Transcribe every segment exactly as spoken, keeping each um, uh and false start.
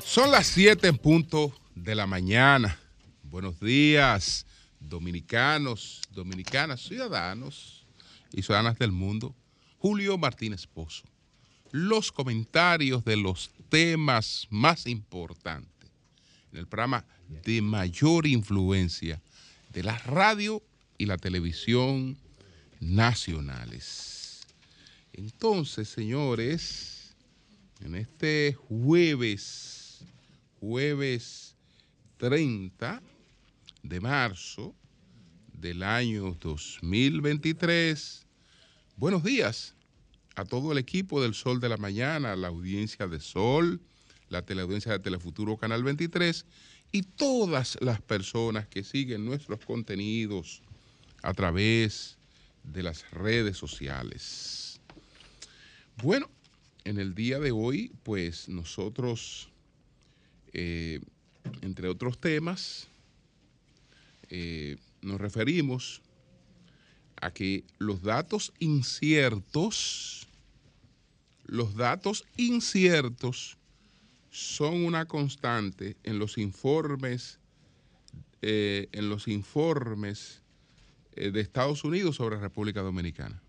Son las siete en punto de la mañana. Buenos días, dominicanos, dominicanas, ciudadanos y ciudadanas del mundo. Julio Martínez Pozo. Los comentarios de los temas más importantes en el programa de mayor influencia de la radio y la televisión nacionales. Entonces, señores, en este jueves, jueves treinta de marzo del año dos mil veintitrés, buenos días a todo el equipo del Sol de la Mañana, la audiencia de Sol, la teleaudiencia de Telefuturo Canal veintitrés y todas las personas que siguen nuestros contenidos a través de las redes sociales. Bueno, en el día de hoy, pues nosotros, eh, entre otros temas, eh, nos referimos a que los datos inciertos, los datos inciertos son una constante en los informes, eh, en los informes eh, de Estados Unidos sobre República Dominicana.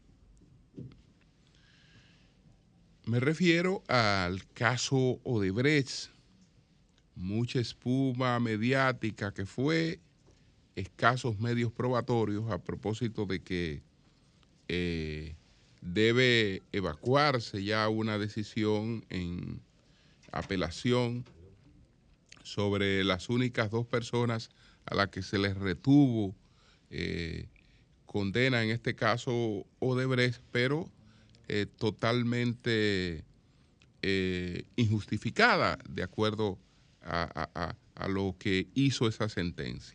Me refiero al caso Odebrecht, mucha espuma mediática que fue, escasos medios probatorios a propósito de que eh, debe evacuarse ya una decisión en apelación sobre las únicas dos personas a las que se les retuvo eh, condena, en este caso Odebrecht, pero eh, totalmente eh, injustificada de acuerdo a, a, a, a lo que hizo esa sentencia.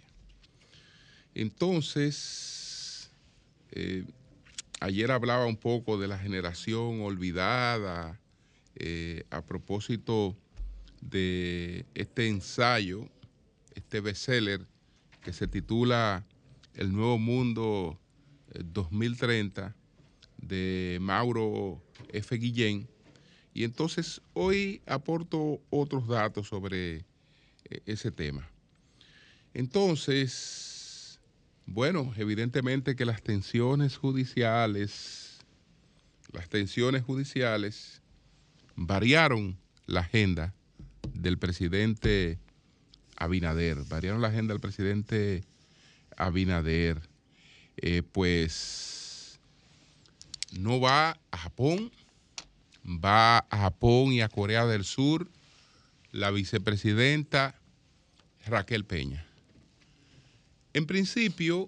Entonces, eh, ayer hablaba un poco de la generación olvidada, eh, a propósito de este ensayo, este bestseller que se titula El Nuevo Mundo dos mil treinta de Mauro F. Guillén. Y entonces hoy aporto otros datos sobre eh, ese tema. Entonces, bueno, evidentemente que las tensiones judiciales, las tensiones judiciales variaron la agenda del presidente Abinader, variaron la agenda del presidente Abinader, eh, pues no va a Japón, va a Japón y a Corea del Sur la vicepresidenta Raquel Peña. En principio,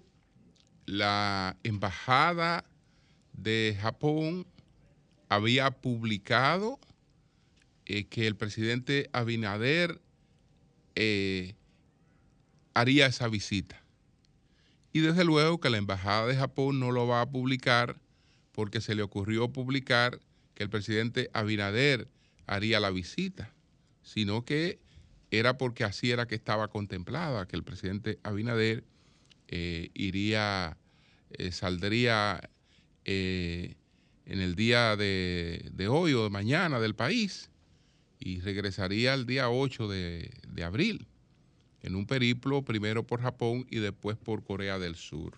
la embajada de Japón había publicado eh, que el presidente Abinader eh, haría esa visita. Y desde luego que la embajada de Japón no lo va a publicar porque se le ocurrió publicar que el presidente Abinader haría la visita, sino que era porque así era que estaba contemplada, que el presidente Abinader eh, iría, eh, saldría eh, en el día de, de hoy o de mañana del país y regresaría el día ocho de, de abril, en un periplo primero por Japón y después por Corea del Sur.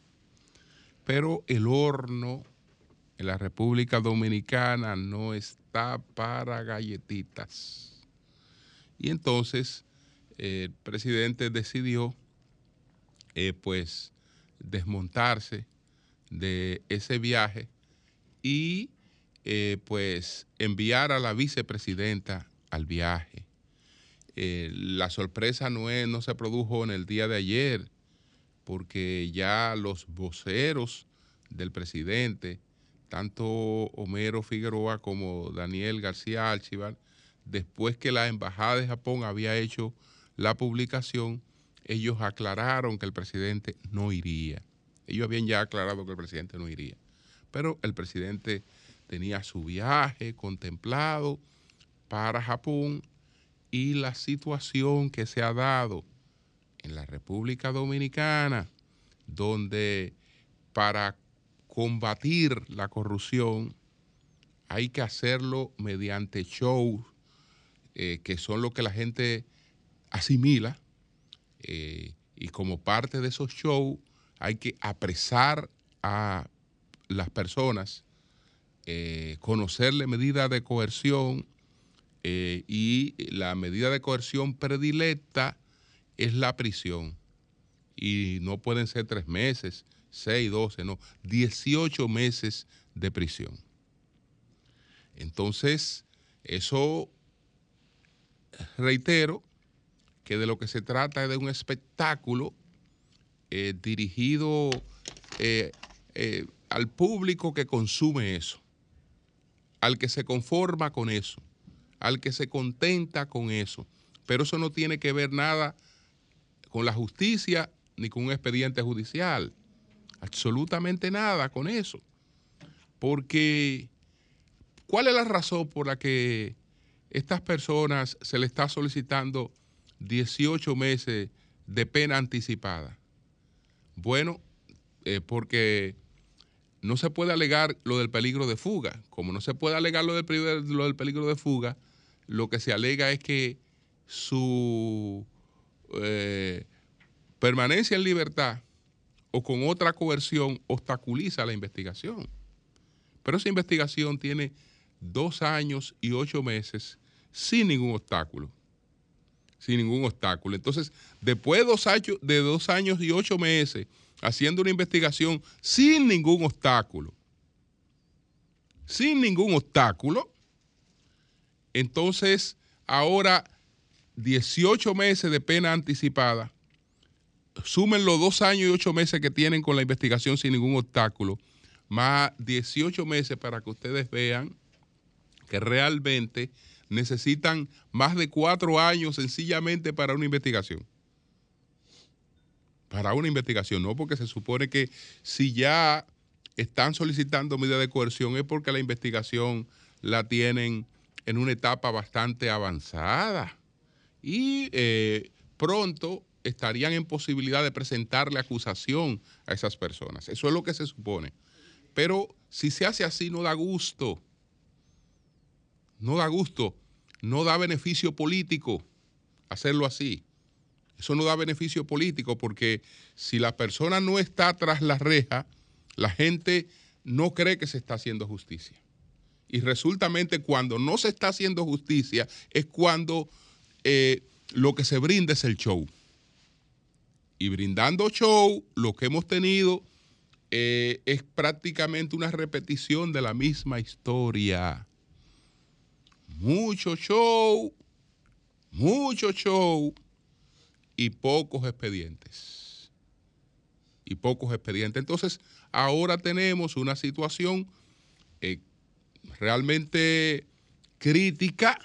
Pero el horno en la República Dominicana no está para galletitas. Y entonces eh, el presidente decidió eh, pues desmontarse de ese viaje y eh, pues enviar a la vicepresidenta al viaje. Eh, la sorpresa no, es, no se produjo en el día de ayer, porque ya los voceros del presidente, tanto Homero Figueroa como Daniel García Archibar, después que la embajada de Japón había hecho la publicación, ellos aclararon que el presidente no iría. Ellos habían ya aclarado que el presidente no iría, pero el presidente tenía su viaje contemplado para Japón y la situación que se ha dado en la República Dominicana, donde para combatir la corrupción hay que hacerlo mediante shows eh, que son lo que la gente asimila, eh, y como parte de esos shows hay que apresar a las personas, eh, conocerle medidas de coerción, eh, y la medida de coerción predilecta es la prisión. Y no pueden ser tres meses, seis, doce, no, dieciocho meses de prisión. Entonces, eso, reitero, que de lo que se trata es de un espectáculo eh, dirigido eh, eh, al público que consume eso, al que se conforma con eso, al que se contenta con eso. Pero eso no tiene que ver nada con la justicia ni con un expediente judicial. Absolutamente nada con eso. Porque, ¿cuál es la razón por la que estas personas se les está solicitando dieciocho meses de pena anticipada? Bueno, eh, porque no se puede alegar lo del peligro de fuga. Como no se puede alegar lo del, lo del peligro de fuga, lo que se alega es que su eh, permanencia en libertad o con otra coerción obstaculiza la investigación. Pero esa investigación tiene dos años y ocho meses sin ningún obstáculo. Sin ningún obstáculo. Entonces, después de dos años, de dos años y ocho meses haciendo una investigación sin ningún obstáculo, sin ningún obstáculo, entonces ahora dieciocho meses de pena anticipada, sumen los dos años y ocho meses que tienen con la investigación sin ningún obstáculo, más dieciocho meses para que ustedes vean que realmente necesitan más de cuatro años sencillamente para una investigación. Para una investigación, no, porque se supone que si ya están solicitando medidas de coerción es porque la investigación la tienen en una etapa bastante avanzada y eh, pronto estarían en posibilidad de presentarle acusación a esas personas. Eso es lo que se supone. Pero si se hace así no da gusto. No da gusto. No da beneficio político hacerlo así. Eso no da beneficio político porque si la persona no está tras la reja, la gente no cree que se está haciendo justicia. Y resultamente cuando no se está haciendo justicia es cuando eh, lo que se brinda es el show. Y brindando show, lo que hemos tenido eh, es prácticamente una repetición de la misma historia. Mucho show, mucho show y pocos expedientes. Y pocos expedientes. Entonces, ahora tenemos una situación eh, realmente crítica,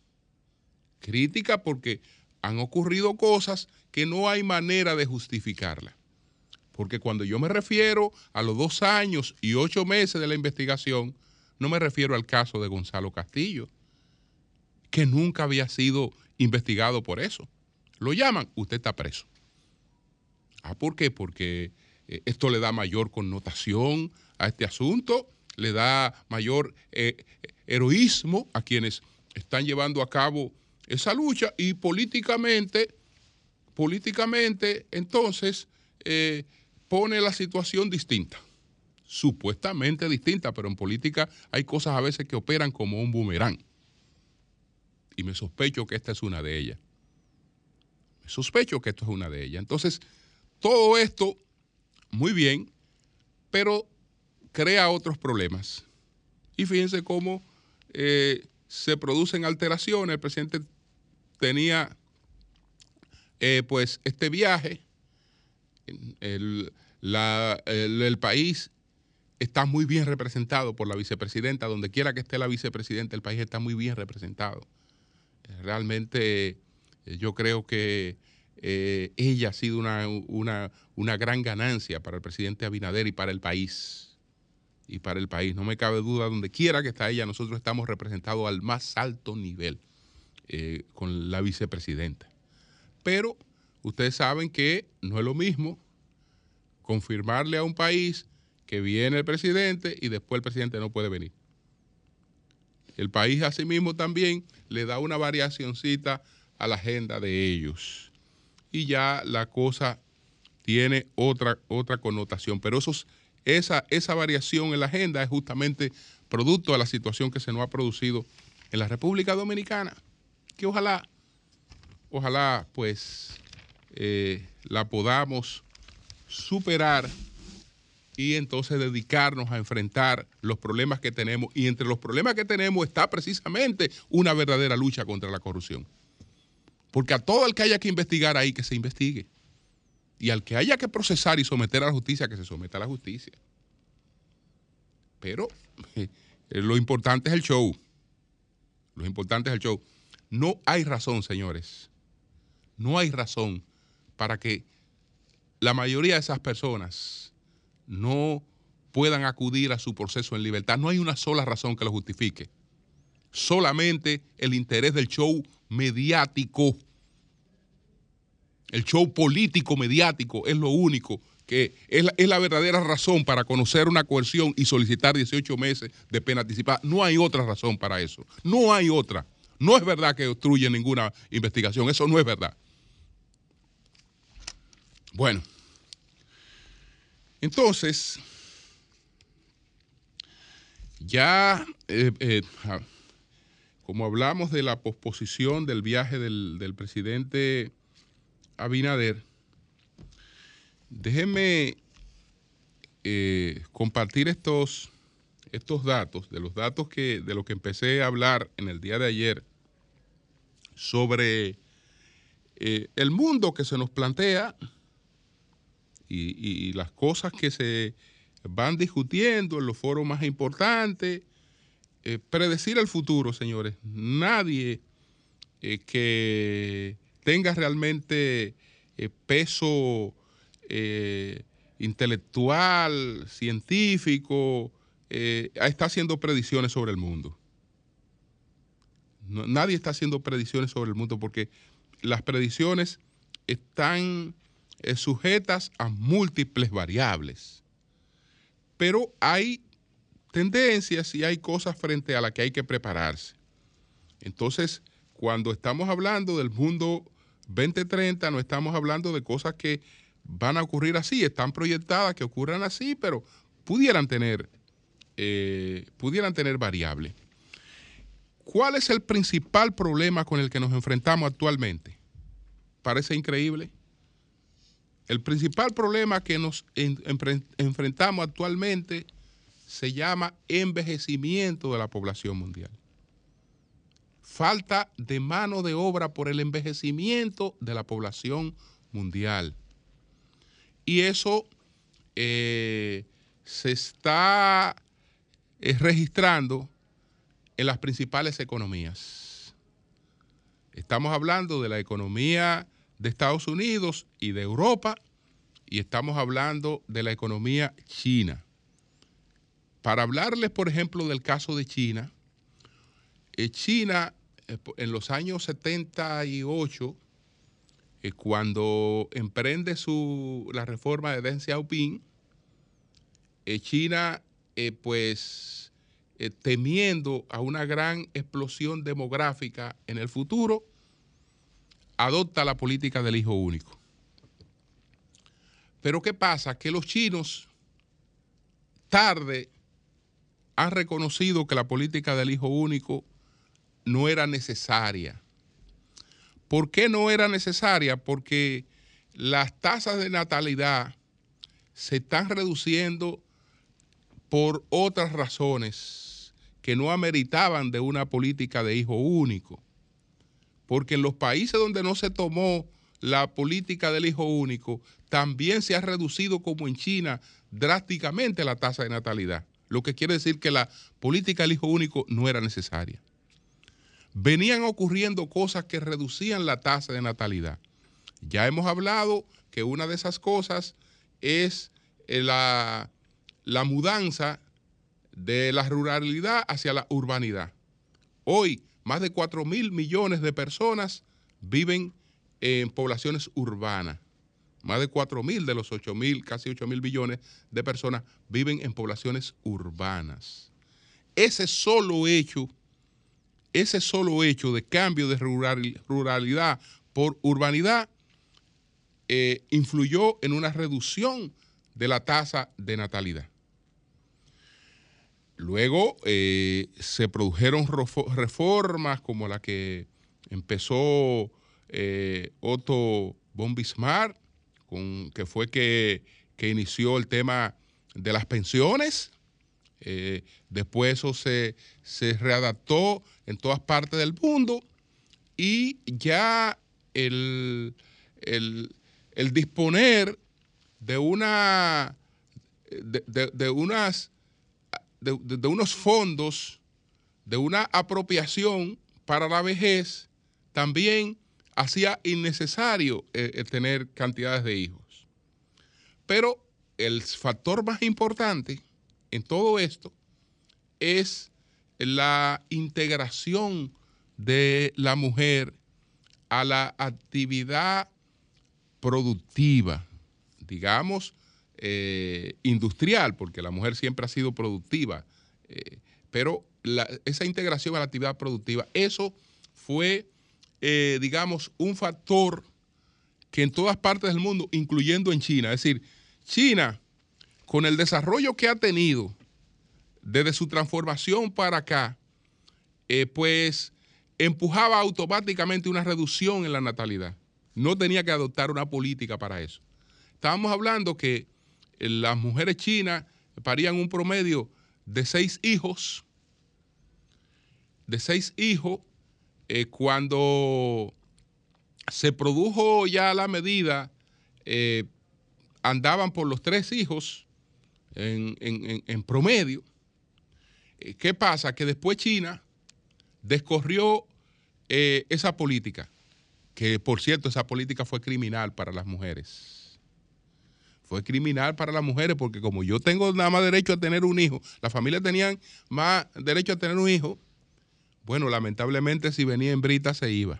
crítica porque han ocurrido cosas que no hay manera de justificarla. Porque cuando yo me refiero a los dos años y ocho meses de la investigación, no me refiero al caso de Gonzalo Castillo, que nunca había sido investigado por eso. Lo llaman, usted está preso. Ah, ¿por qué? Porque eh, esto le da mayor connotación a este asunto, le da mayor eh, heroísmo a quienes están llevando a cabo esa lucha y políticamente, políticamente, entonces, eh, pone la situación distinta, supuestamente distinta, pero en política hay cosas a veces que operan como un boomerang. Y me sospecho que esta es una de ellas. Me sospecho que esto es una de ellas. Entonces, todo esto, muy bien, pero crea otros problemas. Y fíjense cómo eh, se producen alteraciones. El presidente tenía eh, pues este viaje. El, la, el, el país está muy bien representado por la vicepresidenta. Donde quiera que esté la vicepresidenta, el país está muy bien representado. Realmente eh, yo creo que eh, ella ha sido una, una, una gran ganancia para el presidente Abinader y para el país. Y para el país. No me cabe duda, donde quiera que está ella, nosotros estamos representados al más alto nivel eh, con la vicepresidenta. Pero ustedes saben que no es lo mismo confirmarle a un país que viene el presidente y después el presidente no puede venir. El país asimismo también le da una variacioncita a la agenda de ellos. Y ya la cosa tiene otra, otra connotación. Pero esos, esa, esa variación en la agenda es justamente producto de la situación que se nos ha producido en la República Dominicana, que ojalá, ojalá pues eh, la podamos superar y entonces dedicarnos a enfrentar los problemas que tenemos. Y entre los problemas que tenemos está precisamente una verdadera lucha contra la corrupción. Porque a todo el que haya que investigar ahí, que se investigue. Y al que haya que procesar y someter a la justicia, que se someta a la justicia. Pero eh, lo importante es el show. Lo importante es el show. No hay razón, señores. No hay razón para que la mayoría de esas personas no puedan acudir a su proceso en libertad. No hay una sola razón que lo justifique. Solamente el interés del show mediático. El show político mediático es lo único que es la, es la verdadera razón para conocer una coerción y solicitar dieciocho meses de pena anticipada. No hay otra razón para eso. No hay otra. No es verdad que obstruye ninguna investigación. Eso no es verdad. Bueno. Entonces, ya, eh, eh, como hablamos de la posposición del viaje del, del presidente Abinader, déjenme eh, compartir estos, estos datos, de los datos que, de los que empecé a hablar en el día de ayer, sobre eh, el mundo que se nos plantea y, y las cosas que se van discutiendo en los foros más importantes. Eh, predecir el futuro, señores. Nadie eh, que tenga realmente eh, peso eh, intelectual, científico, eh, está haciendo predicciones sobre el mundo. No, nadie está haciendo predicciones sobre el mundo porque las predicciones están eh, sujetas a múltiples variables. Pero hay tendencias y hay cosas frente a las que hay que prepararse. Entonces, cuando estamos hablando del mundo veinte treinta, no estamos hablando de cosas que van a ocurrir así, están proyectadas que ocurran así, pero pudieran tener, eh, pudieran tener variables. ¿Cuál es el principal problema con el que nos enfrentamos actualmente? Parece increíble. El principal problema que nos en, en, enfrentamos actualmente se llama envejecimiento de la población mundial. Falta de mano de obra por el envejecimiento de la población mundial. Y eso eh, se está eh, registrando en las principales economías. Estamos hablando de la economía de Estados Unidos y de Europa, y estamos hablando de la economía china. Para hablarles, por ejemplo, del caso de China, eh, China eh, en los años setenta y ocho, eh, cuando emprende su, la reforma de Deng Xiaoping, eh, China, eh, pues, eh, temiendo a una gran explosión demográfica en el futuro, adopta la política del hijo único. Pero ¿qué pasa? Que los chinos tarde han reconocido que la política del hijo único no era necesaria. ¿Por qué no era necesaria? Porque las tasas de natalidad se están reduciendo por otras razones que no ameritaban de una política de hijo único. Porque en los países donde no se tomó la política del hijo único, también se ha reducido, como en China, drásticamente la tasa de natalidad. Lo que quiere decir que la política del hijo único no era necesaria. Venían ocurriendo cosas que reducían la tasa de natalidad. Ya hemos hablado que una de esas cosas es la, la mudanza de la ruralidad hacia la urbanidad. Hoy, más de cuatro mil millones de personas viven en poblaciones urbanas. Más de cuatro mil de los ocho mil, casi ocho mil millones de personas viven en poblaciones urbanas. Ese solo hecho ese solo hecho de cambio de rural, ruralidad por urbanidad eh, influyó en una reducción de la tasa de natalidad. Luego eh, se produjeron reformas como la que empezó eh, Otto von Bismarck, con, que fue que, que inició el tema de las pensiones. Eh, después eso se, se readaptó en todas partes del mundo y ya el, el, el disponer de, una, de, de, de unas... De, de, de unos fondos, de una apropiación para la vejez, también hacía innecesario eh, tener cantidades de hijos. Pero el factor más importante en todo esto es la integración de la mujer a la actividad productiva, digamos, Eh, industrial, porque la mujer siempre ha sido productiva, eh, pero la, esa integración a la actividad productiva, eso fue, eh, digamos, un factor que en todas partes del mundo, incluyendo en China, es decir, China, con el desarrollo que ha tenido desde su transformación para acá, eh, pues empujaba automáticamente una reducción en la natalidad. No tenía que adoptar una política para eso. Estábamos hablando que las mujeres chinas parían un promedio de seis hijos, de seis hijos, eh, cuando se produjo ya la medida, eh, andaban por los tres hijos en, en, en promedio. Eh, ¿Qué pasa? Que después China descorrió eh, esa política, que por cierto esa política fue criminal para las mujeres. Fue criminal para las mujeres porque como yo tengo nada más derecho a tener un hijo, las familias tenían más derecho a tener un hijo, bueno, lamentablemente si venía hembrita se iba.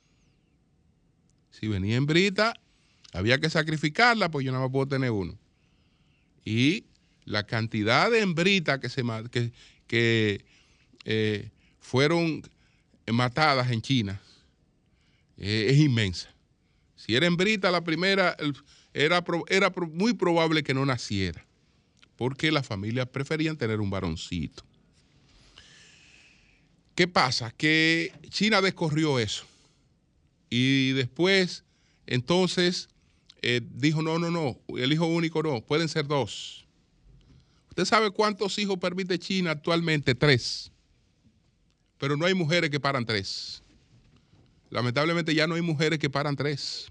Si venía hembrita, había que sacrificarla, pues yo nada más puedo tener uno. Y la cantidad de hembritas que, se, que, que eh, fueron matadas en China eh, es inmensa. Si era hembrita la primera... El, Era, era muy probable que no naciera, porque las familias preferían tener un varoncito. ¿Qué pasa? Que China descorrió eso y después, entonces, eh, dijo, no, no, no, el hijo único no, pueden ser dos. ¿Usted sabe cuántos hijos permite China actualmente? Tres. Pero no hay mujeres que paran tres. Lamentablemente ya no hay mujeres que paran tres.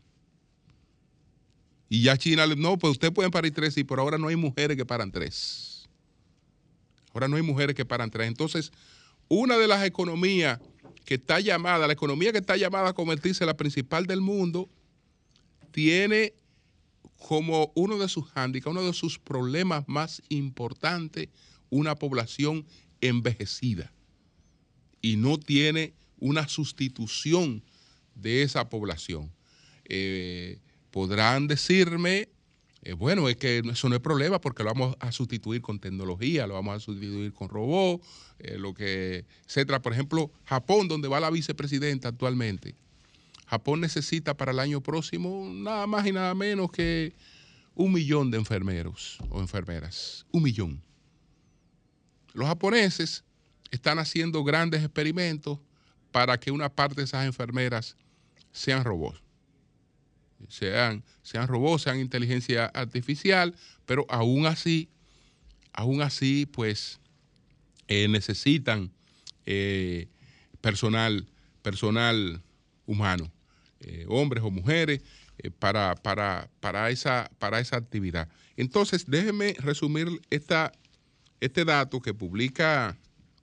Y ya China, no, pues usted pueden parir tres, sí, pero ahora no hay mujeres que paran tres. Ahora no hay mujeres que paran tres. Entonces, una de las economías que está llamada, la economía que está llamada a convertirse en la principal del mundo, tiene como uno de sus hándicaps, uno de sus problemas más importantes, una población envejecida. Y no tiene una sustitución de esa población. Eh, Podrán decirme, eh, bueno, es que eso no es problema porque lo vamos a sustituir con tecnología, lo vamos a sustituir con robots, eh, lo que, etcétera. Por ejemplo, Japón, donde va la vicepresidenta actualmente. Japón necesita para el año próximo nada más y nada menos que un millón de enfermeros o enfermeras. Un millón. Los japoneses están haciendo grandes experimentos para que una parte de esas enfermeras sean robots. Sean, sean robots, sean inteligencia artificial, pero aún así, aún así, pues, eh, necesitan eh, personal, personal humano, eh, hombres o mujeres, eh, para, para, para, esa, para esa actividad. Entonces, déjenme resumir esta, este dato que publica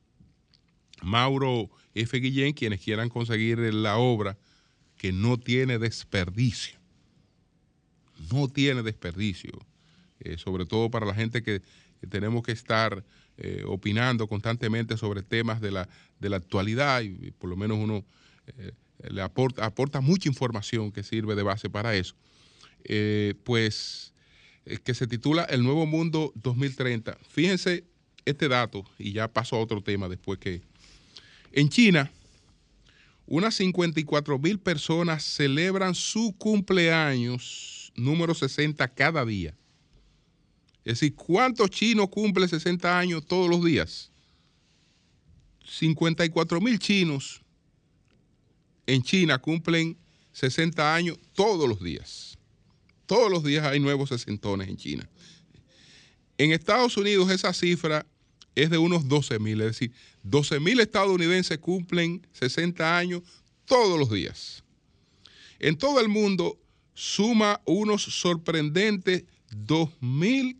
Mauro F. Guillén, quienes quieran conseguir la obra, que no tiene desperdicio. No tiene desperdicio, eh, sobre todo para la gente que, que tenemos que estar eh, opinando constantemente sobre temas de la, de la actualidad y, y por lo menos uno eh, le aporta, aporta mucha información que sirve de base para eso. Eh, pues eh, que se titula El Nuevo Mundo dos mil treinta. Fíjense este dato y ya paso a otro tema después que en China unas cincuenta y cuatro mil personas celebran su cumpleaños número sesenta cada día. Es decir, ¿cuántos chinos cumplen sesenta años todos los días? cincuenta y cuatro mil chinos en China cumplen sesenta años todos los días. Todos los días hay nuevos sesentones en China. En Estados Unidos esa cifra es de unos doce mil, es decir, doce mil estadounidenses cumplen sesenta años todos los días. En todo el mundo suma unos sorprendentes dos mil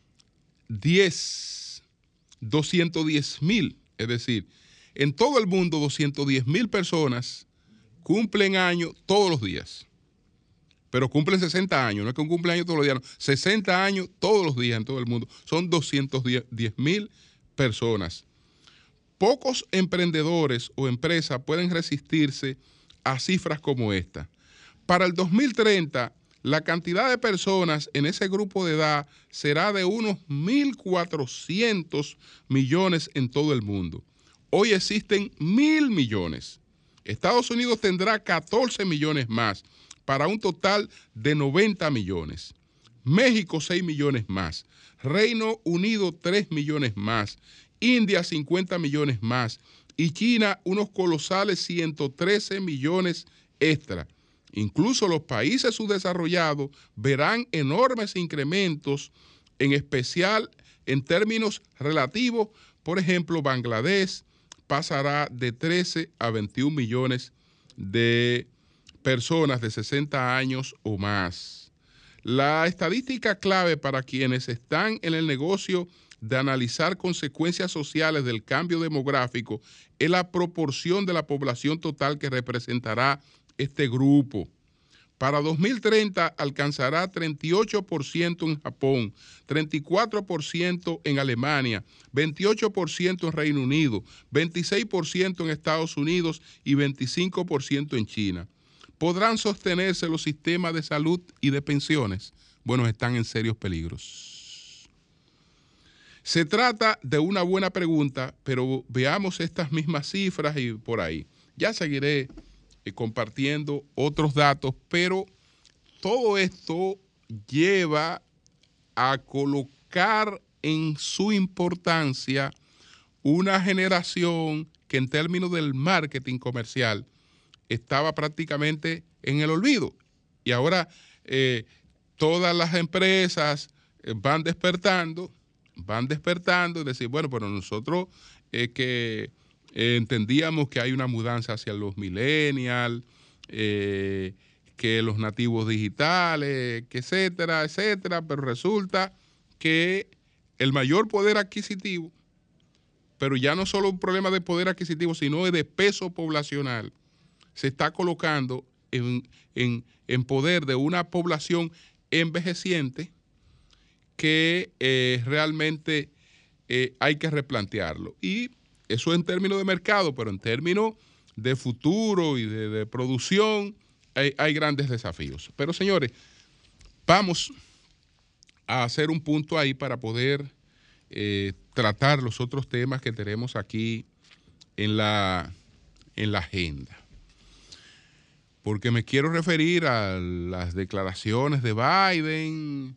diez, doscientos diez mil, es decir, en todo el mundo doscientos diez mil personas cumplen años todos los días. Pero cumplen sesenta años, no es que un cumpleaños todos los días, no, sesenta años todos los días en todo el mundo. Son doscientos diez mil personas. Pocos emprendedores o empresas pueden resistirse a cifras como esta. Para el dos mil treinta, la cantidad de personas en ese grupo de edad será de unos mil cuatrocientos millones en todo el mundo. Hoy existen mil millones. Estados Unidos tendrá catorce millones más, para un total de noventa millones. México, seis millones más. Reino Unido, tres millones más. India, cincuenta millones más. Y China, unos colosales ciento trece millones extra. Incluso los países subdesarrollados verán enormes incrementos, en especial en términos relativos. Por ejemplo, Bangladesh pasará de trece a veintiún millones de personas de sesenta años o más. La estadística clave para quienes están en el negocio de analizar consecuencias sociales del cambio demográfico es la proporción de la población total que representará este grupo. Para dos mil treinta alcanzará treinta y ocho por ciento en Japón, treinta y cuatro por ciento en Alemania, veintiocho por ciento en Reino Unido, veintiséis por ciento en Estados Unidos y veinticinco por ciento en China. ¿Podrán sostenerse los sistemas de salud y de pensiones? Bueno, están en serios peligros. Se trata de una buena pregunta, pero veamos estas mismas cifras y por ahí. Ya seguiré eh, compartiendo otros datos, pero todo esto lleva a colocar en su importancia una generación que en términos del marketing comercial estaba prácticamente en el olvido. Y ahora eh, todas las empresas eh, van despertando, van despertando y decir, bueno, pero nosotros eh, que eh, entendíamos que hay una mudanza hacia los millennials, eh, que los nativos digitales, que etcétera, etcétera, pero resulta que el mayor poder adquisitivo, pero ya no solo un problema de poder adquisitivo, sino de peso poblacional, se está colocando en, en, en poder de una población envejeciente que eh, realmente eh, hay que replantearlo. Y eso en términos de mercado, pero en términos de futuro y de, de producción hay, hay grandes desafíos. Pero señores, vamos a hacer un punto ahí para poder eh, tratar los otros temas que tenemos aquí en la, en la agenda. Porque me quiero referir a las declaraciones de Biden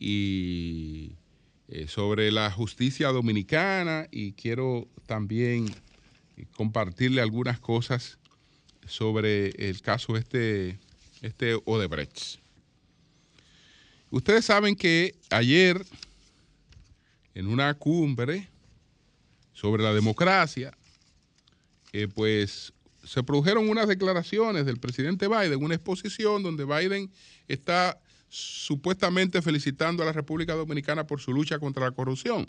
y eh, sobre la justicia dominicana, y quiero también compartirle algunas cosas sobre el caso este, este Odebrecht. Ustedes saben que ayer, en una cumbre sobre la democracia, eh, pues se produjeron unas declaraciones del presidente Biden, una exposición donde Biden está supuestamente felicitando a la República Dominicana por su lucha contra la corrupción.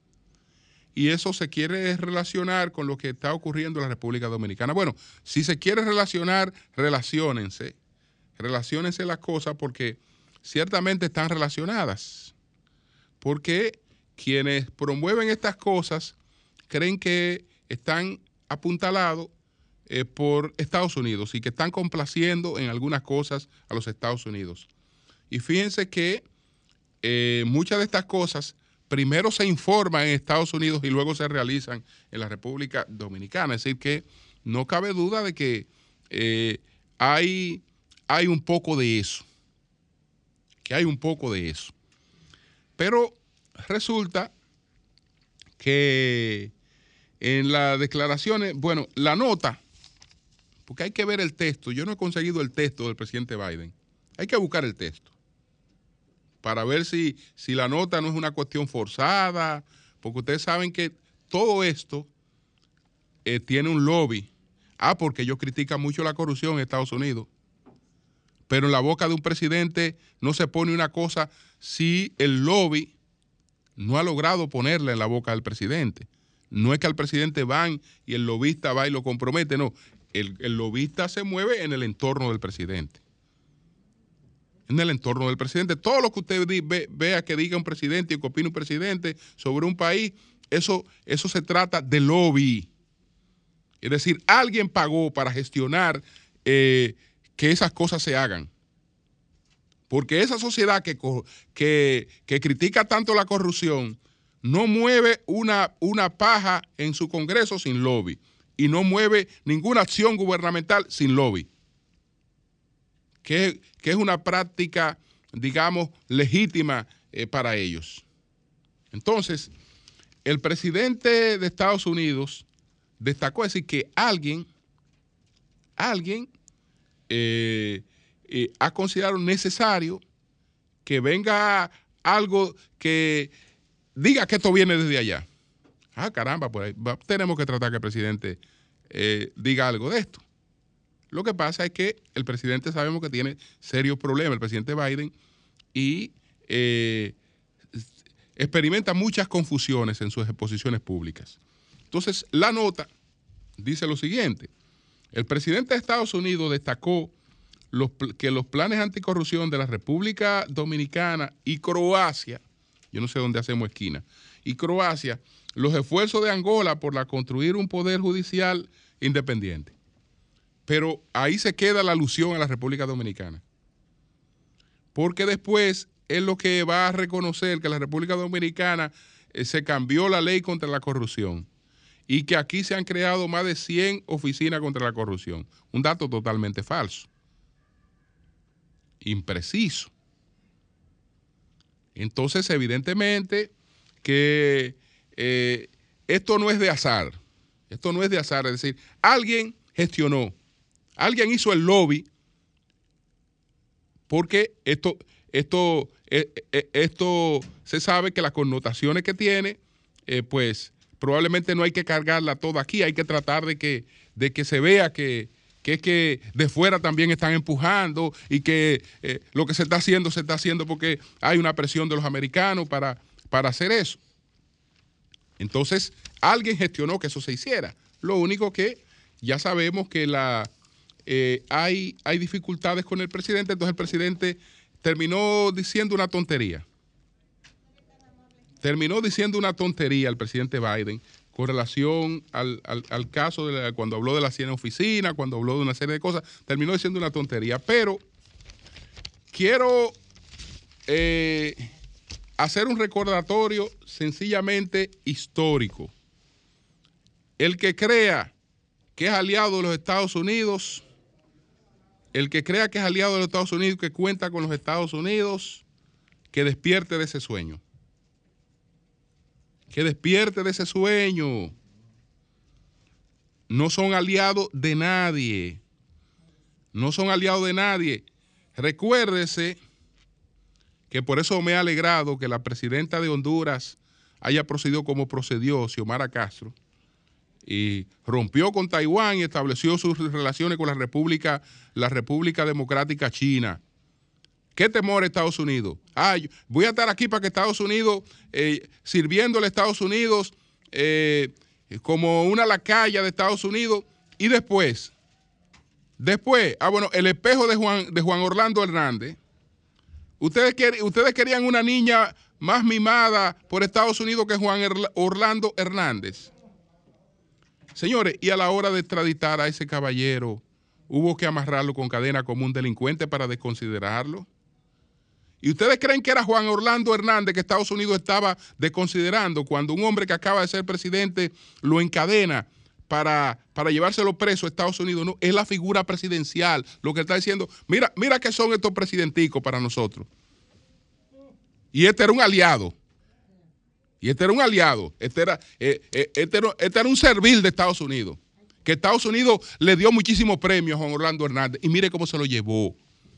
Y eso se quiere relacionar con lo que está ocurriendo en la República Dominicana. Bueno, si se quiere relacionar, relaciónense. Relaciónense las cosas porque ciertamente están relacionadas. Porque quienes promueven estas cosas creen que están apuntalados eh, por Estados Unidos y que están complaciendo en algunas cosas a los Estados Unidos. Y fíjense que eh, muchas de estas cosas primero se informan en Estados Unidos y luego se realizan en la República Dominicana. Es decir, que no cabe duda de que eh, hay, hay un poco de eso, que hay un poco de eso. Pero resulta que en las declaraciones, bueno, la nota, porque hay que ver el texto, yo no he conseguido el texto del presidente Biden, hay que buscar el texto para ver si, si la nota no es una cuestión forzada, porque ustedes saben que todo esto eh, tiene un lobby. Ah, porque ellos critican mucho la corrupción en Estados Unidos, pero en la boca de un presidente no se pone una cosa si el lobby no ha logrado ponerla en la boca del presidente. No es que al presidente van y el lobista va y lo compromete, no. El, el lobista se mueve en el entorno del presidente. En el entorno del presidente. Todo lo que usted ve, vea que diga un presidente y que opine un presidente sobre un país, eso, eso se trata de lobby. Es decir, alguien pagó para gestionar eh, que esas cosas se hagan. Porque esa sociedad que, que, que critica tanto la corrupción no mueve una, una paja en su Congreso sin lobby y no mueve ninguna acción gubernamental sin lobby, que, que es una práctica, digamos, legítima eh, para ellos. Entonces, el presidente de Estados Unidos destacó decir que alguien, alguien eh, eh, ha considerado necesario que venga algo que diga que esto viene desde allá. Ah, caramba, pues va, tenemos que tratar que el presidente eh, diga algo de esto. Lo que pasa es que el presidente sabemos que tiene serios problemas, el presidente Biden, y eh, experimenta muchas confusiones en sus exposiciones públicas. Entonces, la nota dice lo siguiente: el presidente de Estados Unidos destacó los, que los planes anticorrupción de la República Dominicana y Croacia, yo no sé dónde hacemos esquina, y Croacia, los esfuerzos de Angola por la construir un poder judicial independiente. Pero ahí se queda la alusión a la República Dominicana. Porque después es lo que va a reconocer que la República Dominicana eh, se cambió la ley contra la corrupción y que aquí se han creado más de cien oficinas contra la corrupción. Un dato totalmente falso. Impreciso. Entonces, evidentemente que eh, esto no es de azar. Esto no es de azar. Es decir, alguien gestionó, alguien hizo el lobby, porque esto, esto, eh, eh, esto se sabe que las connotaciones que tiene, eh, pues probablemente no hay que cargarla toda aquí, hay que tratar de que, de que se vea que, que es que de fuera también están empujando y que eh, lo que se está haciendo se está haciendo porque hay una presión de los americanos para, para hacer eso. Entonces, alguien gestionó que eso se hiciera. Lo único que ya sabemos que la, eh, hay, hay dificultades con el presidente, entonces el presidente terminó diciendo una tontería. Terminó diciendo una tontería el presidente Biden con relación al, al, al caso de la, cuando habló de la cien oficinas, cuando habló de una serie de cosas, terminó diciendo una tontería. Pero quiero eh, hacer un recordatorio sencillamente histórico. El que crea que es aliado de los Estados Unidos, el que crea que es aliado de los Estados Unidos, que cuenta con los Estados Unidos, que despierte de ese sueño. Que despierte de ese sueño. No son aliados de nadie. No son aliados de nadie. Recuérdese que por eso me ha alegrado que la presidenta de Honduras haya procedido como procedió, Xiomara Castro, y rompió con Taiwán y estableció sus relaciones con la República, la República Democrática China. ¿Qué temor a Estados Unidos? Ah, voy a estar aquí para que Estados Unidos, eh, sirviéndole a Estados Unidos eh, como una lacaya de Estados Unidos, y después, después, ah bueno, el espejo de Juan, de Juan Orlando Hernández. Ustedes, quer, ustedes querían una niña más mimada por Estados Unidos que Juan Orlando Hernández. Señores, y a la hora de extraditar a ese caballero, hubo que amarrarlo con cadena como un delincuente para desconsiderarlo. ¿Y ustedes creen que era Juan Orlando Hernández que Estados Unidos estaba desconsiderando cuando un hombre que acaba de ser presidente lo encadena para, para llevárselo preso a Estados Unidos, no, es la figura presidencial. Lo que está diciendo, mira, mira qué son estos presidenticos para nosotros. Y este era un aliado. Y este era un aliado. Este era, eh, eh, este era, este era un servil de Estados Unidos. Que Estados Unidos le dio muchísimos premios a Juan Orlando Hernández. Y mire cómo se lo llevó.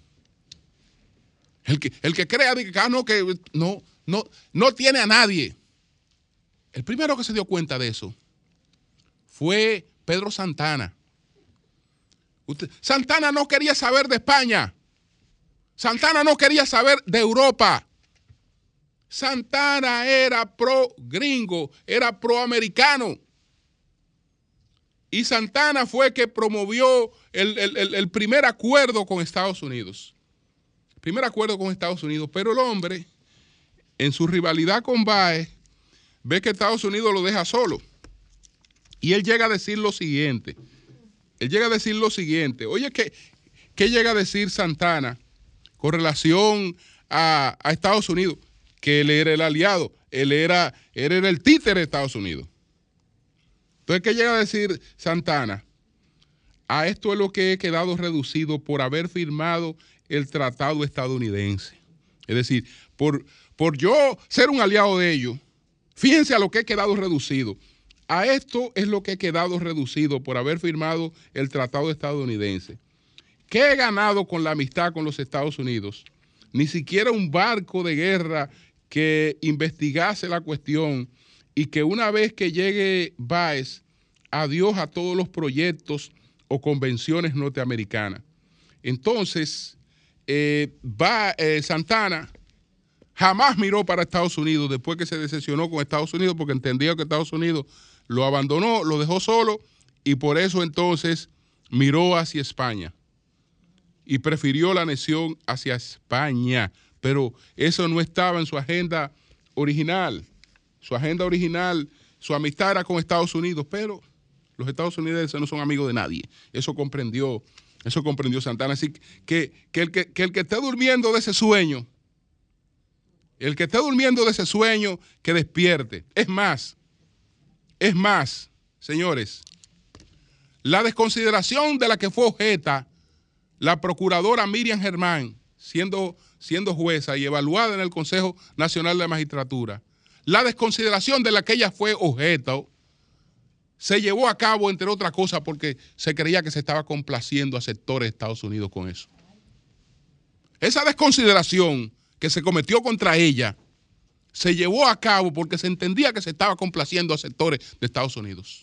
El que, el que crea que, ah, no, que no, no, no tiene a nadie. El primero que se dio cuenta de eso fue Pedro Santana. Usted, Santana no quería saber de España. Santana no quería saber de Europa. Santana era pro gringo, era pro americano. Y Santana fue que promovió el, el, el, el primer acuerdo con Estados Unidos. Primer acuerdo con Estados Unidos. Pero el hombre, en su rivalidad con Báez, ve que Estados Unidos lo deja solo. Y él llega a decir lo siguiente. Él llega a decir lo siguiente. Oye, ¿qué, qué llega a decir Santana con relación a, a Estados Unidos? Que él era el aliado. Él era, él era el títere de Estados Unidos. Entonces, ¿qué llega a decir Santana? A esto es lo que he quedado reducido por haber firmado el tratado estadounidense. Es decir, por, por yo ser un aliado de ellos, fíjense a lo que he quedado reducido. A esto es lo que he quedado reducido por haber firmado el tratado estadounidense. ¿Qué he ganado con la amistad con los Estados Unidos? Ni siquiera un barco de guerra que investigase la cuestión y que una vez que llegue Báez, adiós a todos los proyectos o convenciones norteamericanas. Entonces, eh, va, eh, Santana jamás miró para Estados Unidos después que se decepcionó con Estados Unidos porque entendía que Estados Unidos lo abandonó, lo dejó solo y por eso entonces miró hacia España y prefirió la anexión hacia España. Pero eso no estaba en su agenda original. Su agenda original, su amistad era con Estados Unidos, pero los Estados Unidos no son amigos de nadie. Eso comprendió, eso comprendió Santana. Así que, que, el que, que el que esté durmiendo de ese sueño, el que esté durmiendo de ese sueño, que despierte. Es más, es más, señores, la desconsideración de la que fue objeto la procuradora Miriam Germán, siendo, siendo jueza y evaluada en el Consejo Nacional de Magistratura, la desconsideración de la que ella fue objeto se llevó a cabo, entre otras cosas, porque se creía que se estaba complaciendo a sectores de Estados Unidos con eso. Esa desconsideración que se cometió contra ella se llevó a cabo porque se entendía que se estaba complaciendo a sectores de Estados Unidos.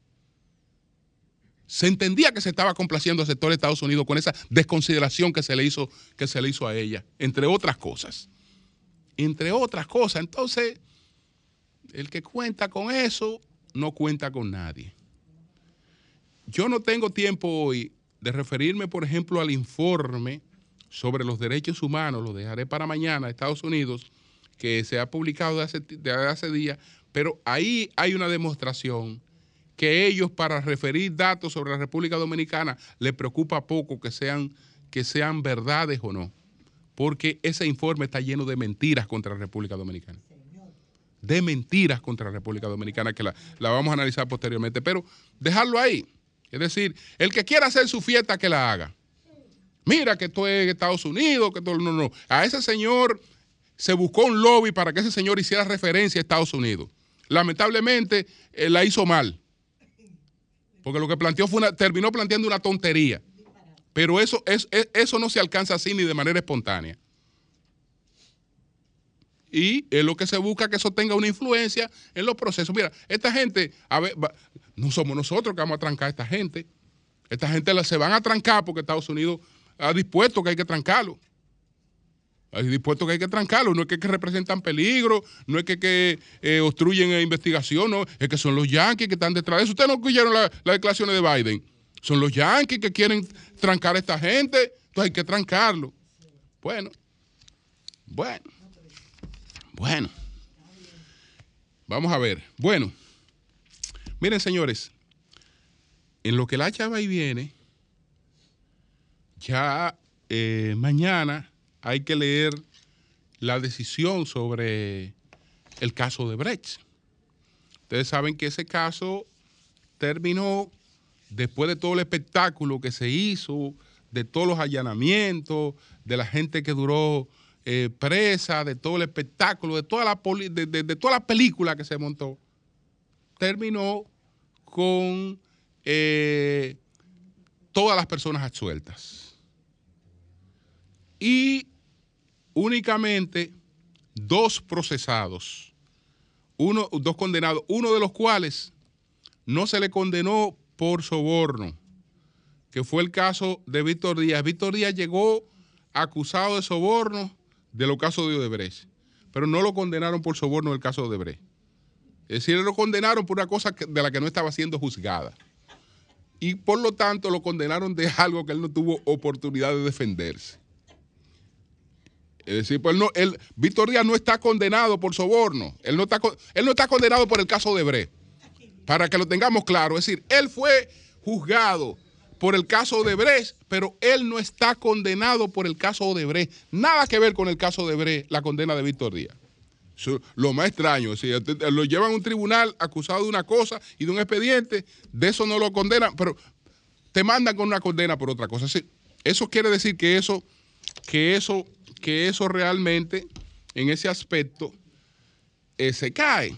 Se entendía que se estaba complaciendo a sectores de Estados Unidos con esa desconsideración que se le hizo, que se le hizo a ella, entre otras cosas. Entre otras cosas. Entonces, el que cuenta con eso no cuenta con nadie. Yo no tengo tiempo hoy de referirme, por ejemplo, al informe sobre los derechos humanos, lo dejaré para mañana, Estados Unidos, que se ha publicado de hace, de hace días, pero ahí hay una demostración que ellos, para referir datos sobre la República Dominicana, les preocupa poco que sean, que sean verdades o no, porque ese informe está lleno de mentiras contra la República Dominicana. De mentiras contra la República Dominicana, que la, la vamos a analizar posteriormente, pero dejarlo ahí. Es decir, el que quiera hacer su fiesta, que la haga. Mira que esto es Estados Unidos, que todo, no, no. A ese señor se buscó un lobby para que ese señor hiciera referencia a Estados Unidos. Lamentablemente, eh, la hizo mal. Porque lo que planteó fue una, terminó planteando una tontería. Pero eso, es, eso no se alcanza así ni de manera espontánea. Y es lo que se busca, que eso tenga una influencia en los procesos. Mira, esta gente, a ver, va, no somos nosotros que vamos a trancar a esta gente. Esta gente la, se van a trancar porque Estados Unidos ha dispuesto que hay que trancarlo. Ha dispuesto que hay que trancarlo. No es que, que representan peligro, no es que, que eh, obstruyen la investigación, no, es que son los yanquis que están detrás de eso. Ustedes no oyeron las la declaraciones de Biden. Son los yanquis que quieren trancar a esta gente, entonces hay que trancarlo. Bueno, bueno. Bueno, vamos a ver. Bueno, miren, señores, en lo que la chava y viene, ya eh, mañana hay que leer la decisión sobre el caso de Brecht. Ustedes saben que ese caso terminó, después de todo el espectáculo que se hizo, de todos los allanamientos, de la gente que duró eh, presa, de todo el espectáculo, de toda la poli de, de, de toda la película que se montó, terminó con eh, todas las personas absueltas. Y únicamente dos procesados, uno, dos condenados, uno de los cuales no se le condenó por soborno, que fue el caso de Víctor Díaz. Víctor Díaz llegó acusado de soborno de los casos de Odebrecht, pero no lo condenaron por soborno del caso de Odebrecht. Es decir, lo condenaron por una cosa de la que no estaba siendo juzgada. Y por lo tanto lo condenaron de algo que él no tuvo oportunidad de defenderse. Es decir, pues él no, él, Víctor Díaz no está condenado por soborno. Él no está, él no está condenado por el caso de Odebrecht. Para que lo tengamos claro. Es decir, él fue juzgado por el caso Odebrecht, pero él no está condenado por el caso Odebrecht. Nada que ver con el caso Odebrecht, la condena de Víctor Díaz. Eso, lo más extraño, es decir, lo llevan a un tribunal acusado de una cosa y de un expediente, de eso no lo condenan, pero te mandan con una condena por otra cosa. Es decir, eso quiere decir que eso, que eso, que eso realmente, en ese aspecto, eh, se cae.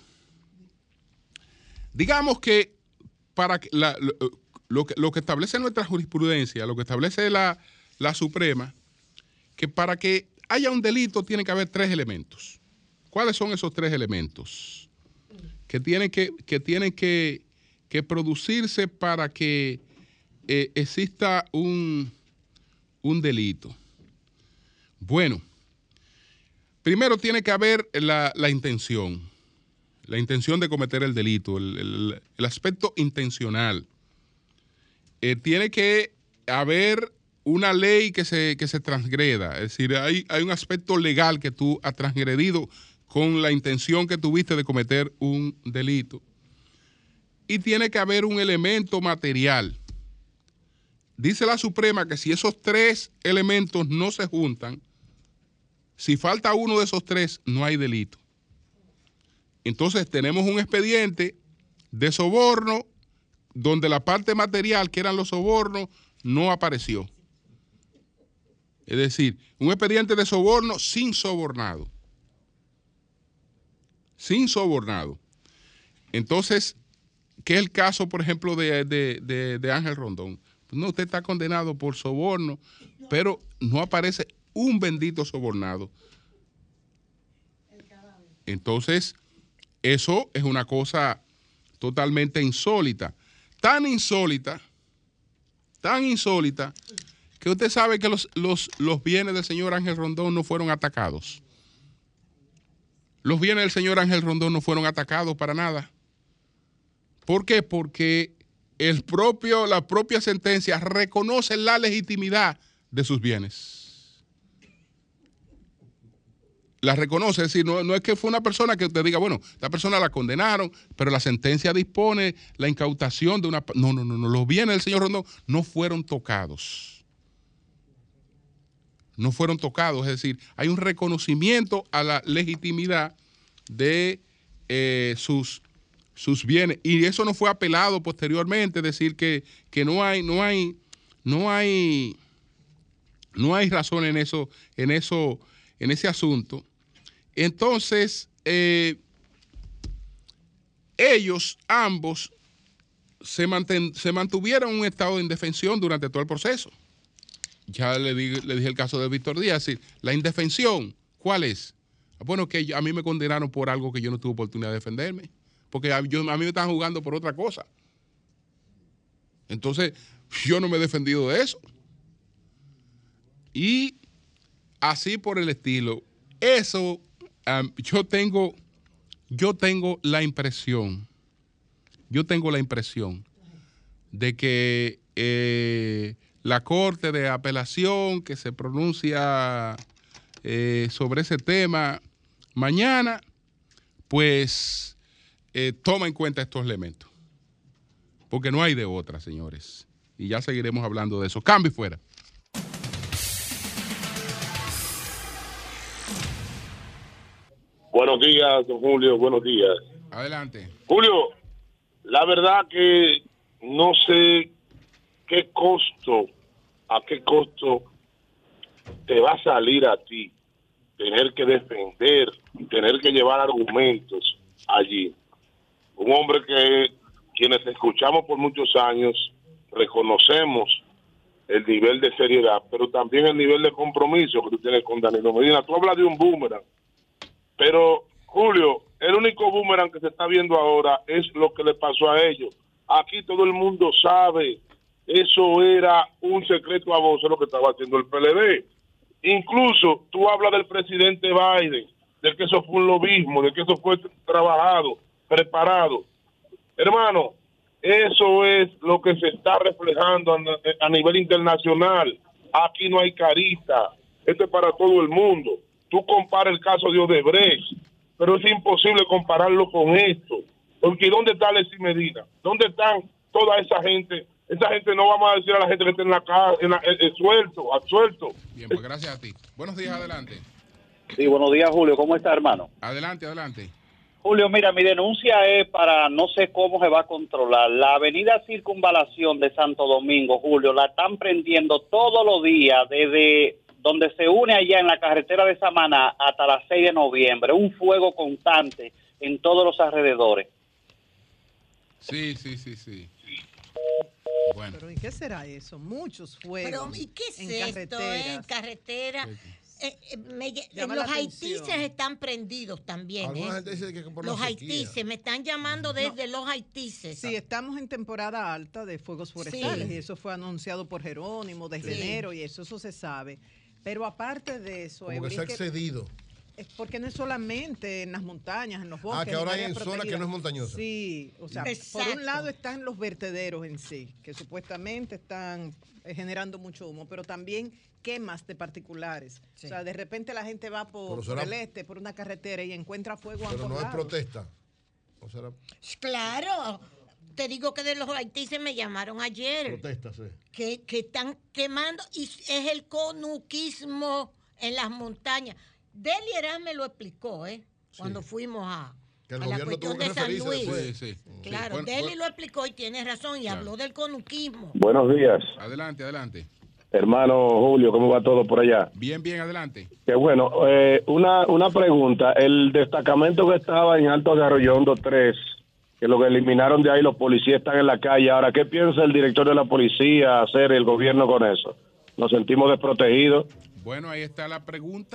Digamos que para que la, lo, lo, que, lo que establece nuestra jurisprudencia, lo que establece la, la Suprema, que para que haya un delito tiene que haber tres elementos. ¿Cuáles son esos tres elementos? Que tienen que, que, tienen que, que producirse para que eh, exista un, un delito. Bueno, primero tiene que haber la, la intención. La intención de cometer el delito, el, el, el aspecto intencional. Eh, tiene que haber una ley que se, que se transgreda. Es decir, hay, hay un aspecto legal que tú has transgredido con la intención que tuviste de cometer un delito. Y tiene que haber un elemento material. Dice la Suprema que si esos tres elementos no se juntan, si falta uno de esos tres, no hay delito. Entonces tenemos un expediente de soborno donde la parte material, que eran los sobornos, no apareció. Es decir, un expediente de soborno sin sobornado. Sin sobornado. Entonces, ¿qué es el caso, por ejemplo, de, de, de, de Ángel Rondón? No, usted está condenado por soborno, pero no aparece un bendito sobornado. Entonces, eso es una cosa totalmente insólita. Tan insólita, tan insólita, que usted sabe que los, los, los bienes del señor Ángel Rondón no fueron atacados. Los bienes del señor Ángel Rondón no fueron atacados para nada. ¿Por qué? Porque el propio, la propia sentencia reconoce la legitimidad de sus bienes. La reconoce, es decir, no, no es que fue una persona que usted diga, bueno, esta persona la condenaron, pero la sentencia dispone la incautación de una... No, no, no, no, los bienes del señor Rondón no fueron tocados. No fueron tocados, es decir, hay un reconocimiento a la legitimidad de eh, sus, sus bienes. Y eso no fue apelado posteriormente, es decir, que, que no hay, no hay, no hay, no hay razón en eso, en eso, en ese asunto. Entonces, eh, ellos, ambos, se, manten, se mantuvieron en un estado de indefensión durante todo el proceso. Ya le, di, le dije el caso de Víctor Díaz. Es decir, la indefensión, ¿cuál es? Bueno, que yo, a mí me condenaron por algo que yo no tuve oportunidad de defenderme. Porque a, yo, a mí me están jugando por otra cosa. Entonces, yo no me he defendido de eso. Y así por el estilo. Eso... Um, yo tengo, yo tengo la impresión, yo tengo la impresión de que eh, la Corte de Apelación que se pronuncia eh, sobre ese tema mañana, pues eh, toma en cuenta estos elementos. Porque no hay de otra, señores. Y ya seguiremos hablando de eso. Cambio y fuera. Buenos días, don Julio, buenos días. Adelante. Julio, la verdad que no sé qué costo, a qué costo te va a salir a ti tener que defender, tener que llevar argumentos allí. Un hombre que quienes escuchamos por muchos años reconocemos el nivel de seriedad, pero también el nivel de compromiso que tú tienes con Danilo Medina. Tú hablas de un boomerang, pero Julio, el único boomerang que se está viendo ahora es lo que le pasó a ellos. Aquí todo el mundo sabe, eso era un secreto a voces lo que estaba haciendo el P L D. Incluso tú hablas del presidente Biden, de que eso fue un lobismo, de que eso fue trabajado, preparado. Hermano, eso es lo que se está reflejando a, a nivel internacional. Aquí no hay carita, esto es para todo el mundo. Tú comparas el caso de Odebrecht, pero es imposible compararlo con esto. Porque ¿dónde está Alexis Medina? ¿Dónde están toda esa gente? Esa gente no vamos a decir a la gente que está en la casa, en la, en, en suelto, absuelto. Bien, pues gracias a ti. Buenos días, adelante. Sí, buenos días, Julio. ¿Cómo está, hermano? Adelante, adelante. Julio, mira, mi denuncia es para, no sé cómo se va a controlar. La avenida Circunvalación de Santo Domingo, Julio, la están prendiendo todos los días desde donde se une allá en la carretera de Samaná hasta las seis de noviembre. Un fuego constante en todos los alrededores. Sí, sí, sí, sí. Bueno. Pero ¿y qué será eso? Muchos fuegos. Pero ¿y qué es en esto? carreteras. Eh? En carretera. Eh, eh, me, Llama los la haitises atención. están prendidos también. Alguna ¿eh? gente dice que por los la sequía. haitises, me están llamando desde los haitises. Sí, estamos en temporada alta de fuegos forestales Sí. y eso fue anunciado por Jerónimo desde Sí. enero y eso, eso se sabe. Pero aparte de eso, Como que Eury, se ha es que- excedido. es porque no es solamente en las montañas, en los bosques. Ah, que ahora en hay áreas en zonas que protegidas. no es montañosa. Sí, o sea, por Exacto. un lado están los vertederos en sí, que supuestamente están eh, generando mucho humo, pero también quemas de particulares. Sí. O sea, de repente la gente va por, Pero será- por el este, por una carretera y encuentra fuego a Pero ambos no es lados. protesta. O será Claro, te digo que de los haitises me llamaron ayer. protesta, sí. que, que están quemando y es el conuquismo en las montañas. Deli Herán me lo explicó, ¿eh? Cuando Sí. fuimos a, Que el a la gobierno cuestión tuvo que de San referirse Luis. después. Sí, sí. Claro, Sí, bueno, Deli bueno. lo explicó y tiene razón y Claro. habló del conuquismo. Buenos días, Adelante, adelante. hermano Julio, ¿cómo va todo por allá? Bien, bien, adelante. Que bueno, eh, una, una pregunta. El destacamento que estaba en Alto de Arroyondo tres, que lo que eliminaron de ahí, los policías están en la calle. Ahora, ¿qué piensa el director de la policía hacer el gobierno con eso? Nos sentimos desprotegidos. Bueno, ahí está la pregunta.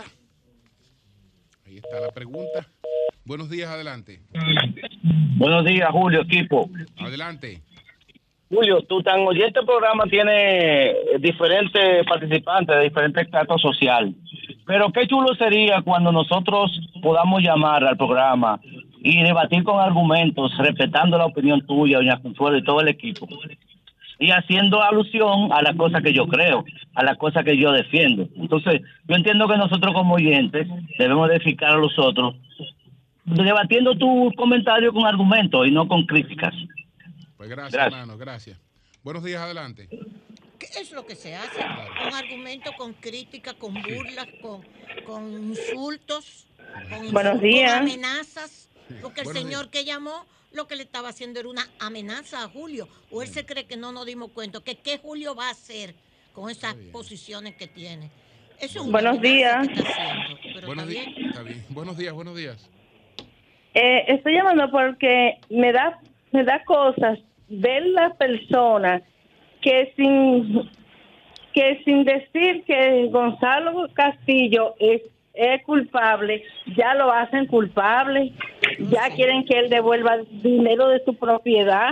Ahí está la pregunta. Buenos días, adelante. Buenos días, Julio, equipo. Adelante. Julio, tu tan oyente programa tiene diferentes participantes de diferentes estratos social. Pero qué chulo sería cuando nosotros podamos llamar al programa y debatir con argumentos, respetando la opinión tuya, doña Consuelo y todo el equipo. Y haciendo alusión a las cosas que yo creo, a las cosas que yo defiendo. Entonces, yo entiendo que nosotros como oyentes debemos de fijar a los otros, debatiendo tu comentario con argumentos y no con críticas. Pues gracias, Gracias. hermano, gracias. Buenos días, adelante. ¿Qué es lo que se hace? Con argumentos, con críticas, con burlas, con, con insultos, con, Buenos insultos, días. con amenazas. Porque el Buenos señor que llamó lo que le estaba haciendo era una amenaza a Julio. O él se cree que no nos dimos cuenta. Que qué Julio va a hacer con esas posiciones que tiene. Eso es una Buenos amenaza días. que está haciendo, pero Buenos está días. bien. Está bien. Buenos días, buenos días. Eh, estoy llamando porque me da me da cosas ver las personas que sin que sin decir que Gonzalo Castillo es, es culpable, ya lo hacen culpable, ya quieren que él devuelva dinero de su propiedad.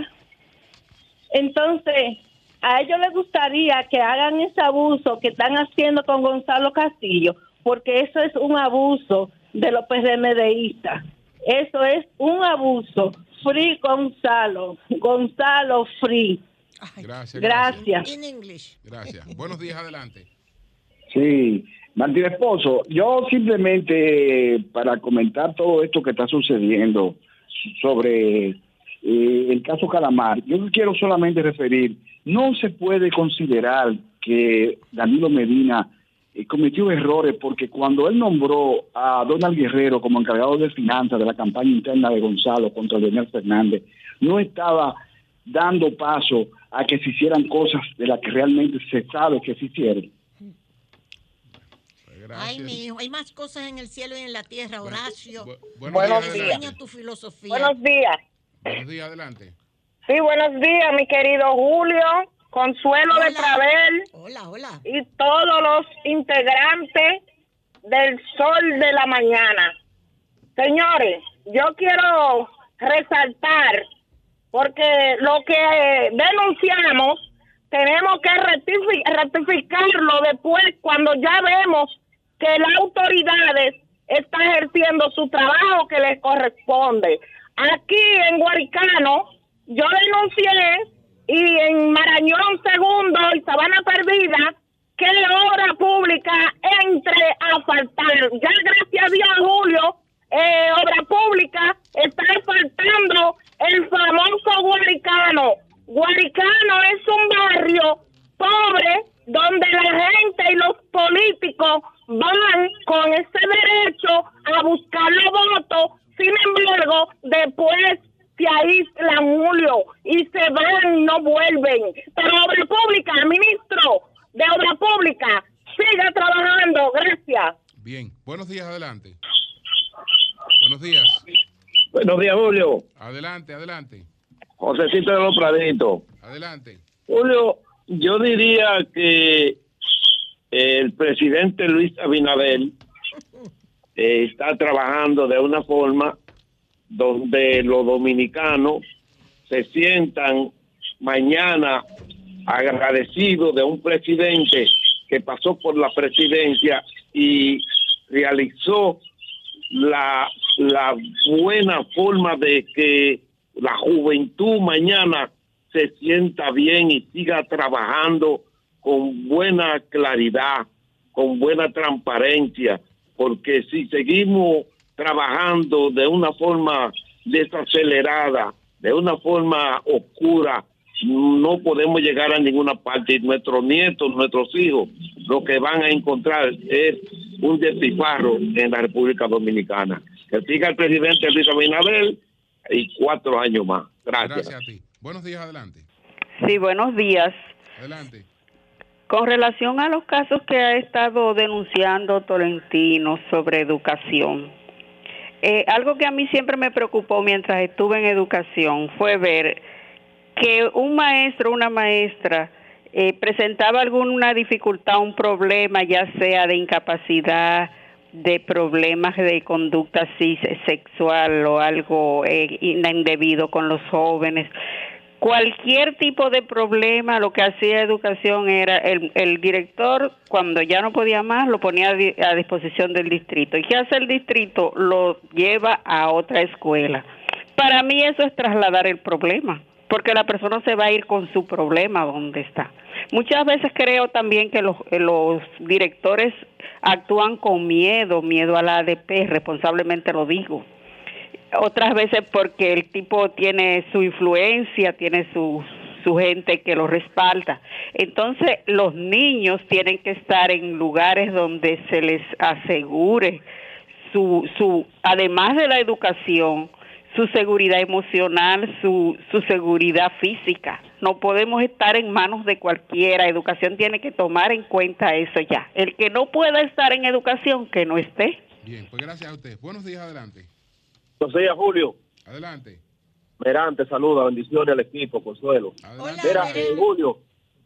Entonces, a ellos les gustaría que hagan ese abuso que están haciendo con Gonzalo Castillo, porque eso es un abuso de los PRMDistas. Eso es un abuso. Free Gonzalo. Gonzalo Free. Ay, Gracias. Gracias. in English. Gracias. Buenos días, adelante. Sí, Martín Esposo, yo simplemente para comentar todo esto que está sucediendo sobre eh, el caso Calamar, yo quiero solamente referir, no se puede considerar que Danilo Medina eh, cometió errores porque cuando él nombró a Donald Guerrero como encargado de finanzas de la campaña interna de Gonzalo contra Leonel Fernández, no estaba dando paso a que se hicieran cosas de las que realmente se sabe que se hicieron. Gracias. Ay, mi hijo, hay más cosas en el cielo y en la tierra, Horacio. Bu bu Buenos días, días. Enseña tu filosofía. Buenos días. Buenos días, adelante. Sí, buenos días, mi querido Julio, Consuelo Hola. de Travel Hola, hola. y todos los integrantes del Sol de la Mañana. Señores, yo quiero resaltar, porque lo que denunciamos tenemos que rectific rectificarlo después cuando ya vemos que las autoridades están ejerciendo su trabajo que les corresponde. Aquí en Guaricano yo denuncié, y en Marañón Segundo y Sabana Perdida, que obra pública entre a faltar. Ya gracias a Dios, Julio, eh, obra pública está faltando el famoso Guaricano. Guaricano es un barrio pobre donde la gente y los políticos van con ese derecho a buscar los votos. Sin embargo, después se aíslan, Julio, y se van, no vuelven. Pero obra pública, ministro de obra pública, siga trabajando. Gracias. Bien, buenos días, adelante. Buenos días. Buenos días, Julio. Adelante, adelante. Josecito de los Praditos. Adelante. Julio, yo diría que el presidente Luis Abinader eh, está trabajando de una forma donde los dominicanos se sientan mañana agradecidos de un presidente que pasó por la presidencia y realizó la, la buena forma de que la juventud mañana se sienta bien y siga trabajando con buena claridad, con buena transparencia, porque si seguimos trabajando de una forma desacelerada, de una forma oscura, no podemos llegar a ninguna parte. Y nuestros nietos, nuestros hijos, lo que van a encontrar es un despilfarro en la República Dominicana. Que siga el presidente Luis Abinader y cuatro años más. Gracias. Gracias a ti. Buenos días, adelante. Sí, buenos días. Adelante. Con relación a los casos que ha estado denunciando Tolentino sobre educación, eh, algo que a mí siempre me preocupó mientras estuve en educación fue ver que un maestro o una maestra eh, presentaba alguna dificultad, un problema, ya sea de incapacidad, de problemas de conducta así sexual o algo eh, indebido con los jóvenes. Cualquier tipo de problema, lo que hacía educación era el, el director, cuando ya no podía más, lo ponía a, di a disposición del distrito. ¿Y qué hace el distrito? Lo lleva a otra escuela. Para mí eso es trasladar el problema, porque la persona se va a ir con su problema donde está. Muchas veces creo también que los, los directores actúan con miedo, miedo a la A D P, responsablemente lo digo. Otras veces porque el tipo tiene su influencia, tiene su, su gente que lo respalda. Entonces los niños tienen que estar en lugares donde se les asegure su, su además de la educación, su seguridad emocional, su, su seguridad física. No podemos estar en manos de cualquiera. Educación tiene que tomar en cuenta eso ya. El que no pueda estar en educación, que no esté. Bien, pues gracias a usted. Buenos días, adelante. Buenos días, Julio. Adelante. Merán, te saluda. Bendiciones al equipo, Consuelo. Adelante. Mira, eh, Julio,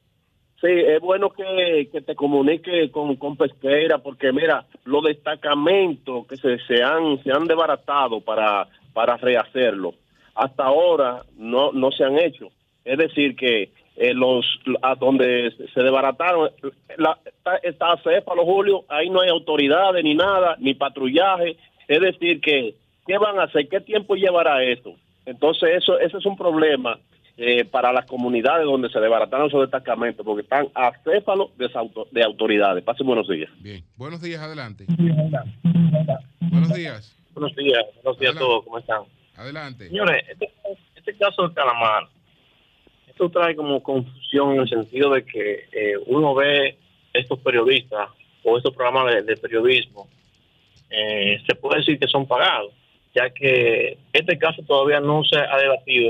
sí, es bueno que, que te comunique con, con Pesqueira, porque mira, los destacamentos que se, se, han, se han desbaratado para, para rehacerlo, hasta ahora no, no se han hecho. Es decir, que eh, los a donde se desbarataron, la, está, está Céfalo, Julio, ahí no hay autoridades ni nada, ni patrullaje. Es decir, que ¿qué van a hacer? ¿Qué tiempo llevará esto? Entonces, eso ese es un problema eh, para las comunidades donde se desbarataron esos destacamentos, porque están acéfalos de, de autoridades. Pasen buenos días. Bien. Buenos días, adelante. Buenos días. Buenos días. Buenos días a todos. ¿Cómo están? Adelante. Señores, este, este caso de Calamar, esto trae como confusión en el sentido de que eh, uno ve estos periodistas o estos programas de, de periodismo, eh, se puede decir que son pagados, ya que este caso todavía no se ha debatido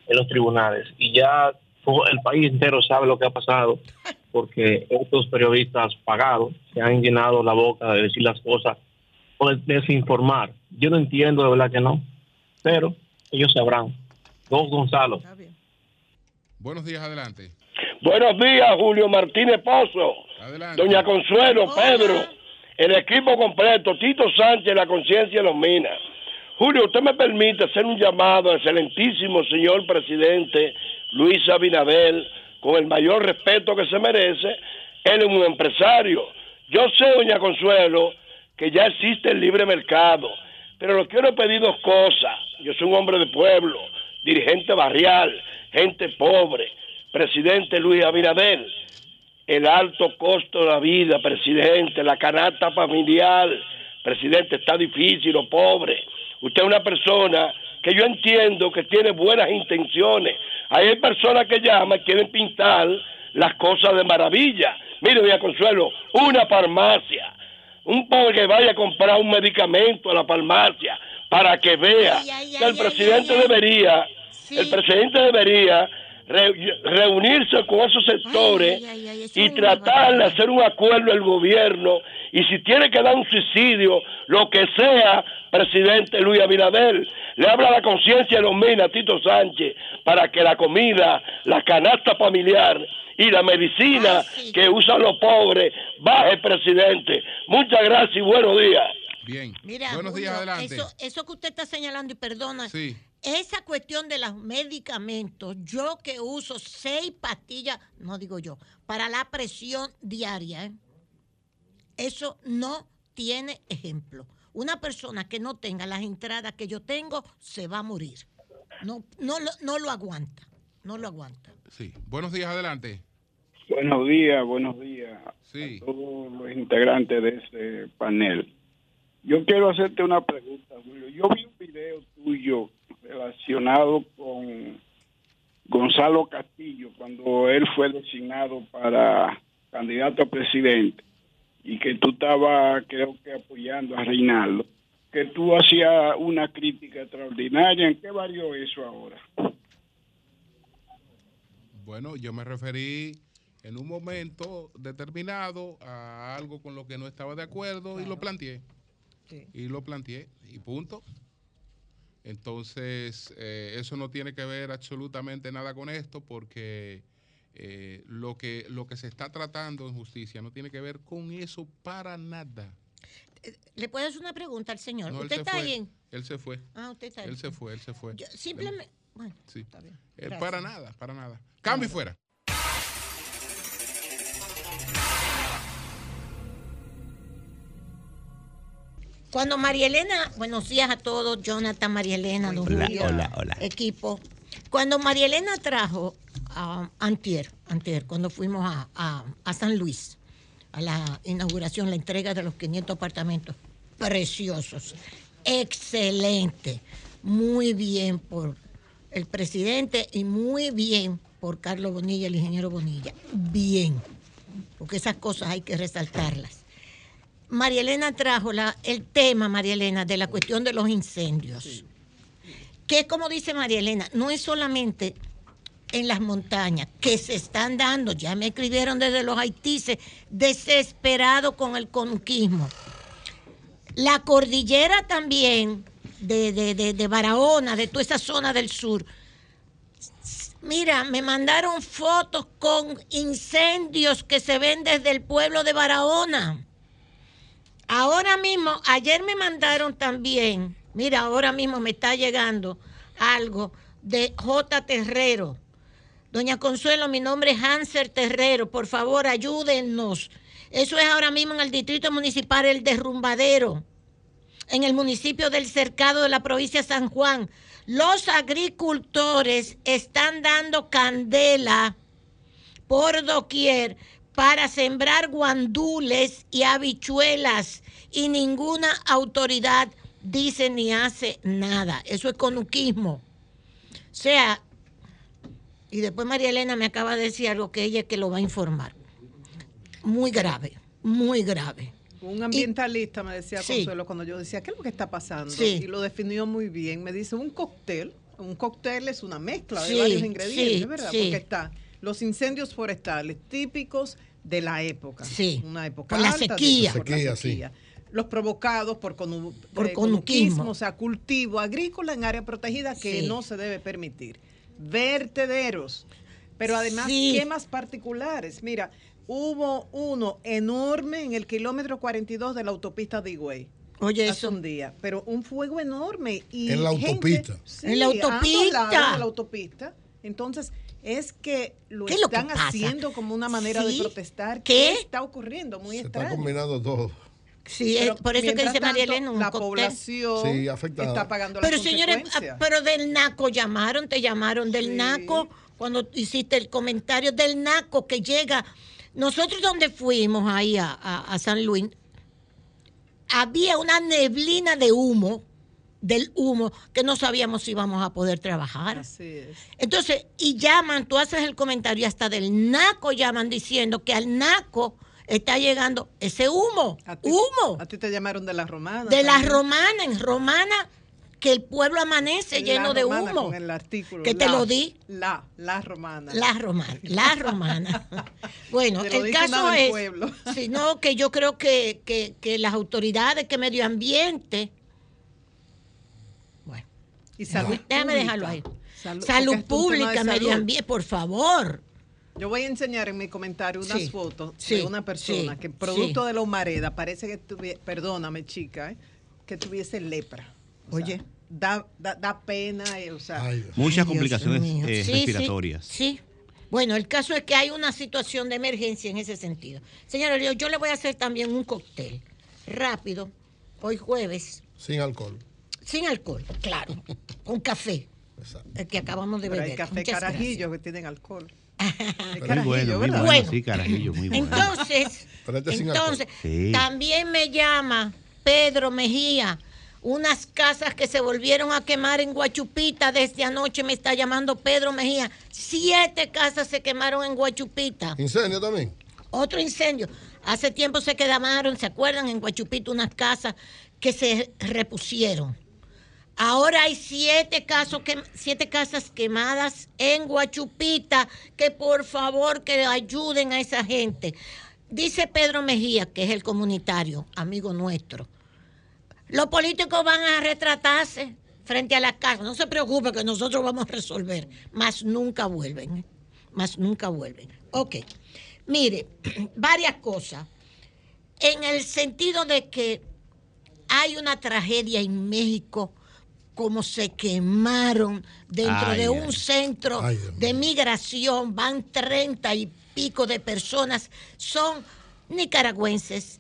en los tribunales. Y ya todo el país entero sabe lo que ha pasado, porque estos periodistas pagados se han llenado la boca de decir las cosas o de desinformar. Yo no entiendo, de verdad que no, pero ellos sabrán. Don Gonzalo. Buenos días, adelante. Buenos días, Julio Martínez Pozo. Adelante. Doña Consuelo, Pedro, el equipo completo, Tito Sánchez, la conciencia de los Minas. Julio, usted me permite hacer un llamado al excelentísimo señor presidente Luis Abinader, con el mayor respeto que se merece. Él es un empresario. Yo sé, doña Consuelo, que ya existe el libre mercado, pero lo quiero pedir dos cosas. Yo soy un hombre de pueblo, dirigente barrial, gente pobre. Presidente Luis Abinader, el alto costo de la vida, presidente, la canasta familiar, presidente, está difícil o pobre. Usted es una persona que yo entiendo que tiene buenas intenciones. Hay personas que llaman, quieren pintar las cosas de maravilla. Mire, doña Consuelo, una farmacia, un pobre que vaya a comprar un medicamento a la farmacia para que vea ay, ay, que el ay, presidente ay, ay, debería, sí. el presidente debería Re, reunirse con esos sectores ay, ay, ay, y tratar de hacer un acuerdo el gobierno, y si tiene que dar un suicidio, lo que sea, presidente Luis Abinader, le habla a la conciencia de los Minas, Tito Sánchez, para que la comida, la canasta familiar y la medicina ay, sí. que usan los pobres baje, presidente. Muchas gracias y buenos días. Bien, Mira, buenos Julio, días, adelante. Eso, eso que usted está señalando, y perdona, sí. esa cuestión de los medicamentos, yo que uso seis pastillas, no digo yo, para la presión diaria, ¿eh? Eso no tiene ejemplo. Una persona que no tenga las entradas que yo tengo, se va a morir. No, no, lo, no lo aguanta, no lo aguanta. Sí, buenos días, adelante. Buenos días, buenos días sí. a todos los integrantes de ese panel. Yo quiero hacerte una pregunta, Julio. Yo vi un video tuyo relacionado con Gonzalo Castillo cuando él fue designado para candidato a presidente y que tú estabas, creo que, apoyando a Reinaldo, que tú hacías una crítica extraordinaria. ¿En qué varió eso ahora? Bueno, yo me referí en un momento determinado a algo con lo que no estaba de acuerdo claro. y lo planteé. Sí. Y lo planteé y punto. Entonces, eh, eso no tiene que ver absolutamente nada con esto, porque eh, lo que lo que se está tratando en justicia no tiene que ver con eso para nada. ¿Le puedo hacer una pregunta al señor? No, ¿Usted está fue. bien? Él se fue. Ah, usted está bien. Él se fue, él se fue. Yo, simplemente, bueno, sí. está bien. Eh, para nada, para nada. Cambio y fuera. Cuando María Elena, buenos días a todos, Jonathan, María Elena, don hola, Julio, hola, hola. equipo. Cuando María Elena trajo a uh, Antier, Antier, cuando fuimos a, a, a San Luis, a la inauguración, la entrega de los quinientos apartamentos, preciosos, excelente, muy bien por el presidente y muy bien por Carlos Bonilla, el ingeniero Bonilla, bien, porque esas cosas hay que resaltarlas. María Elena trajo la, el tema, María Elena, de la cuestión de los incendios. Sí. Que, como dice María Elena, no es solamente en las montañas, que se están dando, ya me escribieron desde los haitises, desesperados con el conuquismo. La cordillera también, de, de, de, de Barahona, de toda esa zona del sur. Mira, me mandaron fotos con incendios que se ven desde el pueblo de Barahona. Ahora mismo, ayer me mandaron también, mira, ahora mismo me está llegando algo de J. Terrero. Doña Consuelo, mi nombre es Hanser Terrero, por favor, ayúdennos. Eso es ahora mismo en el Distrito Municipal El Derrumbadero, en el municipio del Cercado de la provincia de San Juan. Los agricultores están dando candela por doquier para sembrar guandules y habichuelas, y ninguna autoridad dice ni hace nada. Eso es conuquismo. O sea, y después María Elena me acaba de decir algo que ella es que lo va a informar. Muy grave, muy grave. Un ambientalista y, me decía, Consuelo, sí. cuando yo decía, ¿qué es lo que está pasando? Sí. Y lo definió muy bien. Me dice, un cóctel, un cóctel es una mezcla Sí, de varios ingredientes, sí, ¿verdad? sí. Porque está los incendios forestales típicos de la época. Sí, Una época por la alta de- sequía. por la Sequía, sí. sequía. Los provocados por, conu- Por eh, conuquismo. o sea, cultivo agrícola en área protegida que Sí. no se debe permitir. Vertederos. Pero además, Sí. quemas particulares. Mira, hubo uno enorme en el kilómetro cuarenta y dos de la autopista de Higüey. Oye, Hace eso. un día, pero un fuego enorme. Y En la gente- autopista. sí, En la a ambos autopista. lados de la autopista. Entonces, es que lo ¿Qué es lo que están pasa? haciendo como una manera Sí. de protestar. ¿Qué? ¿Qué está ocurriendo? Muy Se está extraño. combinando todo. Sí, Pero es por eso que mientras dice María tanto, Elena, un la cóctel. población Sí, afectada. está pagando Pero las señores, consecuencias. ah, pero del NACO llamaron, te llamaron del Sí. NACO cuando hiciste el comentario del NACO que llega. Nosotros donde fuimos ahí a, a- a San Luis, había una neblina de humo, del humo, que no sabíamos si íbamos a poder trabajar. Así es. Entonces, y llaman, tú haces el comentario, y hasta del NACO llaman diciendo que al NACO está llegando ese humo, A ti- humo, A ti te llamaron de la romana. de la también. romana, en romana, que el pueblo amanece La lleno de romana humo. con el artículo, Que te la- lo di. La, la romana. La romana, la romana. Bueno, Te lo el dice caso una del es, pueblo. sino que yo creo que, que, que las autoridades, que medio ambiente, bueno, Y salud déjame pública. dejarlo ahí. Salud, Salud porque esto es un tema pública, de medio salud. ambiente, por favor. Yo voy a enseñar en mi comentario unas Sí, fotos sí, de una persona sí, que producto sí. de la humareda parece que tuviese, perdóname chica, ¿eh? que tuviese lepra. O Oye. sea, da, da, da pena, eh, o sea, Ay, Dios. Muchas Ay, Dios complicaciones mío. eh, Sí, respiratorias. Sí, sí. Bueno, el caso es que hay una situación de emergencia en ese sentido. Señora, yo, yo le voy a hacer también un cóctel rápido, hoy jueves, Sin alcohol. sin alcohol, claro, con café, Exacto. el que acabamos de pero beber. hay café Muchas carajillos que tienen alcohol. Hay Muy carajillo, bueno, muy ¿verdad? bueno, Bueno. sí, carajillo, muy bueno. Entonces, Pero este sin entonces Sí. también me llama Pedro Mejía, unas casas que se volvieron a quemar en Guachupita desde anoche, me está llamando Pedro Mejía. Siete casas se quemaron en Guachupita. ¿Incendio también? Otro incendio. Hace tiempo se quemaron, ¿se acuerdan? En Guachupita unas casas que se repusieron. Ahora hay siete, casos que, siete casas quemadas en Guachupita, que por favor que ayuden a esa gente. Dice Pedro Mejía, que es el comunitario, amigo nuestro, los políticos van a retratarse frente a la casa. No se preocupe que nosotros vamos a resolver, más nunca vuelven, ¿eh? Más nunca vuelven. Ok, mire, varias cosas. En el sentido de que hay una tragedia en México, como se quemaron dentro Ay, de ay. un centro Ay, Dios de mío. migración, van treinta y pico de personas, son nicaragüenses,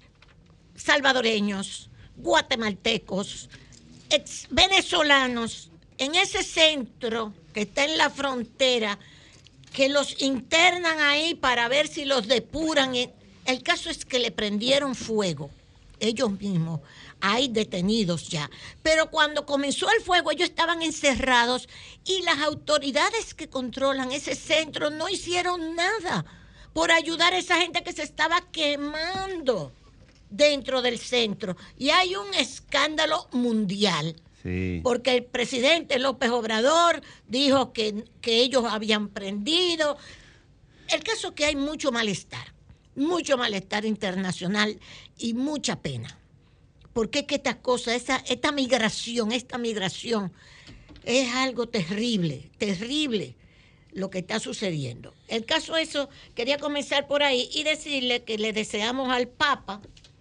salvadoreños, guatemaltecos, ex- venezolanos, en ese centro que está en la frontera, que los internan ahí para ver si los depuran. El caso es que le prendieron fuego, ellos mismos. Hay detenidos ya. Pero cuando comenzó el fuego, ellos estaban encerrados y las autoridades que controlan ese centro no hicieron nada por ayudar a esa gente que se estaba quemando dentro del centro. Y hay un escándalo mundial. Sí. Porque el presidente López Obrador dijo que, que ellos habían prendido. El caso es que hay mucho malestar, mucho malestar internacional y mucha pena. Porque es que estas cosas, esa, esta migración, esta migración es algo terrible, terrible lo que está sucediendo. El caso es eso, quería comenzar por ahí y decirle que le deseamos al Papa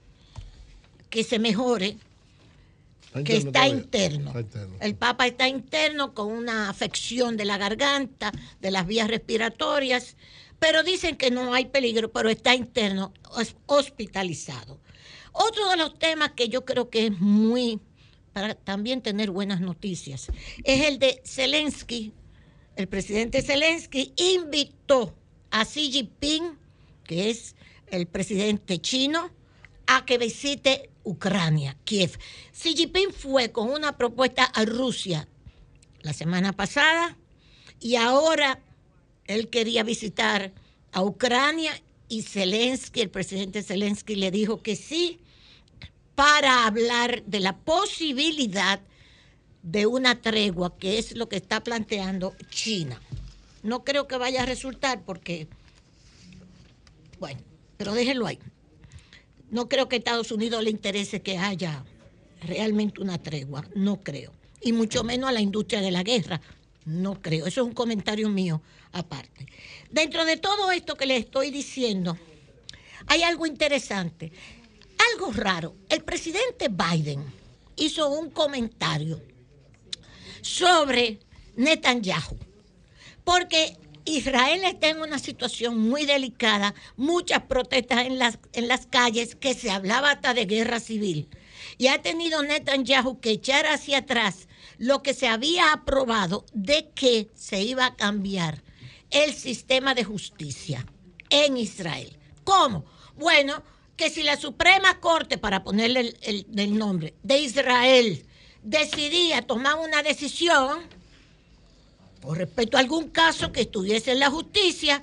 que se mejore, que está todavía. interno. Está interno. El Papa está interno con una afección de la garganta, de las vías respiratorias, pero dicen que no hay peligro, pero está interno, hos- hospitalizado. Otro de los temas que yo creo que es muy, para también tener buenas noticias, es el de Zelensky. El presidente Zelensky invitó a Xi Jinping, que es el presidente chino, a que visite Ucrania, Kiev. Xi Jinping fue con una propuesta a Rusia la semana pasada y ahora él quería visitar a Ucrania y Zelensky, el presidente Zelensky, le dijo que sí para hablar de la posibilidad de una tregua, que es lo que está planteando China. No creo que vaya a resultar porque, bueno, pero déjenlo ahí. No creo que a Estados Unidos le interese que haya realmente una tregua, no creo. Y mucho menos a la industria de la guerra, no creo. Eso es un comentario mío aparte. Dentro de todo esto que les estoy diciendo, hay algo interesante, algo raro. El presidente Biden hizo un comentario sobre Netanyahu, porque Israel está en una situación muy delicada, muchas protestas en las, en las calles, que se hablaba hasta de guerra civil. Y ha tenido Netanyahu que echar hacia atrás lo que se había aprobado de que se iba a cambiar el sistema de justicia en Israel. ¿Cómo? Bueno, que si la Suprema Corte, para ponerle el, el, el nombre, de Israel, decidía tomar una decisión por respecto a algún caso que estuviese en la justicia,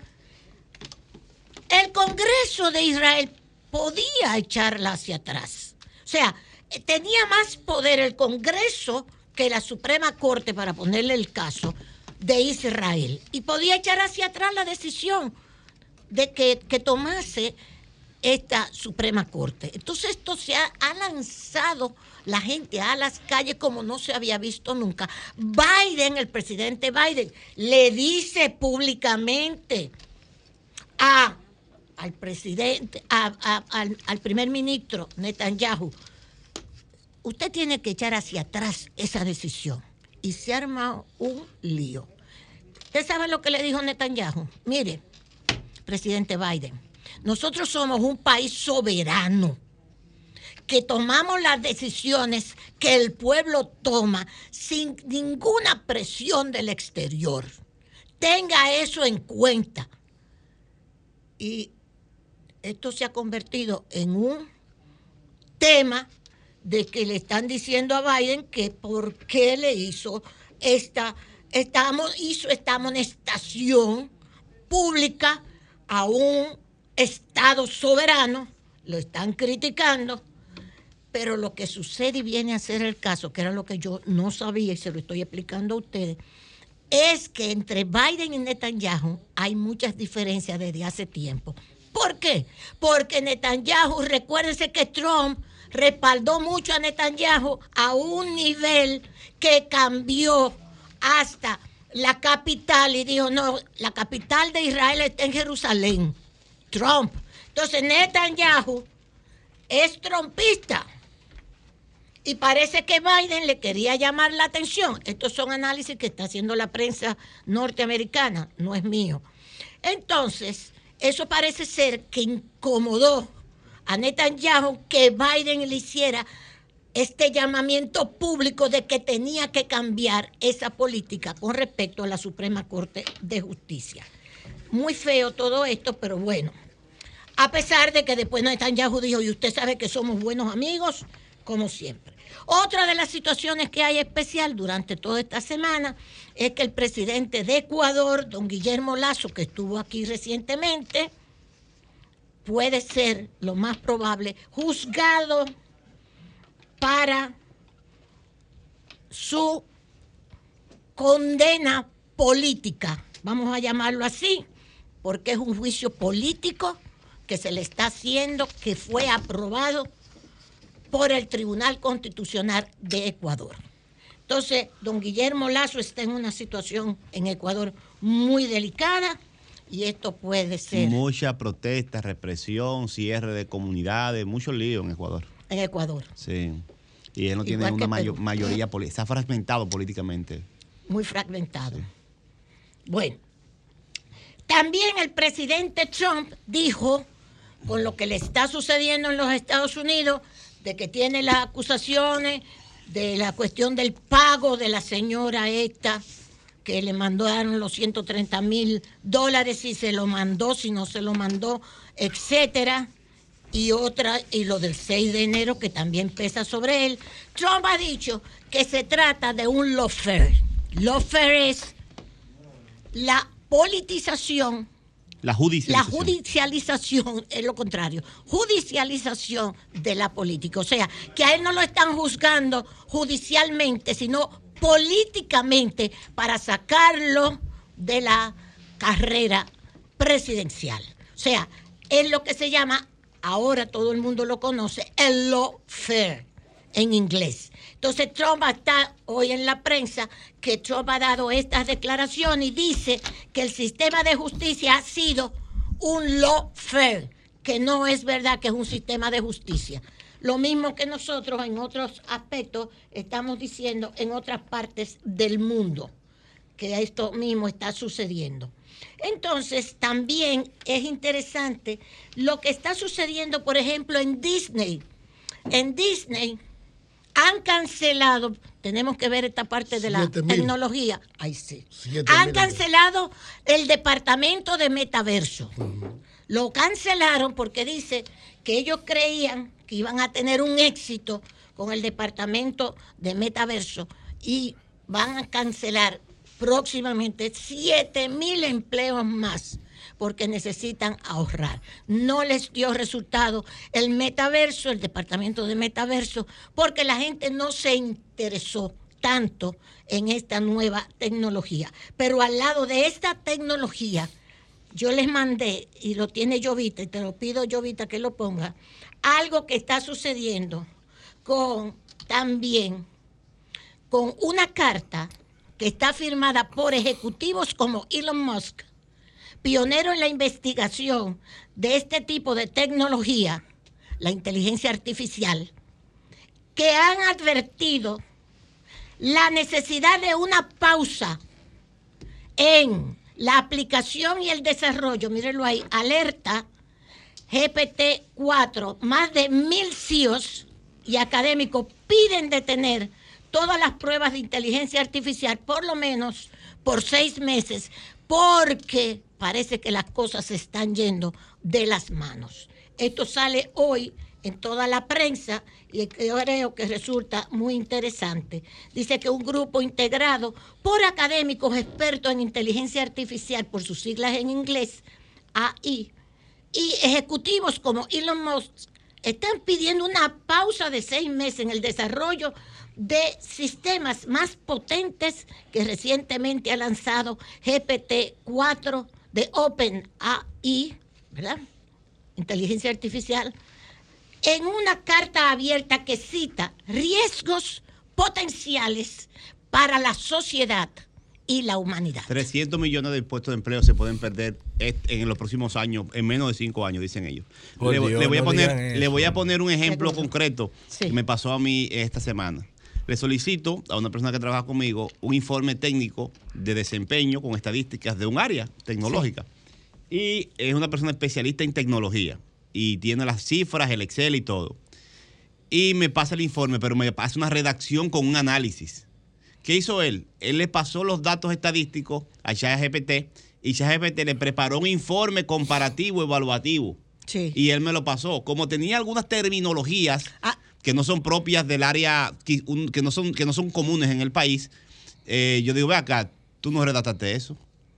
el Congreso de Israel podía echarla hacia atrás. O sea, tenía más poder el Congreso que la Suprema Corte, para ponerle el caso, de Israel. Y podía echar hacia atrás la decisión de que, que tomase esta Suprema Corte. Entonces esto se ha, ha lanzado la gente a las calles como no se había visto nunca. Biden, el presidente Biden, le dice públicamente a, al presidente, a, a, al, al primer ministro Netanyahu, usted tiene que echar hacia atrás esa decisión. Y se arma un lío. ¿Usted sabe lo que le dijo Netanyahu? Mire, presidente Biden, nosotros somos un país soberano, que tomamos las decisiones que el pueblo toma sin ninguna presión del exterior. Tenga eso en cuenta. Y esto se ha convertido en un tema de que le están diciendo a Biden que por qué le hizo esta, esta, hizo esta amonestación pública a un Estado soberano. Lo están criticando. Pero lo que sucede y viene a ser el caso, que era lo que yo no sabía y se lo estoy explicando a ustedes, es que entre Biden y Netanyahu hay muchas diferencias desde hace tiempo. ¿Por qué? Porque Netanyahu, recuérdense que Trump respaldó mucho a Netanyahu a un nivel que cambió hasta la capital y dijo, no, la capital de Israel está en Jerusalén. Trump. Entonces Netanyahu es trumpista. Y parece que Biden le quería llamar la atención. Estos son análisis que está haciendo la prensa norteamericana, no es mío. Entonces, eso parece ser que incomodó a Netanyahu que Biden le hiciera este llamamiento público de que tenía que cambiar esa política con respecto a la Suprema Corte de Justicia. Muy feo todo esto, pero bueno. A pesar de que después Netanyahu dijo, y usted sabe que somos buenos amigos, como siempre. Otra de las situaciones que hay especial durante toda esta semana es que el presidente de Ecuador, don Guillermo Lasso, que estuvo aquí recientemente, puede ser, lo más probable, juzgado para su condena política, vamos a llamarlo así, porque es un juicio político que se le está haciendo, que fue aprobado por el Tribunal Constitucional de Ecuador. Entonces, don Guillermo Lasso está en una situación en Ecuador muy delicada y esto puede ser... Mucha protesta, represión, cierre de comunidades, mucho lío en Ecuador. En Ecuador. Sí. Y él no tiene Igual una que mayo- Perú. mayoría política, está fragmentado políticamente. Muy fragmentado. Sí. Bueno, también el presidente Trump dijo, con lo que le está sucediendo en los Estados Unidos, de que tiene las acusaciones de la cuestión del pago de la señora esta, que le mandaron los ciento treinta mil dólares, si se lo mandó, si no se lo mandó, etcétera. Y otra, y lo del seis de enero, que también pesa sobre él. Trump ha dicho que se trata de un lawfare. Lawfare es la politización. La judicialización. La judicialización es lo contrario. Judicialización de la política. O sea, que a él no lo están juzgando judicialmente, sino políticamente para sacarlo de la carrera presidencial. O sea, es lo que se llama, ahora todo el mundo lo conoce, el lawfare en inglés. Entonces Trump está hoy en la prensa que Trump ha dado estas declaraciones y dice que el sistema de justicia ha sido un lawfare, que no es verdad que es un sistema de justicia. Lo mismo que nosotros en otros aspectos estamos diciendo en otras partes del mundo, que esto mismo está sucediendo. Entonces, también es interesante lo que está sucediendo, por ejemplo, en Disney. En Disney han cancelado, tenemos que ver esta parte de la tecnología. Ay, sí. Han cancelado el departamento de metaverso. Uh-huh. Lo cancelaron porque dice que ellos creían que iban a tener un éxito con el departamento de metaverso y van a cancelar próximamente siete mil empleos más porque necesitan ahorrar. No les dio resultado el metaverso, el departamento de metaverso, porque la gente no se interesó tanto en esta nueva tecnología. Pero al lado de esta tecnología, yo les mandé, y lo tiene Jovita, y te lo pido Jovita que lo ponga, algo que está sucediendo con también con una carta que está firmada por ejecutivos como Elon Musk, pionero en la investigación de este tipo de tecnología, la inteligencia artificial, que han advertido la necesidad de una pausa en la aplicación y el desarrollo. Mírenlo ahí, alerta G P T cuatro, más de mil C E Os y académicos piden detener todas las pruebas de inteligencia artificial, por lo menos por seis meses, porque parece que las cosas se están yendo de las manos. Esto sale hoy en toda la prensa y creo que resulta muy interesante. Dice que un grupo integrado por académicos expertos en inteligencia artificial, por sus siglas en inglés, A I, y ejecutivos como Elon Musk, están pidiendo una pausa de seis meses en el desarrollo de sistemas más potentes que recientemente ha lanzado G P T cuatro de OpenAI, ¿verdad? Inteligencia artificial, en una carta abierta que cita riesgos potenciales para la sociedad y la humanidad. trescientos millones de puestos de empleo se pueden perder en los próximos años, en menos de cinco años, dicen ellos. Le, Dios, le, voy a no poner, le voy a poner un ejemplo concreto sí. que me pasó a mí esta semana. Le solicito a una persona que trabaja conmigo un informe técnico de desempeño con estadísticas de un área tecnológica. Sí. Y es una persona especialista en tecnología y tiene las cifras, el Excel y todo. Y me pasa el informe, pero me pasa una redacción con un análisis. ¿Qué hizo él? Él le pasó los datos estadísticos a ChatGPT y ChatGPT le preparó un informe comparativo, evaluativo. Sí. Y él me lo pasó. Como tenía algunas terminologías ah. que no son propias del área, que, un, que, no, son, que no son comunes en el país, eh, yo digo, ve acá, tú no redactaste eso.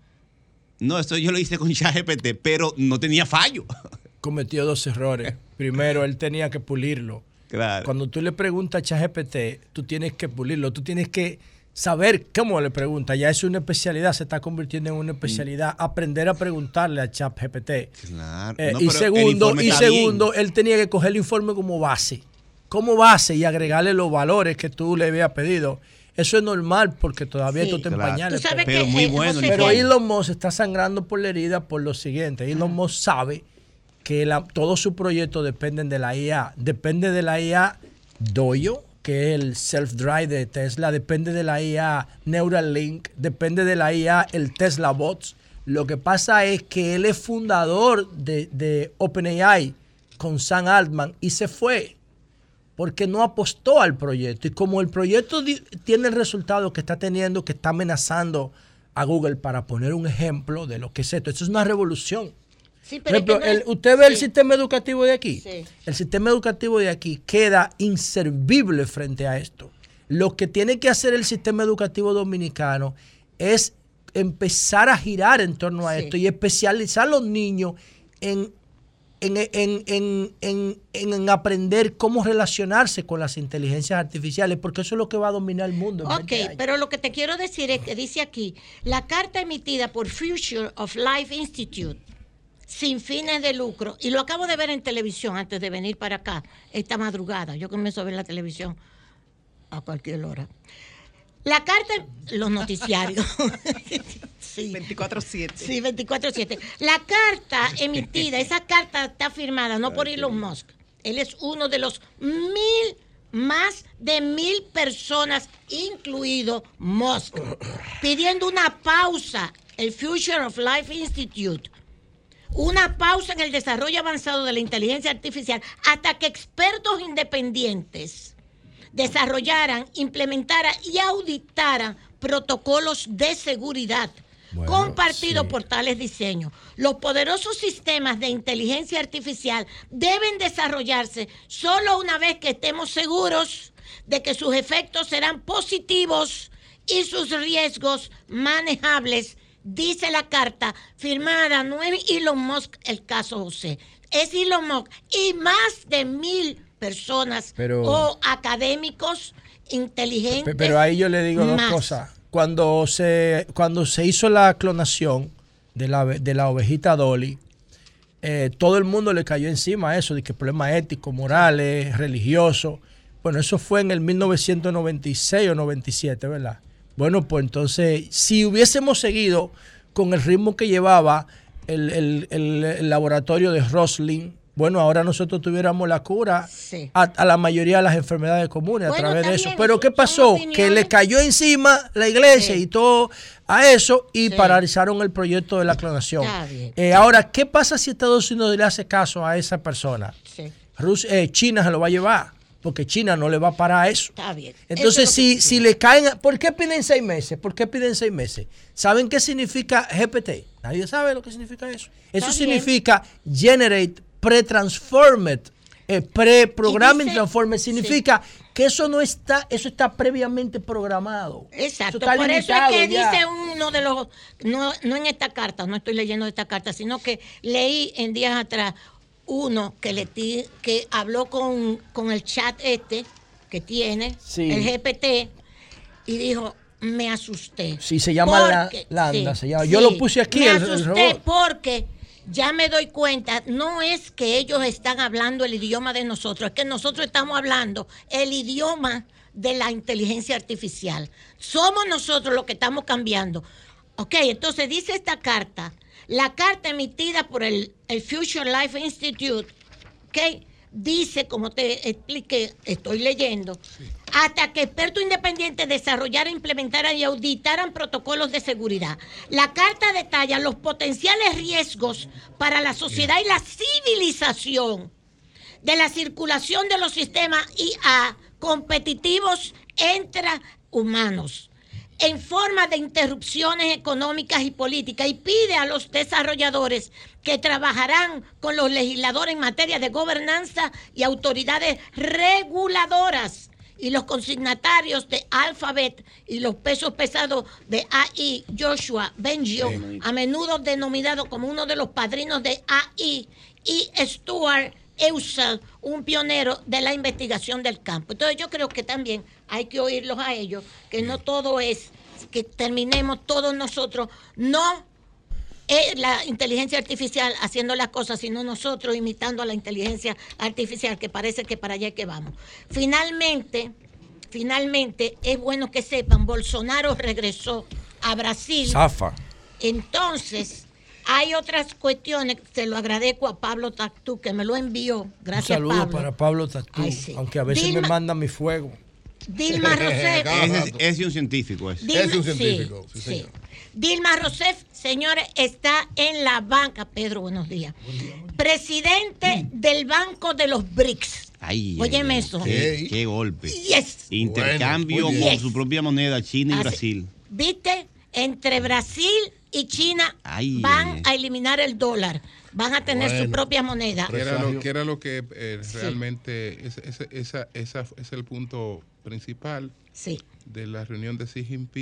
No, eso yo lo hice con ChatGPT, pero no tenía fallo. Cometió dos errores. Primero, él tenía que pulirlo. Claro. Cuando tú le preguntas a ChatGPT, tú tienes que pulirlo, tú tienes que saber cómo le preguntas. Ya es una especialidad, se está convirtiendo en una especialidad. Aprender a preguntarle a ChatGPT. Claro. Eh, no, y segundo, y segundo él tenía que coger el informe como base. Como base y agregarle los valores que tú le habías pedido. Eso es normal porque todavía sí, esto está en claro. pañales. Pero, pero muy bueno. Pero Elon Musk está sangrando por la herida por lo siguiente. Elon ah. Musk sabe que la, todos sus proyectos dependen de la I A. Depende de la I A Dojo, que es el self-drive de Tesla. Depende de la I A Neuralink. Depende de la I A el Tesla Bots. Lo que pasa es que él es fundador de, de OpenAI con Sam Altman y se fue porque no apostó al proyecto. Y como el proyecto di- tiene el resultado que está teniendo, que está amenazando a Google, para poner un ejemplo de lo que es esto. Esto es una revolución. Sí, pero ejemplo, no el, es, usted ve sí. el sistema educativo de aquí. Sí. El sistema educativo de aquí queda inservible frente a esto. Lo que tiene que hacer el sistema educativo dominicano es empezar a girar en torno a sí. esto y especializar a los niños en en, en, en, en, en aprender cómo relacionarse con las inteligencias artificiales, porque eso es lo que va a dominar el mundo. Ok, pero lo que te quiero decir es que dice aquí, la carta emitida por Future of Life Institute, sin fines de lucro, y lo acabo de ver en televisión antes de venir para acá, esta madrugada, yo comienzo a ver la televisión a cualquier hora. La carta, los noticiarios. Sí. veinticuatro siete. Sí, veinticuatro siete. La carta emitida, esa carta está firmada no por Elon Musk. Él es uno de los mil, más de mil personas, incluido Musk, pidiendo una pausa, el Future of Life Institute, una pausa en el desarrollo avanzado de la inteligencia artificial hasta que expertos independientes desarrollaran, implementaran y auditaran protocolos de seguridad bueno, compartidos sí. por tales diseños. Los poderosos sistemas de inteligencia artificial deben desarrollarse solo una vez que estemos seguros de que sus efectos serán positivos y sus riesgos manejables, dice la carta firmada. No es Elon Musk el caso José, es Elon Musk y más de mil personas pero, o académicos inteligentes. Pero ahí yo le digo más. dos cosas. Cuando se, cuando se hizo la clonación de la, de la ovejita Dolly, eh, todo el mundo le cayó encima a eso, de que problemas éticos, morales, religiosos. Bueno, eso fue en el mil novecientos noventa y seis o noventa y siete, ¿verdad? Bueno, pues entonces, si hubiésemos seguido con el ritmo que llevaba el, el, el, el laboratorio de Roslin, bueno, ahora nosotros tuviéramos la cura sí. a, a la mayoría de las enfermedades comunes bueno, a través de eso. Pero ¿qué pasó? Que le cayó encima la iglesia sí. y todo a eso y sí. paralizaron el proyecto de la clonación. Eh, ahora, ¿qué pasa si Estados Unidos le hace caso a esa persona? Sí. Rus eh, China se lo va a llevar, porque China no le va a parar eso. Está bien. Entonces, eso si, si le caen... ¿Por qué piden seis meses? ¿Por qué piden seis meses? ¿Saben qué significa G P T? Nadie sabe lo que significa eso. Eso Está significa bien. Generate Pre-Transformed, eh, Pre-Programming Transformed, significa sí. que eso no está, eso está previamente programado. Exacto, eso por eso es que ya. dice uno de los, no, no en esta carta, no estoy leyendo esta carta, sino que leí en días atrás uno que le que habló con, con el chat este que tiene, sí. el G P T, y dijo, me asusté. Sí, se llama porque, la, Landa, sí, se llama. Yo sí, lo puse aquí. Me el, asusté el porque... Ya me doy cuenta, no es que ellos están hablando el idioma de nosotros, es que nosotros estamos hablando el idioma de la inteligencia artificial. Somos nosotros los que estamos cambiando. Ok, entonces dice esta carta, la carta emitida por el, el Future Life Institute, ok, dice, como te expliqué, estoy leyendo, sí. hasta que expertos independientes desarrollaran, implementaran y auditaran protocolos de seguridad. La carta detalla los potenciales riesgos para la sociedad y la civilización de la circulación de los sistemas I A competitivos entre humanos en forma de interrupciones económicas y políticas, y pide a los desarrolladores que trabajarán con los legisladores en materia de gobernanza y autoridades reguladoras y los consignatarios de Alphabet y los pesos pesados de A I, Joshua Bengio, a menudo denominado como uno de los padrinos de A I, y Stuart Eusel, un pionero de la investigación del campo. Entonces yo creo que también hay que oírlos a ellos, que no todo es que terminemos todos nosotros, no es la inteligencia artificial haciendo las cosas, sino nosotros imitando a la inteligencia artificial, que parece que para allá es que vamos. Finalmente, finalmente es bueno que sepan, Bolsonaro regresó a Brasil. Zafa. Entonces, hay otras cuestiones, se lo agradezco a Pablo Tactú, que me lo envió. Gracias, un saludo Pablo. para Pablo Tactú, Ay, sí. aunque a veces Dilma, me manda mi fuego. Dilma Rousseff. es, es un científico. Es, Dilma, es un científico. Sí, sí, sí. Dilma Rousseff, señores, está en la banca. Pedro, buenos días. Buen día, buen día. Presidente mm. del Banco de los B R I C S. Ay, Óyeme ay, eso. Qué, qué golpe. Yes. Intercambio bueno, con yes. su propia moneda, China y Así, Brasil. ¿Viste? Entre Brasil y China ay, van ay, a eliminar el dólar. Van a tener bueno, su propia moneda. Que era lo que, era lo que eh, realmente sí. es, es, esa, esa es el punto principal sí. de la reunión de Xi Jinping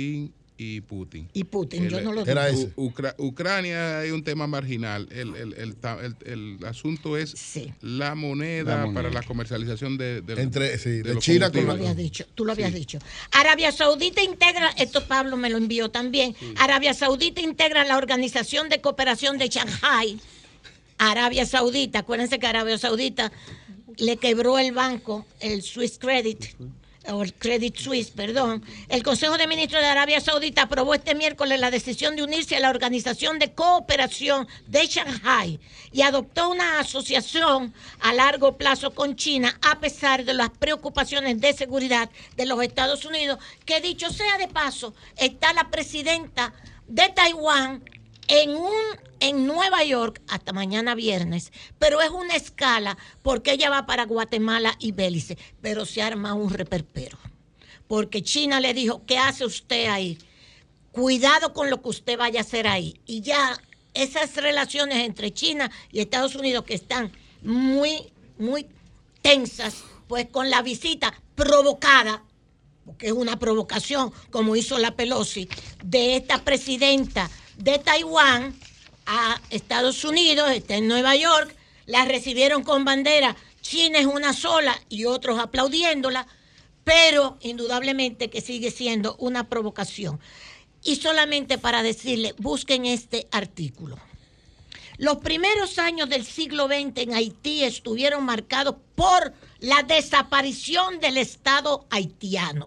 y Putin. Y Putin, el, yo no lo era digo. ese. Ucra Ucrania es un tema marginal. El, el, el, el, el asunto es sí. la, moneda la moneda para la comercialización de, de, Entre, sí, de, de China con tú lo habías dicho, tú lo habías sí. dicho. Arabia Saudita integra, esto Pablo me lo envió también, sí. Arabia Saudita integra la Organización de Cooperación de Shanghái. Arabia Saudita, acuérdense que Arabia Saudita le quebró el banco, el Swiss Credit, o el Credit Suisse, perdón. El Consejo de Ministros de Arabia Saudita aprobó este miércoles la decisión de unirse a la Organización de Cooperación de Shanghái y adoptó una asociación a largo plazo con China, a pesar de las preocupaciones de seguridad de los Estados Unidos, que dicho sea de paso, está la presidenta de Taiwán en un en Nueva York hasta mañana viernes, pero es una escala porque ella va para Guatemala y Belice, pero se arma un reperpero, porque China le dijo, ¿qué hace usted ahí? Cuidado con lo que usted vaya a hacer ahí. Y ya esas relaciones entre China y Estados Unidos que están muy, muy tensas, pues con la visita provocada, porque es una provocación, como hizo la Pelosi, de esta presidenta de Taiwán a Estados Unidos, está en Nueva York, la recibieron con bandera, China es una sola y otros aplaudiéndola, pero indudablemente que sigue siendo una provocación. Y solamente para decirle, busquen este artículo. Los primeros años del siglo veinte en Haití estuvieron marcados por la desaparición del Estado haitiano.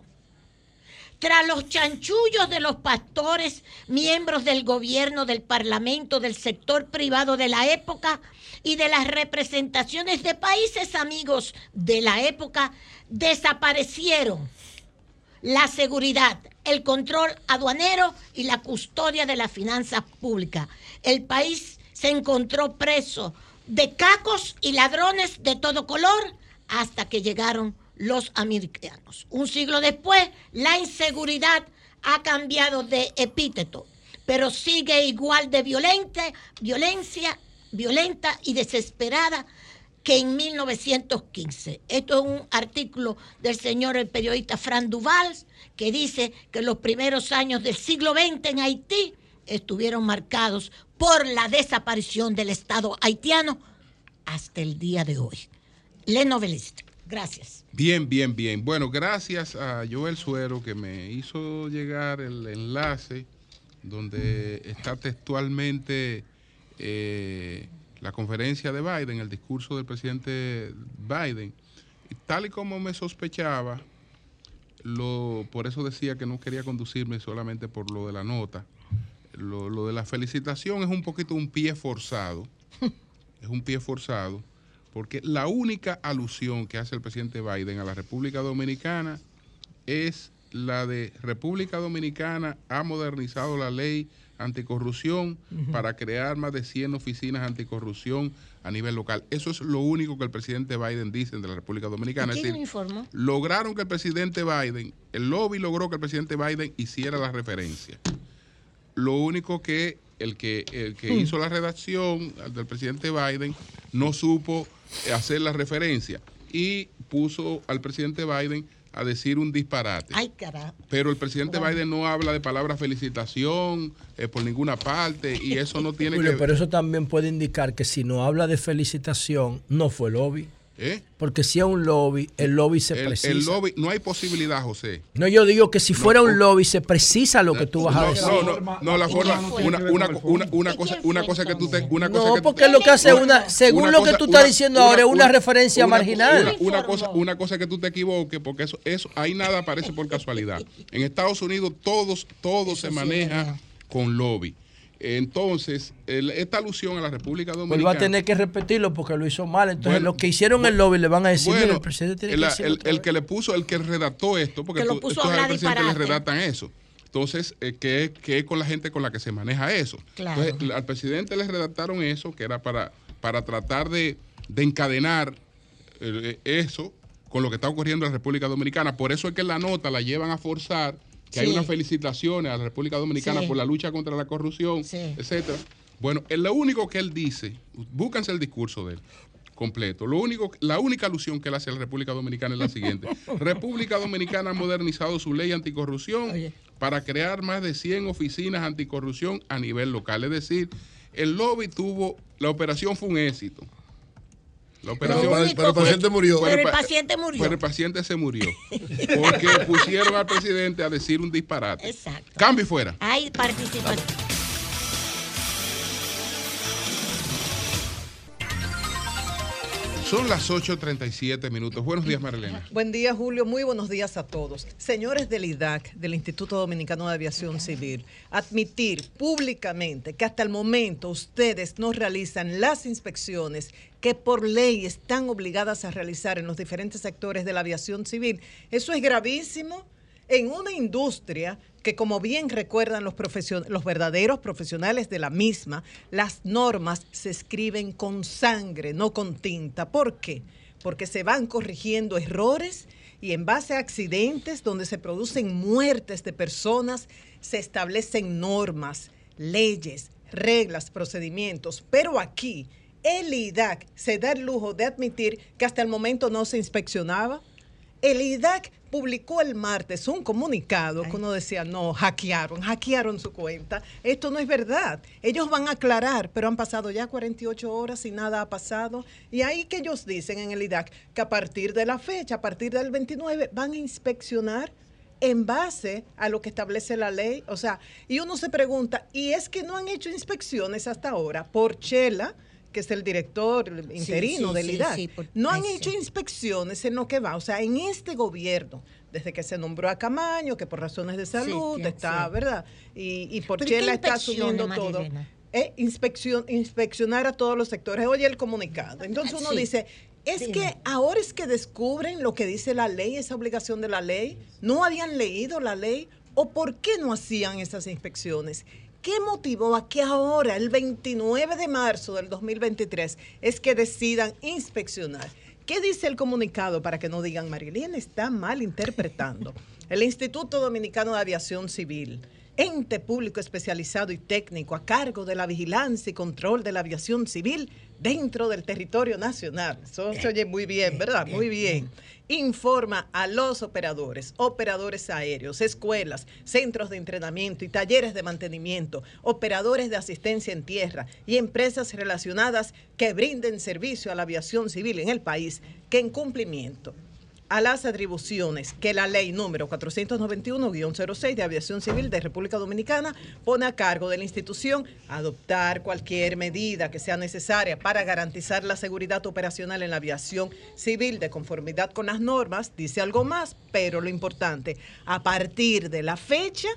Tras los chanchullos de los pastores, miembros del gobierno, del parlamento, del sector privado de la época y de las representaciones de países amigos de la época, desaparecieron la seguridad, el control aduanero y la custodia de las finanzas públicas. El país se encontró preso de cacos y ladrones de todo color hasta que llegaron los americanos. Un siglo después, la inseguridad ha cambiado de epíteto, pero sigue igual de violenta, violencia, violenta y desesperada que en mil novecientos quince. Esto es un artículo del señor el periodista Fran Duval, que dice que los primeros años del siglo veinte en Haití estuvieron marcados por la desaparición del Estado haitiano hasta el día de hoy. Le Novelista. Gracias. Bien, bien, bien. Bueno, gracias a Joel Suero que me hizo llegar el enlace donde está textualmente eh, la conferencia de Biden, el discurso del presidente Biden. Y tal y como me sospechaba, lo, por eso decía que no quería conducirme solamente por lo de la nota. Lo, lo de la felicitación es un poquito un pie forzado. Es un pie forzado. Porque la única alusión que hace el presidente Biden a la República Dominicana es la de República Dominicana ha modernizado la ley anticorrupción uh-huh. para crear más de cien oficinas anticorrupción a nivel local. Eso es lo único que el presidente Biden dice de la República Dominicana. ¿Quién es decir, informó? Lograron que el presidente Biden, el lobby logró que el presidente Biden hiciera la referencia. Lo único que el que, el que uh-huh. hizo la redacción del presidente Biden no supo hacer la referencia y puso al presidente Biden a decir un disparate. Ay, carajo. Pero el presidente bueno. Biden no habla de palabra felicitación eh, por ninguna parte y eso no tiene Julio, que... Pero eso también puede indicar que si no habla de felicitación, no fue lobby. ¿Eh? Porque si es un lobby, el lobby se el, precisa. El lobby, no hay posibilidad, José. No, yo digo que si no, fuera un lobby, se precisa lo que tú vas no, a decir. No, no, no, la forma, una, una, una, una cosa, una cosa que tú te, una cosa no, que porque es lo que hace una, según una lo cosa, que tú estás una, diciendo una, ahora, es una, una referencia una, marginal. Una, una cosa, una cosa que tú te equivoques, porque eso, eso, ahí nada aparece por casualidad. En Estados Unidos todos, todo se maneja sí, con lobby. Entonces, el, esta alusión a la República Dominicana... Pues va a tener que repetirlo porque lo hizo mal. Entonces, bueno, los que hicieron bueno, el lobby le van a decir, bueno, mira, el presidente tiene la, que decirlo el, el que le puso, el que redactó esto, porque que tú, lo puso tú a sabes al presidente disparate. le redactan eso. Entonces, eh, ¿qué, ¿qué es con la gente con la que se maneja eso? Claro. Entonces, al presidente le redactaron eso, que era para, para tratar de, de encadenar eh, eso con lo que está ocurriendo en la República Dominicana. Por eso es que la nota la llevan a forzar, que sí. hay unas felicitaciones a la República Dominicana sí. por la lucha contra la corrupción, sí. etcétera. Bueno, es lo único que él dice, búscanse el discurso de él completo. Lo único, la única alusión que él hace a la República Dominicana es la siguiente. República Dominicana ha modernizado su ley anticorrupción Oye. para crear más de cien oficinas anticorrupción a nivel local. Es decir, el lobby tuvo, la operación fue un éxito. La operación, pero, pero el paciente murió. Pero el paciente murió. Pero el paciente se murió. Porque pusieron al presidente a decir un disparate. Exacto. Cambio y fuera. Hay participación. Son las ocho treinta y siete minutos. Buenos días, Marilena. Buen día, Julio. Muy buenos días a todos. Señores del I D A C, del Instituto Dominicano de Aviación Civil, admitir públicamente que hasta el momento ustedes no realizan las inspecciones que por ley están obligadas a realizar en los diferentes sectores de la aviación civil, eso es gravísimo en una industria que, como bien recuerdan los, profesion- los verdaderos profesionales de la misma, las normas se escriben con sangre, no con tinta. ¿Por qué? Porque se van corrigiendo errores y en base a accidentes donde se producen muertes de personas, se establecen normas, leyes, reglas, procedimientos. Pero aquí, el I D A C se da el lujo de admitir que hasta el momento no se inspeccionaba. El I D A C publicó el martes un comunicado que uno decía, no, hackearon, hackearon su cuenta. Esto no es verdad. Ellos van a aclarar, pero han pasado ya cuarenta y ocho horas y nada ha pasado. Y ahí que ellos dicen en el I D A C que a partir de la fecha, a partir del veintinueve, van a inspeccionar en base a lo que establece la ley. O sea, y uno se pregunta, ¿y es que no han hecho inspecciones hasta ahora? Porchela, que es el director interino sí, sí, del I D A C, sí, sí, por, no han ay, hecho sí. inspecciones en lo que va. O sea, en este gobierno, desde que se nombró a Camaño, que por razones de salud Sí, está, sí. ¿verdad? Y, y ¿Pero Porchela qué está inspecciones, asumiendo todo. Marilena? Eh, inspección, inspeccionar a todos los sectores. Oye, el comunicado. Entonces uno Sí. dice, es Dime. que ahora es que descubren lo que dice la ley, esa obligación de la ley. ¿No habían leído la ley? ¿O por qué no hacían esas inspecciones? ¿Qué motivó a que ahora, el veintinueve de marzo del dos mil veintitrés, es que decidan inspeccionar? ¿Qué dice el comunicado para que no digan, Marilena está mal interpretando? El Instituto Dominicano de Aviación Civil, ente público especializado y técnico a cargo de la vigilancia y control de la aviación civil dentro del territorio nacional. Eso se oye muy bien, ¿verdad? Muy bien. Informa a los operadores, operadores aéreos, escuelas, centros de entrenamiento y talleres de mantenimiento, operadores de asistencia en tierra y empresas relacionadas que brinden servicio a la aviación civil en el país, que en cumplimiento a las atribuciones que la ley número cuatrocientos noventa y uno guión cero seis de Aviación Civil de República Dominicana pone a cargo de la institución, adoptar cualquier medida que sea necesaria para garantizar la seguridad operacional en la aviación civil de conformidad con las normas, dice algo más, pero lo importante, a partir de la fecha,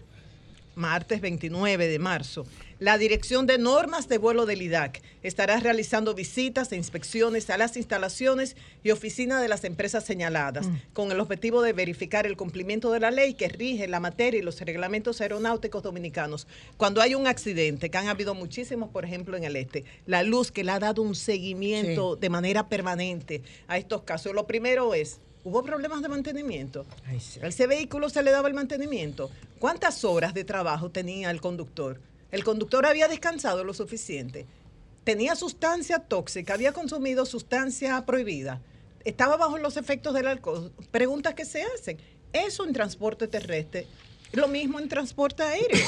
martes veintinueve de marzo, la Dirección de Normas de Vuelo del I D A C estará realizando visitas e inspecciones a las instalaciones y oficinas de las empresas señaladas, mm. con el objetivo de verificar el cumplimiento de la ley que rige la materia y los reglamentos aeronáuticos dominicanos. Cuando hay un accidente, que han habido muchísimos, por ejemplo, en el este, la luz que le ha dado un seguimiento sí. de manera permanente a estos casos. Lo primero es, ¿hubo problemas de mantenimiento? Ay, sí. ¿A ese vehículo se le daba el mantenimiento? ¿Cuántas horas de trabajo tenía el conductor? ¿El conductor había descansado lo suficiente? ¿Tenía sustancia tóxica? ¿Había consumido sustancia prohibida? ¿Estaba bajo los efectos del alcohol? Preguntas que se hacen. Eso en transporte terrestre. Lo mismo en transporte aéreo.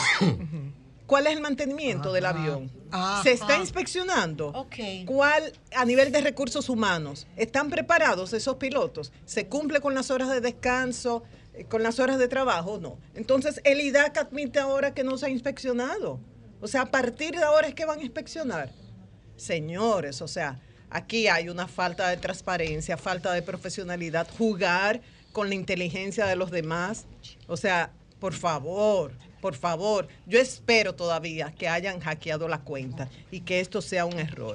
¿Cuál es el mantenimiento Ajá. del avión? Ajá. ¿Se está inspeccionando? Okay. ¿Cuál, a nivel de recursos humanos, están preparados esos pilotos? ¿Se cumple con las horas de descanso, con las horas de trabajo? No. Entonces, el I D A C admite ahora que no se ha inspeccionado. O sea, a partir de ahora es que van a inspeccionar. Señores, o sea, aquí hay una falta de transparencia, falta de profesionalidad, jugar con la inteligencia de los demás. O sea, por favor, por favor, yo espero todavía que hayan hackeado la cuenta y que esto sea un error.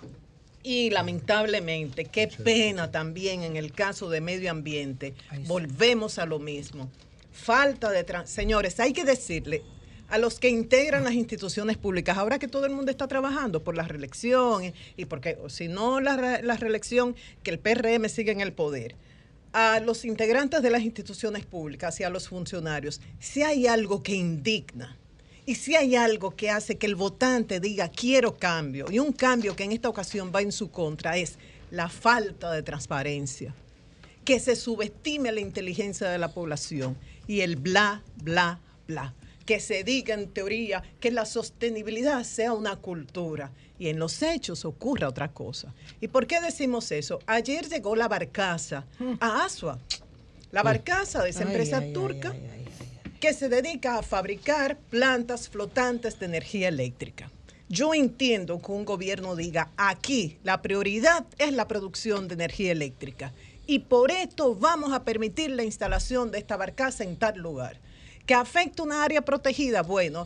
Y lamentablemente, qué pena también en el caso de medio ambiente, volvemos a lo mismo. Falta de... Trans- Señores, hay que decirle a los que integran las instituciones públicas, ahora que todo el mundo está trabajando por la reelección y porque, o si no la, re- la reelección, que el P R M siga en el poder, a los integrantes de las instituciones públicas y a los funcionarios, si hay algo que indigna y si hay algo que hace que el votante diga quiero cambio, y un cambio que en esta ocasión va en su contra, es la falta de transparencia, que se subestime la inteligencia de la población y el bla, bla, bla. Que se diga en teoría que la sostenibilidad sea una cultura y en los hechos ocurra otra cosa. ¿Y por qué decimos eso? Ayer llegó la barcaza a Asua, la barcaza de esa empresa ay, ay, turca ay, ay, ay, ay. que se dedica a fabricar plantas flotantes de energía eléctrica. Yo entiendo que un gobierno diga, aquí la prioridad es la producción de energía eléctrica y por esto vamos a permitir la instalación de esta barcaza en tal lugar. Que afecta una área protegida, bueno,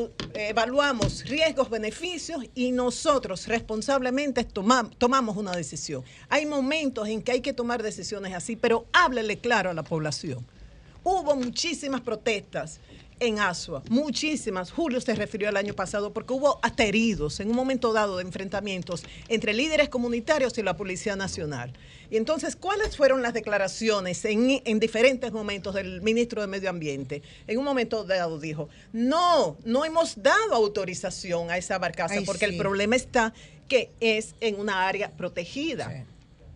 evaluamos riesgos, beneficios y nosotros responsablemente toma, tomamos una decisión. Hay momentos en que hay que tomar decisiones así, pero háblele claro a la población. Hubo muchísimas protestas en Asua, muchísimas. Julio se refirió al año pasado porque hubo hasta heridos en un momento dado de enfrentamientos entre líderes comunitarios y la Policía Nacional. Y entonces, ¿cuáles fueron las declaraciones en, en diferentes momentos del ministro de Medio Ambiente? En un momento dado dijo, no, no hemos dado autorización a esa barcaza Ay, porque sí. el problema está que es en una área protegida, sí.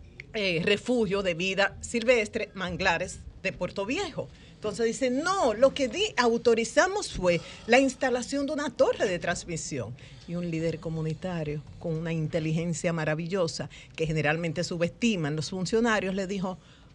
eh, refugio de vida silvestre, manglares de Puerto Viejo. Entonces dice, no, lo que di, autorizamos fue la instalación de una torre de transmisión. Y un líder comunitario con una inteligencia maravillosa que generalmente subestiman los funcionarios le dijo,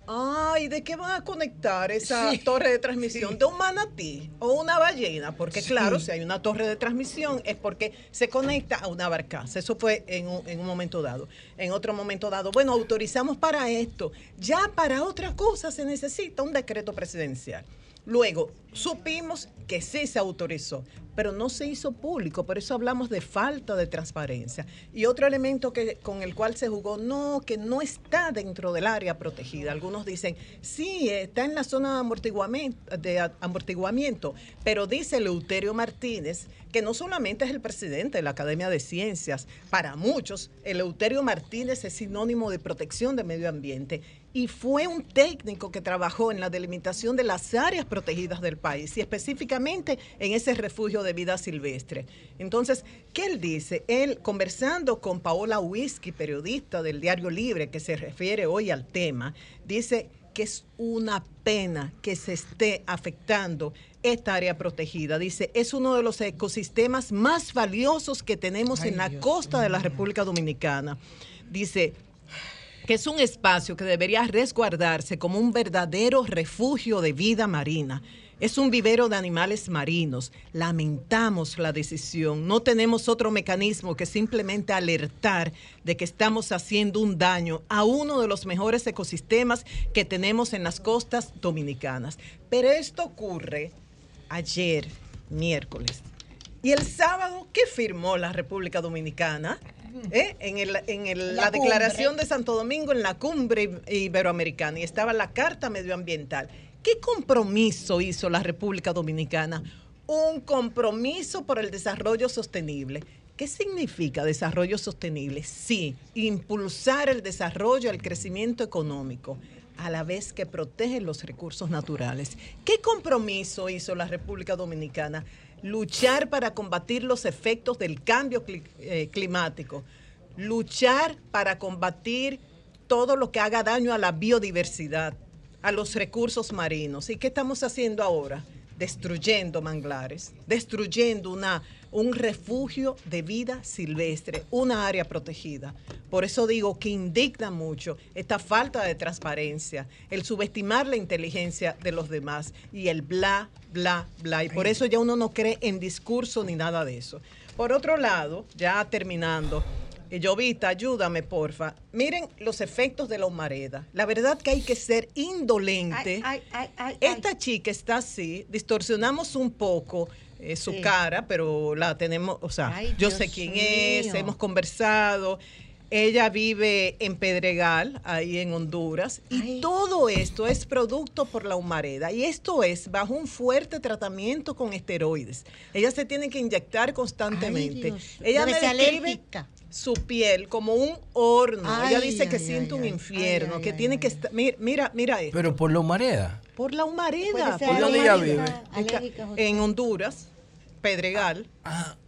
ay, ¿de qué van a conectar esa sí, torre de transmisión? Sí. ¿De un manatí o una ballena? Porque sí. claro, si hay una torre de transmisión es porque se conecta a una barcaza. Eso fue en un, en un momento dado. En otro momento dado, bueno, autorizamos para esto. Ya para otra cosa se necesita un decreto presidencial. Luego, supimos que sí se autorizó, pero no se hizo público, por eso hablamos de falta de transparencia. Y otro elemento que, con el cual se jugó, no, que no está dentro del área protegida. Algunos dicen, sí, está en la zona de amortiguamiento, de amortiguamiento, pero dice Eleuterio Martínez que no solamente es el presidente de la Academia de Ciencias, para muchos, Eleuterio Martínez es sinónimo de protección del medio ambiente y fue un técnico que trabajó en la delimitación de las áreas protegidas del país y específicamente en ese refugio de vida silvestre. Entonces, ¿qué él dice? Él, conversando con Paola Whisky, periodista del Diario Libre, que se refiere hoy al tema, dice que es una pena que se esté afectando esta área protegida. Dice, es uno de los ecosistemas más valiosos que tenemos Ay, en la Dios costa Dios. de la República Dominicana. Dice que es un espacio que debería resguardarse como un verdadero refugio de vida marina. Es un vivero de animales marinos. Lamentamos la decisión. No tenemos otro mecanismo que simplemente alertar de que estamos haciendo un daño a uno de los mejores ecosistemas que tenemos en las costas dominicanas. Pero esto ocurre ayer, miércoles. Y el sábado, ¿qué firmó la República Dominicana? ¿Eh? En, el, en el, la, la declaración de Santo Domingo, en la cumbre iberoamericana, y estaba la Carta Medioambiental. ¿Qué compromiso hizo la República Dominicana? Un compromiso por el desarrollo sostenible. ¿Qué significa desarrollo sostenible? Sí, impulsar el desarrollo, el crecimiento económico, a la vez que protege los recursos naturales. ¿Qué compromiso hizo la República Dominicana? Luchar para combatir los efectos del cambio cli- eh, climático, luchar para combatir todo lo que haga daño a la biodiversidad, a los recursos marinos. ¿Y qué estamos haciendo ahora? Destruyendo manglares, destruyendo una, un refugio de vida silvestre, una área protegida. Por eso digo que indigna mucho esta falta de transparencia, el subestimar la inteligencia de los demás y el bla, bla, bla. Y por eso ya uno no cree en discurso ni nada de eso. Por otro lado, ya terminando, Llovita, ayúdame, porfa. Miren los efectos de la humareda. La verdad que hay que ser indolente. Ay, ay, ay, ay, Esta ay. chica está así, distorsionamos un poco eh, su sí. cara, pero la tenemos, o sea, ay, yo Dios sé quién mío. es, hemos conversado. Ella vive en Pedregal, ahí en Honduras, y Ay. todo esto es producto por la humareda. Y esto es bajo un fuerte tratamiento con esteroides. Ella se tiene que inyectar constantemente. Ay, Ella Debe me describe su piel como un horno. Ay, Ella dice que ay, siente ay, un infierno, ay, que ay, tiene ay, que estar... Mira, mira, mira esto. Pero por la humareda. Por la humareda. ¿Por dónde ella vive? En Honduras, Pedregal. Ah.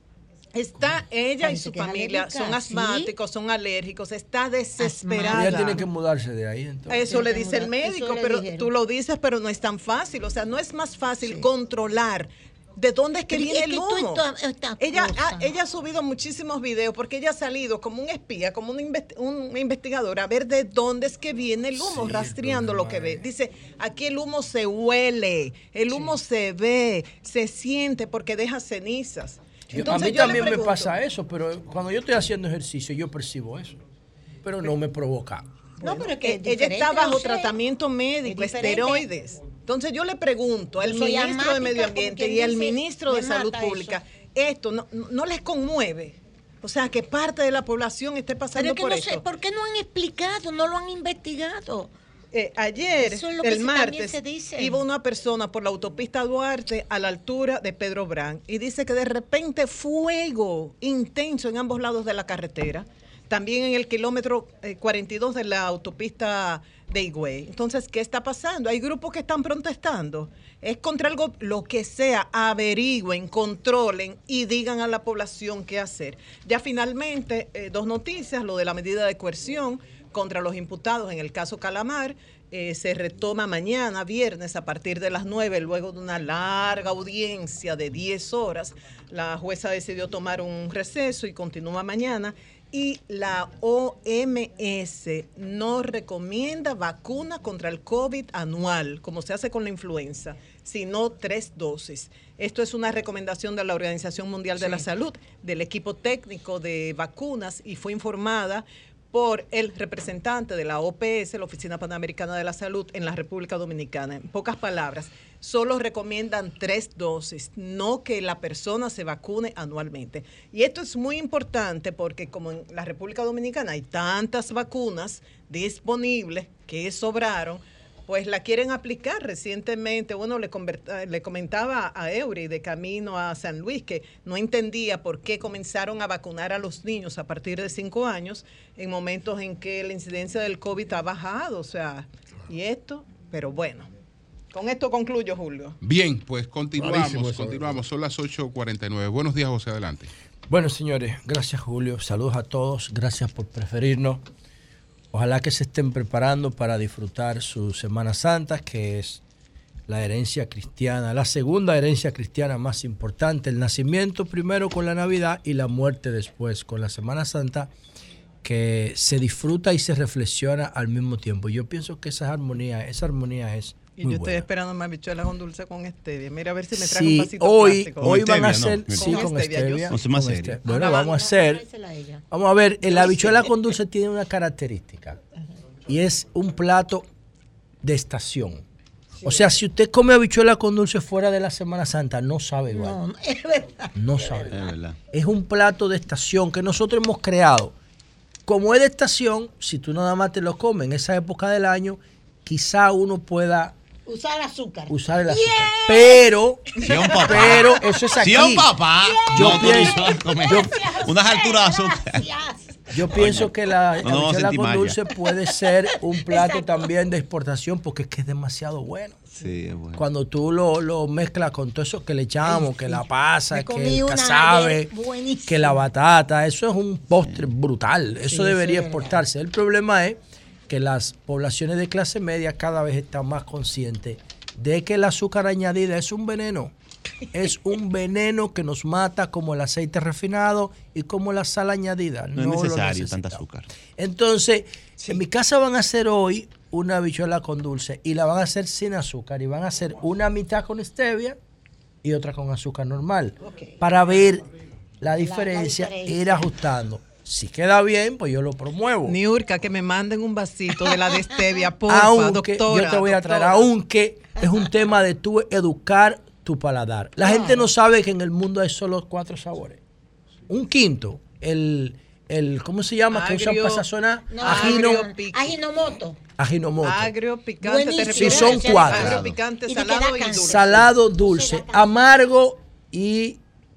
Está ella Parece y su que es familia, alérgica, son asmáticos, son alérgicos, está desesperada. Ella tiene que mudarse de ahí. Entonces. Eso le Tiene que dice el mudar. médico, Eso le pero dijeron. tú lo dices, pero no es tan fácil. O sea, no es más fácil controlar de dónde es que Pero viene es el que humo. tú- esta- esta Ella cosa. ha, ella ha subido muchísimos videos porque ella ha salido como un espía, como un, investi- un investigador a ver de dónde es que viene el humo, Sí, rastreando pero lo que ve. Dice, aquí el humo se huele, el humo se ve, se siente porque deja cenizas. Yo- Entonces, a mí yo le también me pregunto, pasa eso, pero cuando yo estoy haciendo ejercicio yo percibo eso, pero no me provoca. No, pero es que es ella diferente, está bajo no sé. tratamiento médico, Es diferente. esteroides. Entonces yo le pregunto al Yo soy ministro de asmática, Medio como Ambiente quien y al dice, ministro de me Salud mata eso. Pública, esto no, no no les conmueve. O sea, que parte de la población esté Pero pasando es que por no esto. sé, ¿por qué no han explicado? No lo han investigado. Eh, ayer, Eso es lo que el se- también martes, se dice. iba una persona por la autopista Duarte a la altura de Pedro Brán y dice que de repente fuego intenso en ambos lados de la carretera, también en el kilómetro eh, cuarenta y dos de la autopista de Higüey. Entonces, ¿qué está pasando? Hay grupos que están protestando. Es contra algo, lo que sea, averigüen, controlen y digan a la población qué hacer. Ya finalmente, eh, dos noticias, lo de la medida de coerción contra los imputados en el caso Calamar, eh, se retoma mañana, viernes, a partir de las nueve, luego de una larga audiencia de diez horas. La jueza decidió tomar un receso y continúa mañana. Y la O M S no recomienda vacuna contra el COVID anual, como se hace con la influenza, sino tres dosis. Esto es una recomendación de la Organización Mundial de Sí. la Salud, del equipo técnico de vacunas, y fue informada por el representante de la O P S, la Oficina Panamericana de la Salud, en la República Dominicana. En pocas palabras, solo recomiendan tres dosis, no que la persona se vacune anualmente. Y esto es muy importante porque como en la República Dominicana hay tantas vacunas disponibles que sobraron, pues la quieren aplicar recientemente. Bueno, le, converta- le comentaba a Eury de camino a San Luis que no entendía por qué comenzaron a vacunar a los niños a partir de cinco años en momentos en que la incidencia del COVID ha bajado. O sea, y esto, pero bueno. Con esto concluyo, Julio. Bien, pues continuamos, Clarísimo eso. continuamos. Son las ocho cuarenta y nueve. Buenos días, José, adelante. Bueno, señores, gracias Julio, saludos a todos, gracias por preferirnos. Ojalá que se estén preparando para disfrutar su Semana Santa, que es la herencia cristiana, la segunda herencia cristiana más importante, el nacimiento primero con la Navidad y la muerte después con la Semana Santa, que se disfruta y se reflexiona al mismo tiempo. Yo pienso que esa armonía, esa armonía es Y muy yo estoy buena. esperando más bichuelas con dulce con stevia. Mira a ver si me trae Sí, un vasito hoy, plástico. hoy Con van a stevia, hacer, no. sí, Con con stevia, yo stevia. sí. No sea más con serio. stevia. Bueno, Ahora vamos a vamos hacer, dársela a ella. vamos a ver, el habichuela con dulce tiene una característica y es un plato de estación. O sea, si usted come habichuela con dulce fuera de la Semana Santa, no sabe igual. No, es verdad. No sabe Es igual. verdad. Es un plato de estación que nosotros hemos creado. Como es de estación, si tú nada más te lo comes en esa época del año, quizá uno pueda Usar azúcar. usar el azúcar. Pero, Si es un papá. pero eso es aquí. Si es un papá, Yo no pienso- autorizó a comer yo- unas alturas de azúcar. Gracias. Yo pienso que la no nos vamos a habichuela sentir con mal ya. dulce puede ser un plato también de exportación porque es que es demasiado bueno. Sí, es bueno. Cuando tú lo, lo mezclas con todo eso que le echamos, Ay, que sí. la pasa, Me que comí el una casabe, ayer buenísima. que la batata, eso es un postre brutal. Eso Sí, debería eso es exportarse. El problema es que las poblaciones de clase media cada vez están más conscientes de que el azúcar añadida es un veneno. Es un veneno que nos mata como el aceite refinado y como la sal añadida. No es lo necesario necesitamos. tanta azúcar. Entonces, en mi casa van a hacer hoy una habichuela con dulce y la van a hacer sin azúcar y van a hacer una mitad con stevia y otra con azúcar normal para ver la diferencia, diferencia. ir ajustando. Si queda bien, pues yo lo promuevo. Niurka, que me manden un vasito de la de stevia, porfa, Aunque doctora. yo te voy a traer, doctora. aunque es un tema de tú educar tu paladar. La gente no sabe que en el mundo hay solo cuatro sabores. Un quinto, el, el ¿cómo se llama? que usan Agrio. para sazonar. No, Ajino, agrio, piqui. Ajinomoto. ajinomoto. Agrio, picante, Buenísimo. te refieres Sí, son a- cuatro. Agrio, picante, Y te salado queda y cansado. dulce. Salado, dulce, amargo y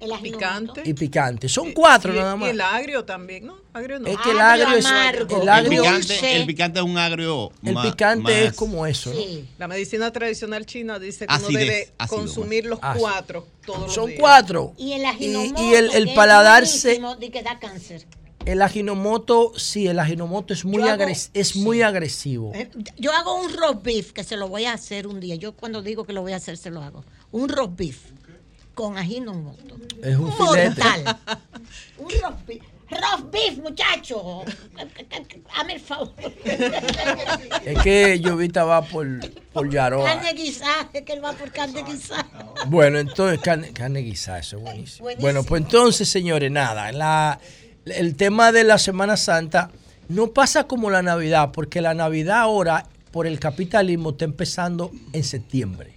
Picante. Y picante. Son cuatro y, nada más. Y el agrio también, ¿no? Agrio no. Es que el agrio es amargo, el, agrio, el, picante, el picante es un agrio. El más, picante más, es como eso, ¿no? Sí. La medicina tradicional china dice que Acidez, uno debe ácido, consumir los ácido. cuatro todos los Son días. cuatro. Y el aginomoto, y, y el, el que paladar es se. buenísimo, de que da cáncer. El aginomoto, sí, el aginomoto es muy, Yo hago- agres- es muy agresivo. Eh, Yo hago un roast beef que se lo voy a hacer un día. Yo cuando digo que lo voy a hacer, se lo hago. Un roast beef con ajinomoto. Es un filete. Mortal. Un roast beef. Roast beef, muchacho. Hazme el favor. Es que Llovita va por, por Yaroa. Carne guisada, es que él va por carne guisada. Bueno, entonces, carne, carne guisada, eso es buenísimo. Buenísimo. Bueno, pues entonces, señores, nada, la, el tema de la Semana Santa no pasa como la Navidad, porque la Navidad ahora, por el capitalismo, está empezando en septiembre.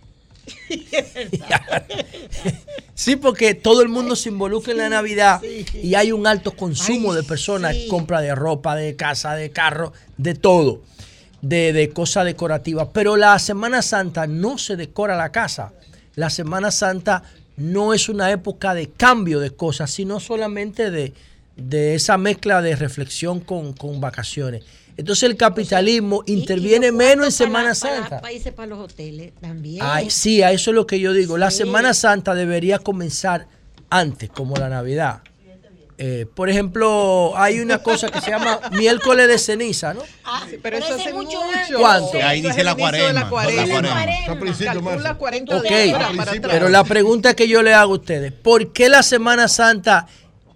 Sí, porque todo el mundo se involucra en la Navidad y hay un alto consumo Ay, de personas, sí. compra de ropa, de casa, de carro, de todo, de, de cosas decorativas. Pero la Semana Santa no se decora la casa. La Semana Santa no es una época de cambio de cosas, sino solamente de, de esa mezcla de reflexión con, con vacaciones. Entonces el capitalismo Y- y interviene los menos en cuartos para- Semana para Santa. países para los hoteles también. Ay, sí, a eso es lo que yo digo. La Sí. Semana Santa debería comenzar antes, como la Navidad. Eh, por ejemplo, hay una cosa que se llama miércoles de ceniza, ¿no? Ah, Sí, pero eso ese hace mucho mucho. antes. ¿Cuánto? Ahí Eso es dice el la inicio de cuaresma, la cuaresma. la cuaresma. Cuaresma. A principio más. Calcula cuarenta Ok, días para, para atrás. pero la pregunta que yo le hago a ustedes, ¿por qué la Semana Santa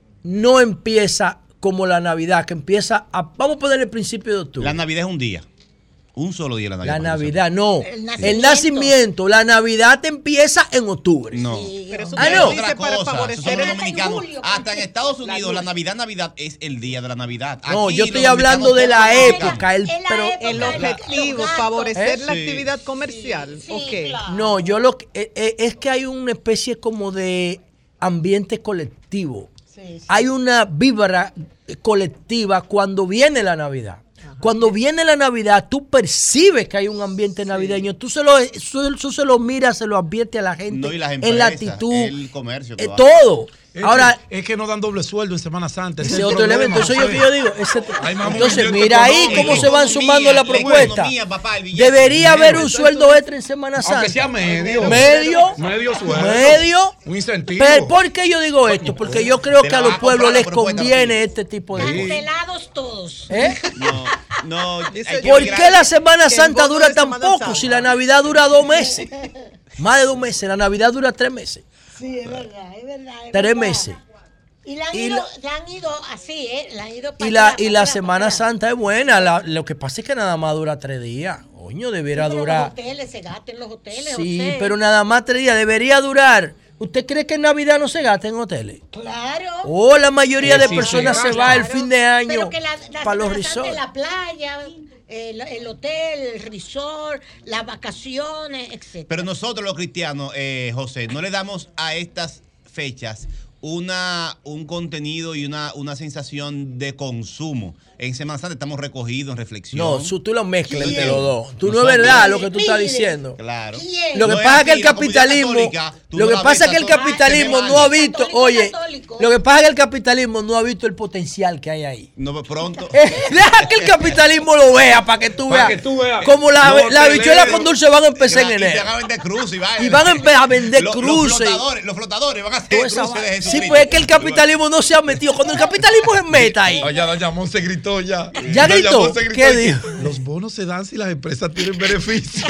no empieza como la Navidad, que empieza a, vamos a poner el principio de octubre? La Navidad es un día. Un solo día la Navidad. La por eso. Navidad, no. El El nacimiento. nacimiento. La Navidad empieza en octubre. No. Pero eso Ah, te no. dice Otra para cosa, favorecer somos los el- Hasta en dominicanos. julio, Hasta en Estados Unidos, luz. la Navidad, Navidad es el día de la Navidad. No, Aquí yo los estoy hablando dominicanos de la todos los época. El, En la pero, época. El Los objetivo, gatos. favorecer ¿Eh? la Sí. actividad comercial. Sí, ok. claro. no, yo lo que eh, eh, es que hay una especie como de ambiente colectivo. Sí, sí. Hay una vibra colectiva cuando viene la Navidad. Cuando viene la Navidad, tú percibes que hay un ambiente navideño. Tú se lo, tú, tú se lo miras, se lo advierte a la gente No, y las en la empresas, actitud, el comercio que eh, va. todo. Es Ahora, que, es que no dan doble sueldo en Semana Santa. ese es otro elemento. Eso es lo que yo digo. Ese- Hay más entonces, movimiento mira ahí económico. cómo se van Economía, sumando la la propuesta. economía, papá, el billete. Debería haber un Entonces, sueldo extra en Semana Santa. Aunque sea medio. Medio. Medio sueldo. Medio. Un incentivo. Pero, ¿por qué yo digo esto? Porque yo creo Te que a la va los a pueblos comprar la les propuesta conviene así. este tipo de cosas. Cancelados todos. ¿Eh? No, no. hay Dice que ¿Por migrar- qué la Semana que el Santa bono dura de tan Semana poco? Santa. Si la Navidad dura dos meses. Más de dos meses. La Navidad dura tres meses. Sí, es verdad, es verdad. es Tres verdad. meses. Y la han, Y ido, la- la han ido así, ¿eh? La han ido Y para la, atrás, y para la atrás, Semana para atrás. Santa es buena. La- lo que pasa es que nada más dura tres días. Coño, debiera Pero durar. los hoteles se gastan los hoteles. Sí, José. pero nada más tres días. Debería durar. ¿Usted cree que en Navidad no se gasta en hoteles? Claro. Oh, la mayoría Sí, de sí, personas sí, se claro. va el fin de año Pero que la, la para los Semana Santa resorts. es la playa, el, el hotel, el resort, las vacaciones, etcétera. Pero nosotros los cristianos, eh, José, no le damos a estas fechas una, un contenido y una, una sensación de consumo. En Semana Santa estamos recogidos en reflexión. No, su- tú lo mezclas ¿Quién? entre los dos. Tú no es Nosotros. verdad lo que tú estás Mire. diciendo. Claro. ¿Quién? Lo que No es pasa es que el así, la comunidad capitalismo, católica, tú lo no que la pasa ves es que el católica, capitalismo se me no ha vale. visto, Católico, oye, católico. lo que pasa es que el capitalismo no ha visto el potencial que hay ahí. No, pronto. Eh, Deja que el capitalismo lo vea para que tú Para veas. que tú veas. Como la, Los la habichuela hoteleros. con dulce van a empezar en Y te enero. van a vender cruces y vaina. Y van a empezar a vender Los- cruces. Los flotadores, los flotadores van a hacer Toda cruces esa de vaina. Jesucristo. Sí, pues es que el capitalismo no se ha metido. Cuando el capitalismo se meta ahí. Allá Doña Monse gritó ya. ¿Ya Doña gritó? Monse ¿Qué y- dijo? Los bonos se dan si las empresas tienen beneficio.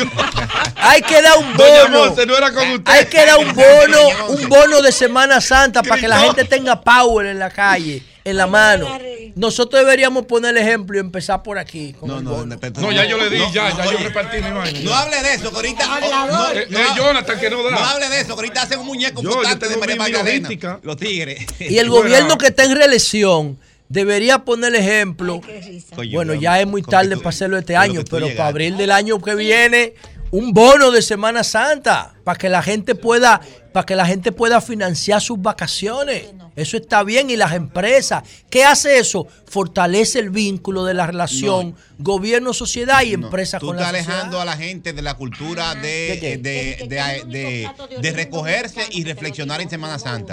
Hay que dar un Doña bono. Monse no era con usted. Hay que dar un bono, un bono de Semana Santa para que la gente tenga power en la calle, en la mano. Nosotros deberíamos poner el ejemplo y empezar por aquí. Con No, el no, bono. no, No, ya yo le di, no, ya, no, ya yo oye, repartí mi vaina. No hable de eso, que ahorita. Hablador. Eh, eh, Jonathan, que no da. No hable de eso, que ahorita hacen un muñeco Yo, yo flotante de tengo María mi- mi Magdalena. logística. Los tigres. Y el Bueno. gobierno que está en reelección debería poner el ejemplo. Qué risa. Coño, Bueno, bro, ya es muy con tarde que tú- para hacerlo este con lo año, que tú pero llegaste. para abril del año que viene, un bono de Semana Santa, para que la gente pueda, para que la gente pueda financiar sus vacaciones. Eso está bien. Y las empresas, ¿qué hace eso? Fortalece el vínculo de la relación gobierno, sociedad y No, empresa tú con estás la sociedad. alejando a la gente de la cultura ¿De qué? de, de, de, de- de recogerse y reflexionar en Semana Santa.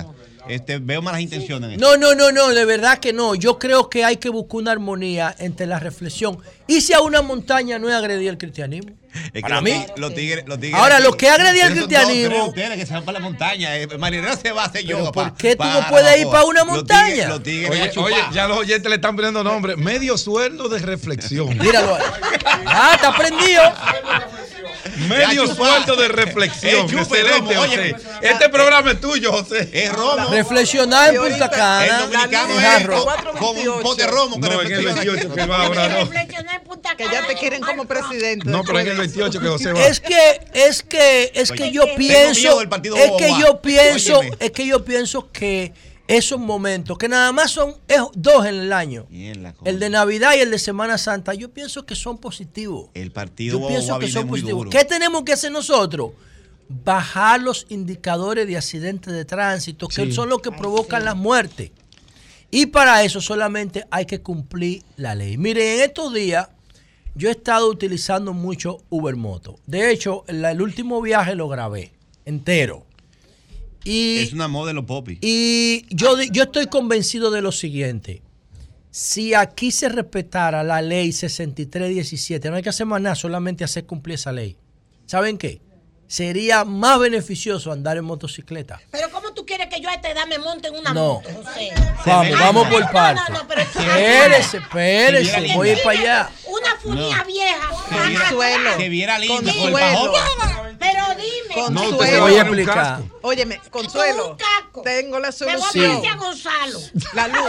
Este, veo malas intenciones en esto. No, no, no, no, de verdad que no. Yo creo que hay que buscar una armonía entre la reflexión. Y si a una montaña no es agredir el cristianismo. Es que para los, mí. Los tigres, los tigres Ahora, aquí, lo que agredía el esos cristianismo. dos, ustedes que se van para la montaña. Eh, Marinera se va a hacer yoga. ¿Por qué tú no puedes ir para una montaña? Los tigres, oye, oye, ya los oyentes le están poniendo nombre. Medio sueldo de reflexión. Míralo ahí. Ah, está prendido. Medio sueldo de reflexión. Chupa, excelente, Romo, José. oye, este programa es tuyo, José. Es Romo. Reflexionar en Punta Cana. El dominicano es es con, con un pote romo. No, en el veintiocho que va ahora, no. Que ya te quieren como presidente. No, pero en el veintiocho que José va. Es que, es que, es que yo pienso, es que yo pienso, es que yo pienso que esos momentos, que nada más son es dos en el año, el de Navidad y el de Semana Santa, yo pienso que son positivos. El partido Yo pienso que son muy positivos. duro. ¿Qué tenemos que hacer nosotros? Bajar los indicadores de accidentes de tránsito, que Sí. son los que provocan las muertes. Y para eso solamente hay que cumplir la ley. Miren, en estos días yo he estado utilizando mucho Ubermoto. De hecho, el, el último viaje lo grabé entero. Y, Es una modelo popi. y yo, yo estoy convencido de lo siguiente. Si aquí se respetara la ley sesenta y tres diecisiete, no hay que hacer más nada, solamente hacer cumplir esa ley. ¿Saben qué? Sería más beneficioso andar en motocicleta. Pero ¿cómo tú quieres que yo a esta edad me monte en una No. moto, José? Vamos, vamos por No, partes. no, no, pero tú- Espérese, espérese, Porque voy a ir para tiene allá. Una funía No. vieja. Consuelo. Que viera lindo con el Consuelo. pajón. Pero dime. No, usted se Consuelo. va a Voy a poner un explicar. casco. Óyeme, Consuelo. Con un casco. Tengo la Me voy a solución. parecer a Gonzalo. La luz.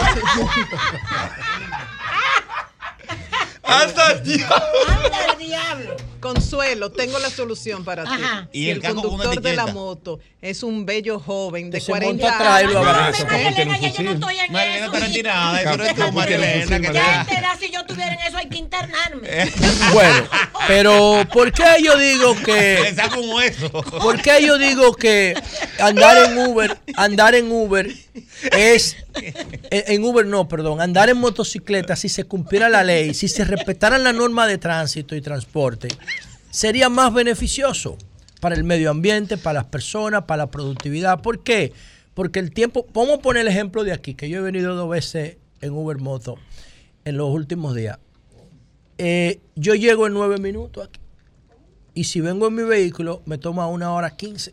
¡Anda, Dios! Anda el diablo. Consuelo, tengo la solución para ti. Ajá. Y Si el el casco con una conductor de la etiqueta. moto es un bello joven de Se cuarenta monta atrás y lo años. abraza. No, Marilena, ya yo no estoy en Marilena eso. está retirada. Eso eres tú, Caput- Marilena. que Ya te- esta edad, si yo estuviera en eso, hay que internarme. Bueno, pero ¿por qué yo digo que Pensá como eso. ¿Por qué yo digo que andar en Uber, andar en Uber es en en Uber no, perdón, andar en motocicleta, si se cumpliera la ley, si se respetaran las normas de tránsito y transporte, sería más beneficioso para el medio ambiente, para las personas, para la productividad? ¿Por qué? Porque el tiempo, vamos a poner el ejemplo de aquí, que yo he venido dos veces en Uber Moto en los últimos días. Eh, yo llego en nueve minutos aquí. Y si vengo en mi vehículo, me toma una hora quince.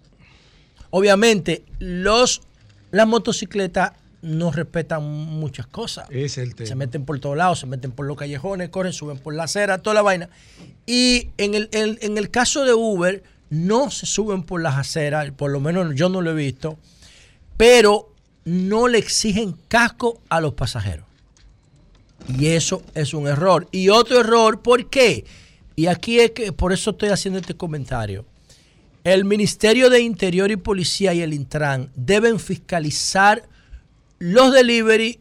Obviamente, los, las motocicletas no respetan muchas cosas. Ese es el tema. Se meten por todos lados, se meten por los callejones, corren, suben por la acera, toda la vaina. Y en el, en, en el caso de Uber, no se suben por las aceras, por lo menos yo no lo he visto, pero no le exigen casco a los pasajeros. Y eso es un error. Y otro error, ¿por qué? Y aquí es que por eso estoy haciendo este comentario. El Ministerio de Interior y Policía y el Intran deben fiscalizar los delivery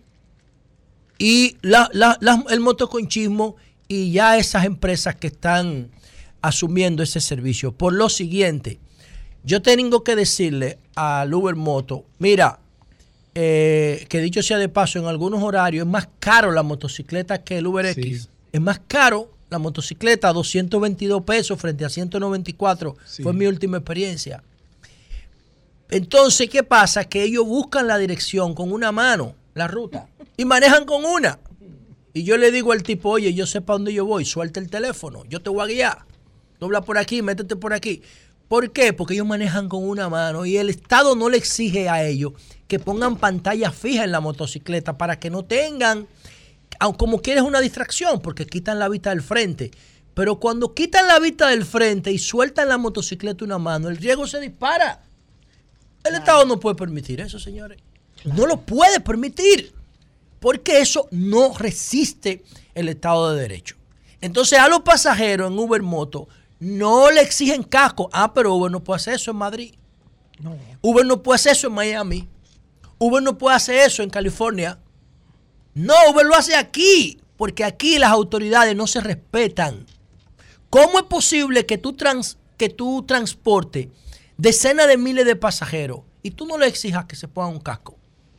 y la, la, la, el motoconchismo y ya esas empresas que están asumiendo ese servicio. Por lo siguiente, yo tengo que decirle al Uber Moto, mira, eh, que dicho sea de paso, en algunos horarios es más caro la motocicleta que el Uber Sí. X. Es más caro la motocicleta, doscientos veintidós pesos frente a ciento noventa y cuatro. Sí. Fue mi última experiencia. Entonces, ¿qué pasa? Que ellos buscan la dirección con una mano, la ruta, y manejan con una. Y yo le digo al tipo, oye, yo sé para dónde yo voy, suelta el teléfono, yo te voy a guiar. Dobla por aquí, métete por aquí. ¿Por qué? Porque ellos manejan con una mano y el Estado no le exige a ellos que pongan pantalla fija en la motocicleta para que no tengan, aun como quieres, una distracción, porque quitan la vista del frente. Pero cuando quitan la vista del frente y sueltan la motocicleta una mano, el riesgo se dispara. El Estado no puede permitir eso, señores. No lo puede permitir. Porque eso no resiste el Estado de Derecho. Entonces a los pasajeros en Uber Moto no le exigen casco. Ah, pero Uber no puede hacer eso en Madrid. No. Uber no puede hacer eso en Miami. Uber no puede hacer eso en California. No, Uber lo hace aquí. Porque aquí las autoridades no se respetan. ¿Cómo es posible que tú, trans, que tú transportes decenas de miles de pasajeros y tú no le exijas que se pongan un casco?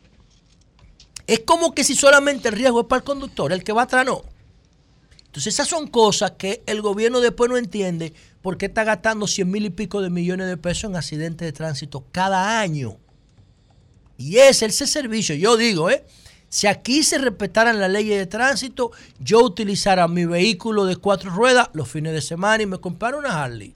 Es como que si solamente el riesgo es para el conductor, el que va atrás no. Entonces esas son cosas que el gobierno después no entiende por qué está gastando cien mil y pico de millones de pesos en accidentes de tránsito cada año. Y es ese servicio, yo digo, ¿eh? Si aquí se respetaran las leyes de tránsito, yo utilizara mi vehículo de cuatro ruedas los fines de semana y me comprara una Harley.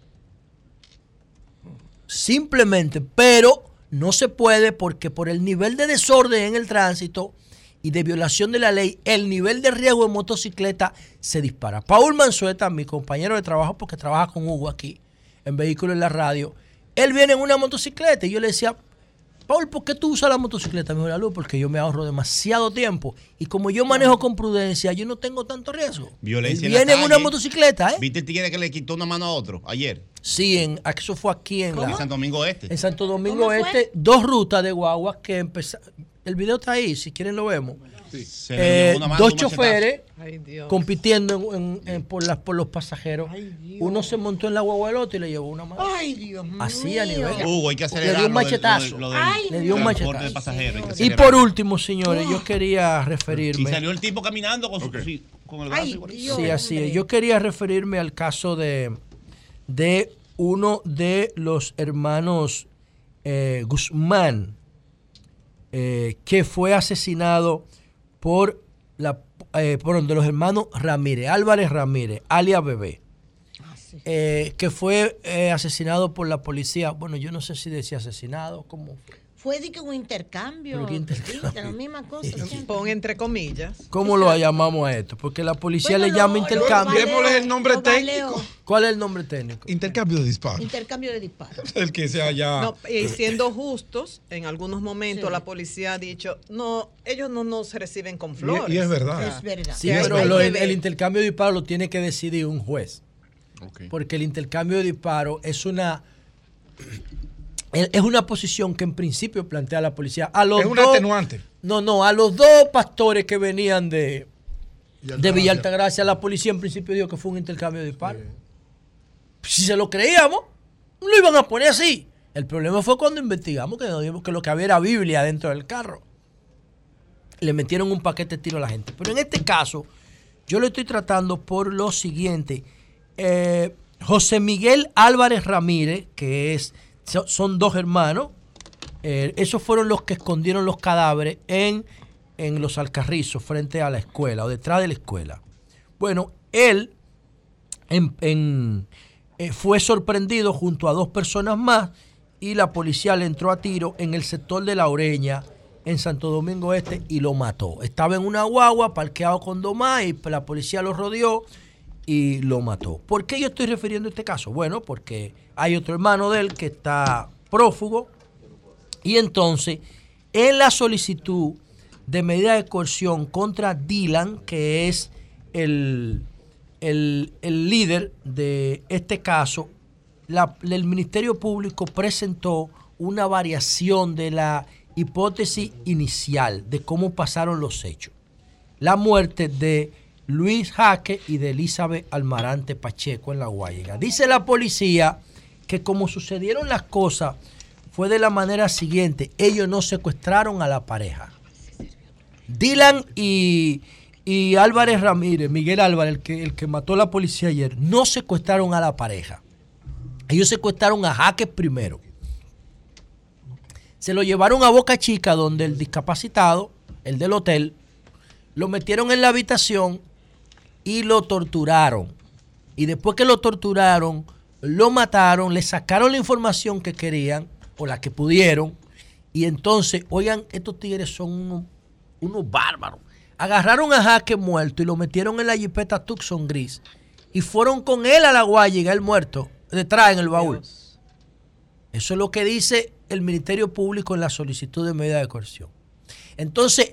Simplemente, pero no se puede porque por el nivel de desorden en el tránsito y de violación de la ley, el nivel de riesgo en motocicleta se dispara. Paul Manzueta, mi compañero de trabajo, porque trabaja con Hugo aquí, en Vehículos en la Radio, él viene en una motocicleta y yo le decía, Paul, ¿por qué tú usas la motocicleta? Me dijo, la luz, porque yo me ahorro demasiado tiempo. Y como yo manejo con prudencia, yo no tengo tanto riesgo. Violencia él en la viene en calle. una motocicleta, ¿eh? ¿Viste el tigre que le quitó una mano a otro ayer? Sí, en, eso fue aquí en, la, en Santo Domingo Este. En Santo Domingo Este, dos rutas de guaguas que empezaron. El video está ahí, si quieren lo vemos. Sí. Eh, mano, dos un choferes Ay, Dios. compitiendo en, en, en, por, las, por los pasajeros. Uno se montó en la guagua del otro y le llevó una mano. Ay, Dios mío. Así a nivel. Hugo, hay que acelerar. Le dio un lo del- machetazo. lo del- lo del Ay, le dio un transporte machetazo. de pasajeros, hay que Y acelerar. por último, señores, yo quería Y referirme. salió el tipo caminando con, su, sí, con el brazo Ay, igual. Dios. Sí, así es. Yo quería referirme al caso de, de uno de los hermanos eh, Guzmán, eh, que fue asesinado por la eh, por de los hermanos Ramírez, Álvarez Ramírez, alias Bebé, eh, que fue eh, asesinado por la policía. Bueno, yo no sé si decía asesinado, ¿cómo fue? Fue de que un intercambio. Pero qué intercambio. Sí, de la misma cosa. siempre. Pon entre comillas. ¿Cómo lo llamamos a esto? Porque la policía Bueno, le lo- llama lo intercambio. valeo, Démosle el nombre lo técnico. valeo. ¿Cuál es el nombre técnico? Intercambio de disparos. Intercambio de disparos. El que sea ya. No, y siendo justos, en algunos momentos Sí. la policía ha dicho, no, ellos no nos reciben con Y, flores. y es verdad. Es verdad. Sí, Que hay- pero hay lo- que el, ver. el intercambio de disparos lo tiene que decidir un juez. Porque el intercambio de disparos es una es es una posición que en principio plantea la policía. A los Es un dos- atenuante. No, no, a los dos pastores que venían de, de Villa Altagracia, la policía en principio dijo que fue un intercambio de disparos. Si se lo creíamos, lo iban a poner así. El problema fue cuando investigamos que nos dimos que lo que había era Biblia dentro del carro. Le metieron un paquete de tiro a la gente. Pero en este caso, yo lo estoy tratando por lo siguiente. Eh, José Miguel Álvarez Ramírez, que es so- son dos hermanos, eh, esos fueron los que escondieron los cadáveres en, en los Alcarrizos, frente a la escuela o detrás de la escuela. Bueno, él en- en, eh, fue sorprendido junto a dos personas más y la policía le entró a tiro en el sector de La Oreña, en Santo Domingo Este, y lo mató. Estaba en una guagua, parqueado con dos más, y la policía lo rodeó y lo mató. ¿Por qué yo estoy refiriendo a este caso? Bueno, porque hay otro hermano de él que está prófugo, y entonces en la solicitud de medida de coerción contra Dylan, que es el, el, el líder de este caso, la- el Ministerio Público presentó una variación de la hipótesis inicial de cómo pasaron los hechos. La muerte de Luis Jaque y de Elizabeth Almarante Pacheco en La Guayiga. Dice la policía que como sucedieron las cosas fue de la manera siguiente. Ellos no secuestraron a la pareja. Dylan y, y Álvarez Ramírez, Miguel Álvarez, el que, el que mató a la policía ayer, no secuestraron a la pareja. Ellos secuestraron a Jaque primero. Se lo llevaron a Boca Chica, donde el discapacitado, el del hotel, lo metieron en la habitación y lo torturaron. Y después que lo torturaron, lo mataron, le sacaron la información que querían, o la que pudieron, y entonces, oigan, estos tigres son unos, unos bárbaros. Agarraron a Jaque muerto y lo metieron en la jipeta Tucson gris, y fueron con él a La Guayiga, el muerto, detrás en el baúl. Eso es lo que dice el Ministerio Público en la solicitud de medida de coerción. Entonces,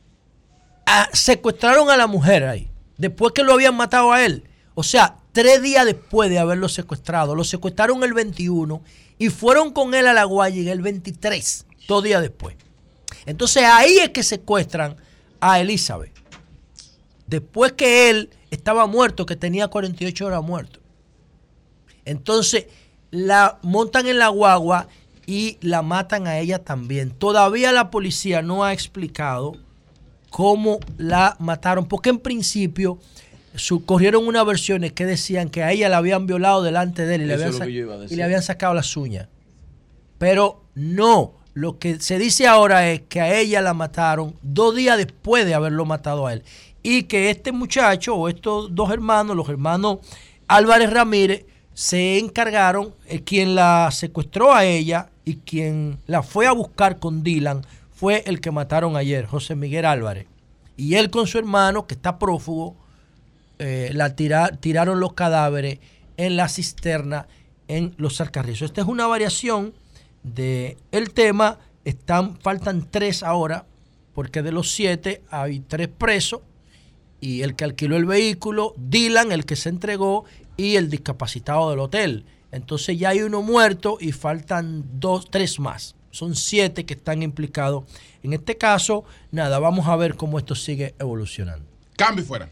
a- secuestraron a la mujer ahí, después que lo habían matado a él. O sea, tres días después de haberlo secuestrado. Lo secuestraron el veintiuno y fueron con él a La Guayiga el veintitrés, dos días después. Entonces, ahí es que secuestran a Elizabeth. Después que él estaba muerto, que tenía cuarenta y ocho horas muerto. Entonces, la montan en la guagua y la matan a ella también. Todavía la policía no ha explicado cómo la mataron, porque en principio su- corrieron unas versiones que decían que a ella la habían violado delante de él y le, Eso habían, es lo sa- que yo iba a y decir. le habían sacado las uñas. Pero no, Lo que se dice ahora es que a ella la mataron dos días después de haberlo matado a él. Y que este muchacho o estos dos hermanos, los hermanos Álvarez Ramírez, se encargaron, eh, quien la secuestró a ella y quien la fue a buscar con Dylan fue el que mataron ayer, José Miguel Álvarez. Y él con su hermano, que está prófugo, eh, la tira, tiraron los cadáveres en la cisterna en Los Alcarrizos. Esta es una variación de el tema. Están, faltan tres ahora, porque de los siete hay tres presos, y el que alquiló el vehículo, Dylan, el que se entregó, y el discapacitado del hotel. Entonces ya hay uno muerto y faltan dos, tres más. Son siete que están implicados en este caso. Nada, vamos a ver cómo esto sigue evolucionando. Cambio fuera.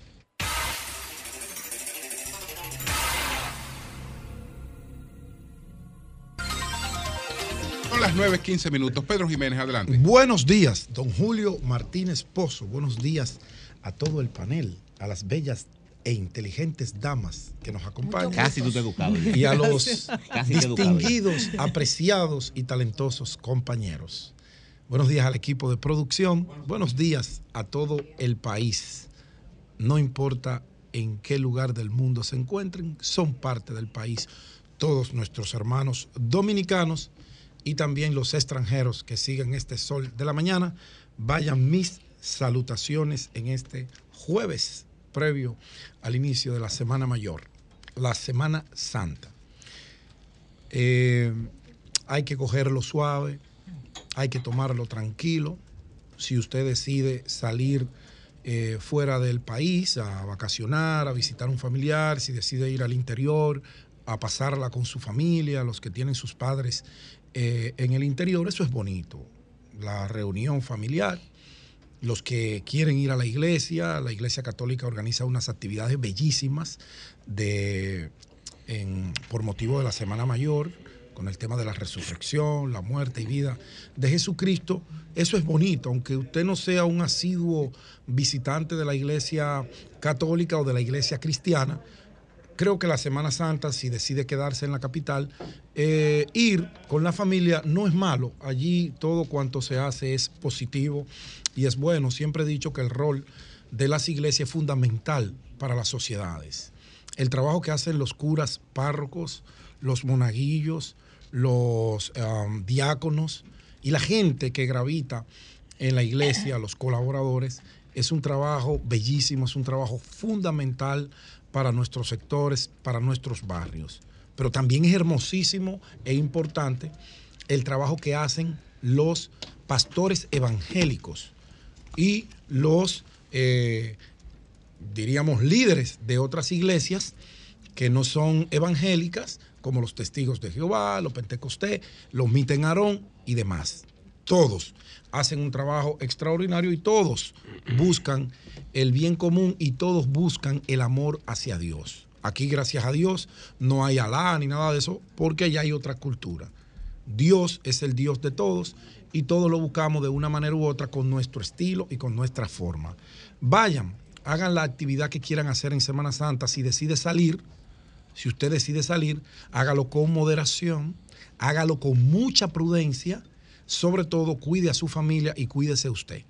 Son las nueve quince minutos. Pedro Jiménez, adelante. Buenos días, don Julio Martínez Pozo. Buenos días a todo el panel, a las bellas e inteligentes damas que nos acompañan. Casi tú te educabas. Y a los distinguidos, apreciados y talentosos compañeros. Buenos días al equipo de producción. Buenos días a todo el país. No importa en qué lugar del mundo se encuentren, son parte del país. Todos nuestros hermanos dominicanos y también los extranjeros que siguen este sol de la mañana, vayan mis salutaciones en este jueves previo al inicio de la Semana Mayor, la Semana Santa. Eh, hay que cogerlo suave, hay que tomarlo tranquilo. Si usted decide salir eh, fuera del país a vacacionar, a visitar un familiar, si decide ir al interior, a pasarla con su familia, los que tienen sus padres eh, en el interior, eso es bonito. La reunión familiar. Los que quieren ir a la iglesia, la Iglesia Católica organiza unas actividades bellísimas de, en, por motivo de la Semana Mayor, con el tema de la resurrección, la muerte y vida de Jesucristo. Eso es bonito, aunque usted no sea un asiduo visitante de la Iglesia Católica o de la Iglesia Cristiana. Creo que la Semana Santa, si decide quedarse en la capital, eh, ir con la familia no es malo. Allí todo cuanto se hace es positivo y es bueno. Siempre he dicho que el rol de las iglesias es fundamental para las sociedades. El trabajo que hacen los curas, párrocos, los monaguillos, los um, diáconos y la gente que gravita en la iglesia, los colaboradores, es un trabajo bellísimo, es un trabajo fundamental para nuestros sectores, para nuestros barrios. Pero también es hermosísimo e importante el trabajo que hacen los pastores evangélicos y los, eh, diríamos, líderes de otras iglesias que no son evangélicas, como los Testigos de Jehová, los Pentecostés, los Miten Aarón y demás. Todos hacen un trabajo extraordinario y todos buscan el bien común y todos buscan el amor hacia Dios. Aquí, gracias a Dios, no hay Alá ni nada de eso, porque allá hay otra cultura. Dios es el Dios de todos y todos lo buscamos de una manera u otra con nuestro estilo y con nuestra forma. Vayan, hagan la actividad que quieran hacer en Semana Santa. Si decide salir, si usted decide salir, hágalo con moderación, hágalo con mucha prudencia. Sobre todo, cuide a su familia y cuídese usted.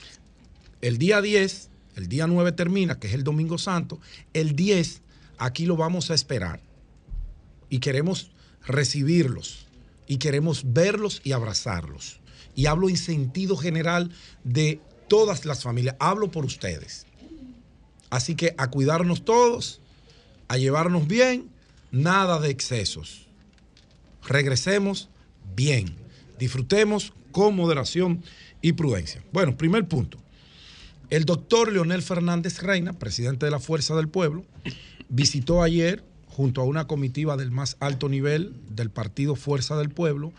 El día diez, el día nueve termina, que es el Domingo Santo. El diez, aquí lo vamos a esperar. Y queremos recibirlos. Y queremos verlos y abrazarlos. Y hablo en sentido general de todas las familias. Hablo por ustedes. Así que a cuidarnos todos, a llevarnos bien, nada de excesos. Regresemos bien. Disfrutemos con moderación y prudencia. Bueno, primer punto. El doctor Leonel Fernández Reina, presidente de la Fuerza del Pueblo, visitó ayer, junto a una comitiva del más alto nivel del partido Fuerza del Pueblo,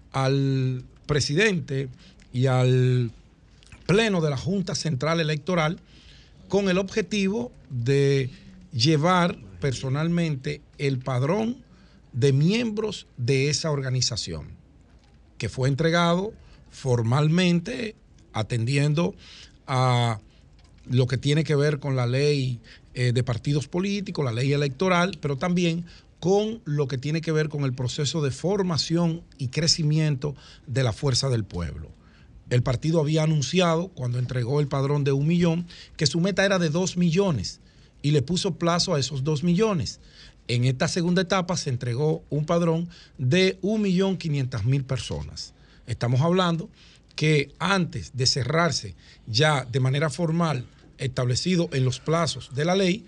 al presidente y al pleno de la Junta Central Electoral, con el objetivo de llevar personalmente el padrón de miembros de esa organización, que fue entregado formalmente atendiendo a lo que tiene que ver con la ley eh, de partidos políticos, la ley electoral, pero también con lo que tiene que ver con el proceso de formación y crecimiento de la Fuerza del Pueblo. El partido había anunciado, cuando entregó el padrón de un millón, que su meta era de dos millones y le puso plazo a esos dos millones. En esta segunda etapa se entregó un padrón de un millón quinientas mil personas. Estamos hablando que antes de cerrarse ya de manera formal, establecido en los plazos de la ley,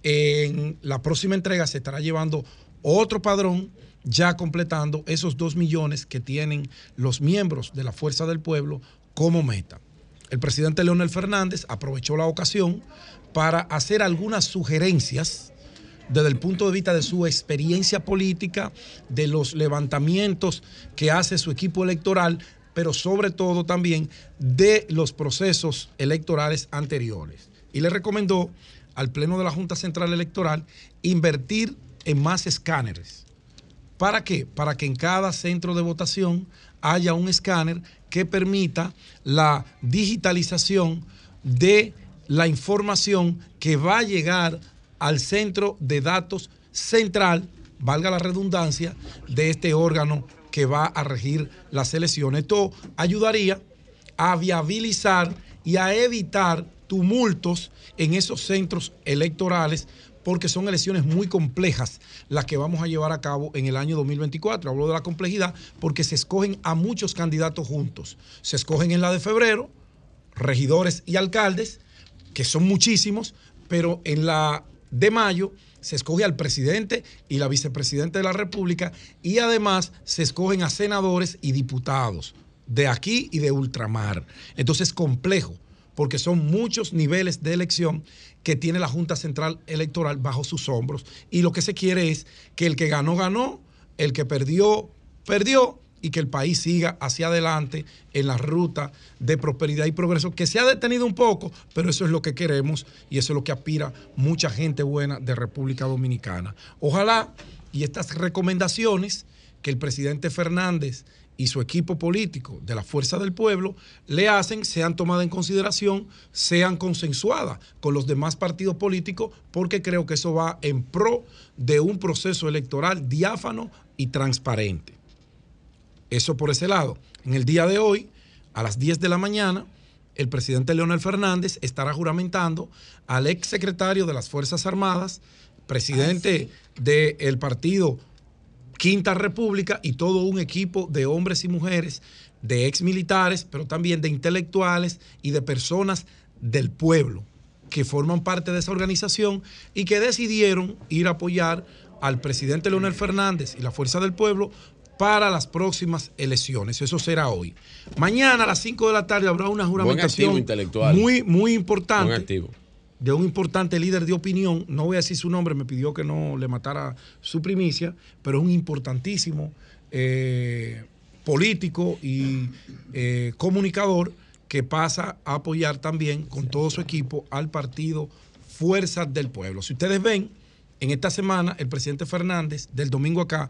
en la próxima entrega se estará llevando otro padrón, ya completando esos dos millones que tienen los miembros de la Fuerza del Pueblo como meta. El presidente Leonel Fernández aprovechó la ocasión para hacer algunas sugerencias desde el punto de vista de su experiencia política, de los levantamientos que hace su equipo electoral, pero sobre todo también de los procesos electorales anteriores. Y le recomendó al Pleno de la Junta Central Electoral invertir en más escáneres. ¿Para qué? Para que en cada centro de votación haya un escáner que permita la digitalización de la información que va a llegar al centro de datos central, valga la redundancia, de este órgano que va a regir las elecciones. Esto ayudaría a viabilizar y a evitar tumultos en esos centros electorales, porque son elecciones muy complejas las que vamos a llevar a cabo en el año dos mil veinticuatro. Hablo de la complejidad porque se escogen a muchos candidatos juntos. Se escogen en la de febrero regidores y alcaldes, que son muchísimos, pero en la de mayo se escoge al presidente y la vicepresidenta de la República, y además se escogen a senadores y diputados de aquí y de ultramar. Entonces es complejo, porque son muchos niveles de elección que tiene la Junta Central Electoral bajo sus hombros, y lo que se quiere es que el que ganó, ganó, el que perdió, perdió, y que el país siga hacia adelante en la ruta de prosperidad y progreso, que se ha detenido un poco, pero eso es lo que queremos y eso es lo que aspira mucha gente buena de República Dominicana. Ojalá y estas recomendaciones que el presidente Fernández y su equipo político de la Fuerza del Pueblo le hacen sean tomadas en consideración, sean consensuadas con los demás partidos políticos, porque creo que eso va en pro de un proceso electoral diáfano y transparente. Eso por ese lado. En el día de hoy, a las diez de la mañana, el presidente Leonel Fernández estará juramentando al ex secretario de las Fuerzas Armadas, presidente ah, sí. del partido Quinta República, y todo un equipo de hombres y mujeres, de ex militares, pero también de intelectuales y de personas del pueblo que forman parte de esa organización y que decidieron ir a apoyar al presidente Leonel Fernández y la Fuerza del Pueblo para las próximas elecciones. Eso será hoy. Mañana a las cinco de la tarde habrá una juramentación intelectual muy, muy importante de un importante líder de opinión. No voy a decir su nombre, me pidió que no le matara su primicia, pero es un importantísimo eh, político y eh, comunicador que pasa a apoyar también con todo su equipo al partido Fuerzas del Pueblo. Si ustedes ven, en esta semana el presidente Fernández, del domingo acá,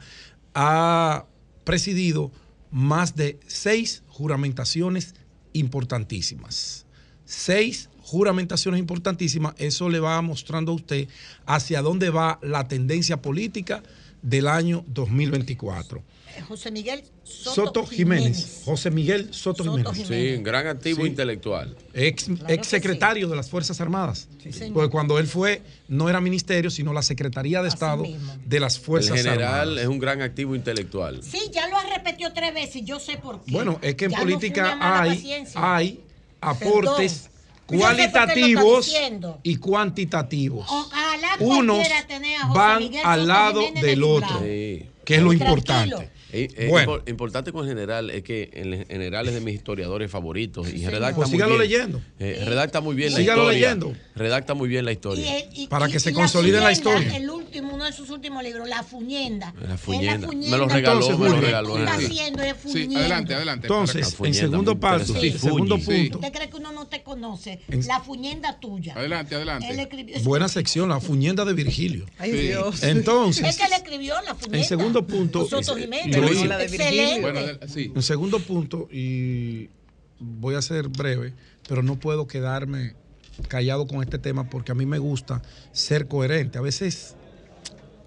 ha presidido más de seis juramentaciones importantísimas. Seis juramentaciones importantísimas. Eso le va mostrando a usted hacia dónde va la tendencia política del año dos mil veinticuatro. José Miguel Soto, Soto Jiménez. Jiménez. José Miguel Soto, Soto Jiménez. Jiménez. Sí, un gran activo sí. intelectual. Ex, claro ex secretario sí. de las Fuerzas Armadas. Sí, porque cuando él fue, no era ministerio, sino la Secretaría de Así Estado mismo. de las Fuerzas Armadas. El general Armadas. es un gran activo intelectual. Sí, ya lo ha repetido tres veces, yo sé por qué. Bueno, es que en ya política no hay, hay aportes Perdón. cualitativos y cuantitativos. Ojalá Unos tener a José van Miguel al Soto lado Jiménez del de otro, sí. que es lo Tranquilo. importante. Eh, eh, bueno. Importante con el general es que el general es de mis historiadores favoritos y sí, redacta pues muy sígalo bien. leyendo. Eh, redacta muy bien sígalo la historia. leyendo. Redacta muy bien la historia. Y, y, para y, que se y consolide la, la historia. El último, uno de sus últimos libros, La Fuñenda. La Fuñenda. La fuñenda. Me lo regaló, Entonces, me lo regaló. ¿Qué está haciendo? Es sí, adelante, adelante. Entonces, en segundo paso, sí. en segundo sí. punto. ¿Usted cree que uno no te conoce? En... La Fuñenda tuya. Adelante, adelante. Él escribió... Buena sección, La Fuñenda de Virgilio. Ay, sí. Dios. Entonces. Es que él escribió La Fuñenda. En segundo punto. Soto Jiménez. No, la de Virgilio. Bueno, sí. En segundo punto, y voy a ser breve, pero no puedo quedarme callado con este tema porque a mí me gusta ser coherente. A veces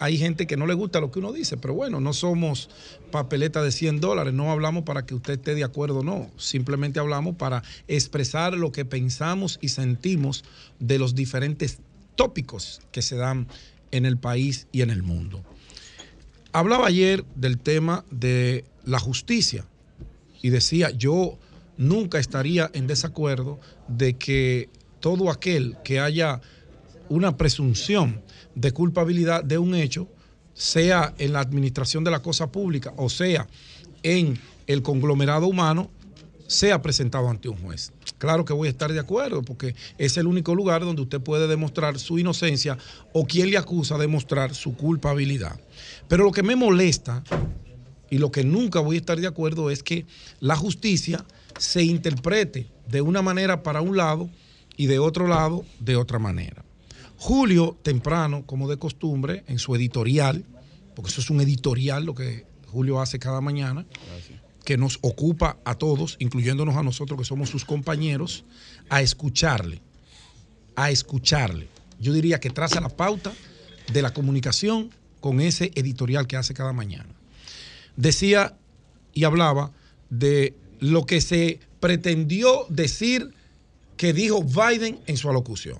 hay gente que no le gusta lo que uno dice, pero bueno, no somos papeleta de cien dólares, no hablamos para que usted esté de acuerdo o no, simplemente hablamos para expresar lo que pensamos y sentimos de los diferentes tópicos que se dan en el país y en el mundo. Hablaba ayer del tema de la justicia y decía, yo nunca estaría en desacuerdo de que todo aquel que haya una presunción de culpabilidad de un hecho, sea en la administración de la cosa pública o sea en el conglomerado humano, sea presentado ante un juez. Claro que voy a estar de acuerdo, porque es el único lugar donde usted puede demostrar su inocencia o quien le acusa demostrar su culpabilidad. Pero lo que me molesta y lo que nunca voy a estar de acuerdo es que la justicia se interprete de una manera para un lado y de otro lado de otra manera. Julio, temprano, como de costumbre, en su editorial, porque eso es un editorial lo que Julio hace cada mañana, gracias, que nos ocupa a todos, incluyéndonos a nosotros que somos sus compañeros, a escucharle, a escucharle. Yo diría que traza la pauta de la comunicación con ese editorial que hace cada mañana. Decía y hablaba de lo que se pretendió decir que dijo Biden en su alocución.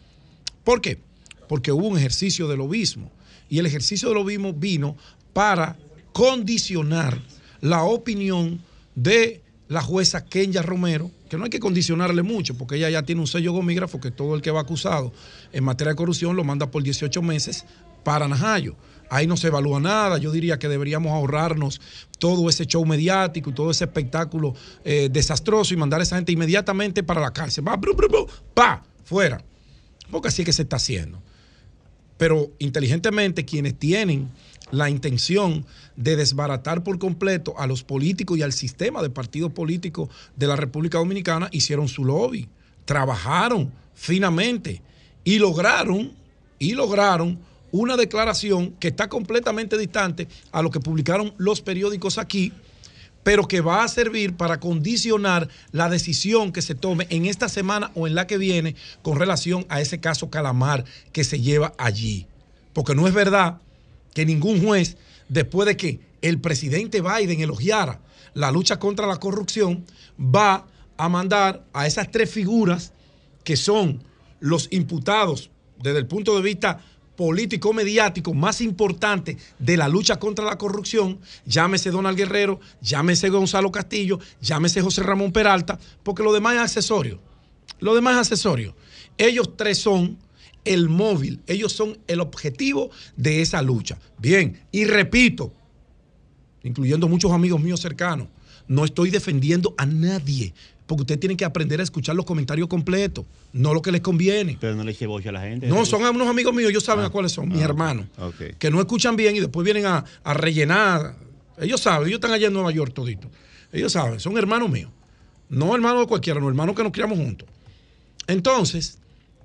¿Por qué? Porque hubo un ejercicio de lobismo y el ejercicio de lobismo vino para condicionar la opinión de la jueza Kenya Romero, que no hay que condicionarle mucho porque ella ya tiene un sello gomígrafo que todo el que va acusado en materia de corrupción lo manda por dieciocho meses para Najayo. Ahí no se evalúa nada. Yo diría que deberíamos ahorrarnos todo ese show mediático y todo ese espectáculo eh, desastroso y mandar a esa gente inmediatamente para la cárcel. Va, bru, bru, bru, pa, fuera. Porque así es que se está haciendo. Pero inteligentemente quienes tienen la intención de desbaratar por completo a los políticos y al sistema de partidos políticos de la República Dominicana hicieron su lobby, trabajaron finamente y lograron, y lograron una declaración que está completamente distante a lo que publicaron los periódicos aquí, pero que va a servir para condicionar la decisión que se tome en esta semana o en la que viene con relación a ese caso Calamar que se lleva allí. Porque no es verdad que ningún juez, después de que el presidente Biden elogiara la lucha contra la corrupción, va a mandar a esas tres figuras que son los imputados desde el punto de vista político mediático más importante de la lucha contra la corrupción, llámese Donald Guerrero, llámese Gonzalo Castillo, llámese José Ramón Peralta, porque lo demás es accesorio. Lo demás es accesorio. Ellos tres son el móvil, ellos son el objetivo de esa lucha. Bien, y repito, incluyendo muchos amigos míos cercanos, no estoy defendiendo a nadie, porque ustedes tienen que aprender a escuchar los comentarios completos, no lo que les conviene. Pero no le eche boche a la gente. No, son unos amigos míos, ellos saben ah, a cuáles son, ah, mis hermanos, okay, que no escuchan bien y después vienen a, a rellenar. Ellos saben, ellos están allá en Nueva York toditos. Ellos saben, son hermanos míos. No hermanos de cualquiera, no hermanos que nos criamos juntos. Entonces,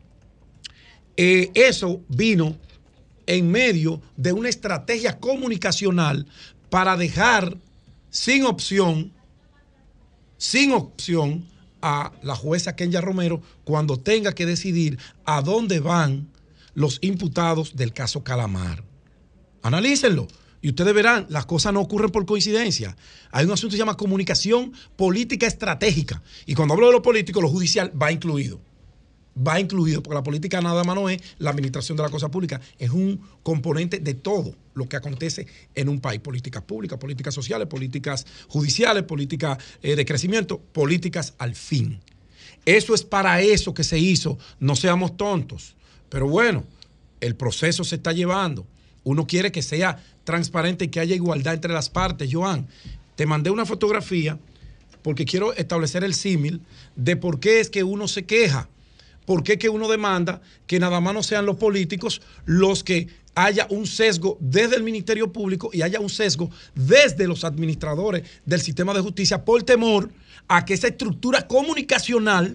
eh, eso vino en medio de una estrategia comunicacional para dejar sin opción sin opción a la jueza Kenya Romero cuando tenga que decidir a dónde van los imputados del caso Calamar. Analícenlo y ustedes verán, las cosas no ocurren por coincidencia. Hay un asunto que se llama comunicación política estratégica y cuando hablo de lo político, lo judicial va incluido. Va incluido, porque la política nada más no es la administración de la cosa pública, es un componente de todo lo que acontece en un país. Políticas públicas, políticas sociales, políticas judiciales, políticas eh, de crecimiento, políticas al fin. Eso es para eso que se hizo, no seamos tontos. Pero bueno, el proceso se está llevando. Uno quiere que sea transparente y que haya igualdad entre las partes. Joan, te mandé una fotografía porque quiero establecer el símil de por qué es que uno se queja. ¿Por qué que uno demanda que nada más no sean los políticos los que haya un sesgo desde el Ministerio Público y haya un sesgo desde los administradores del sistema de justicia por temor a que esa estructura comunicacional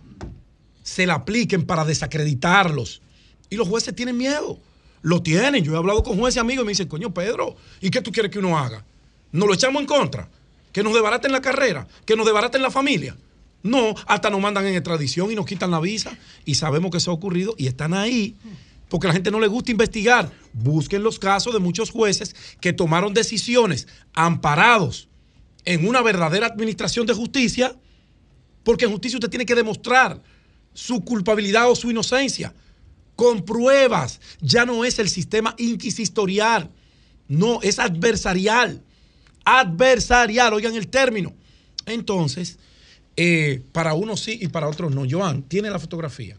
se la apliquen para desacreditarlos? Y los jueces tienen miedo, lo tienen. Yo he hablado con jueces amigos y me dicen, coño Pedro, ¿y qué tú quieres que uno haga? ¿Nos lo echamos en contra? ¿Que nos desbaraten la carrera? ¿Que nos desbaraten la familia? No, hasta nos mandan en extradición y nos quitan la visa y sabemos que eso ha ocurrido y están ahí porque a la gente no le gusta investigar. Busquen los casos de muchos jueces que tomaron decisiones amparados en una verdadera administración de justicia, porque en justicia usted tiene que demostrar su culpabilidad o su inocencia con pruebas. Ya no es el sistema inquisitorial, no, es adversarial. Adversarial, oigan el término. Entonces, eh, para unos sí y para otros no. Joan, tiene la fotografía.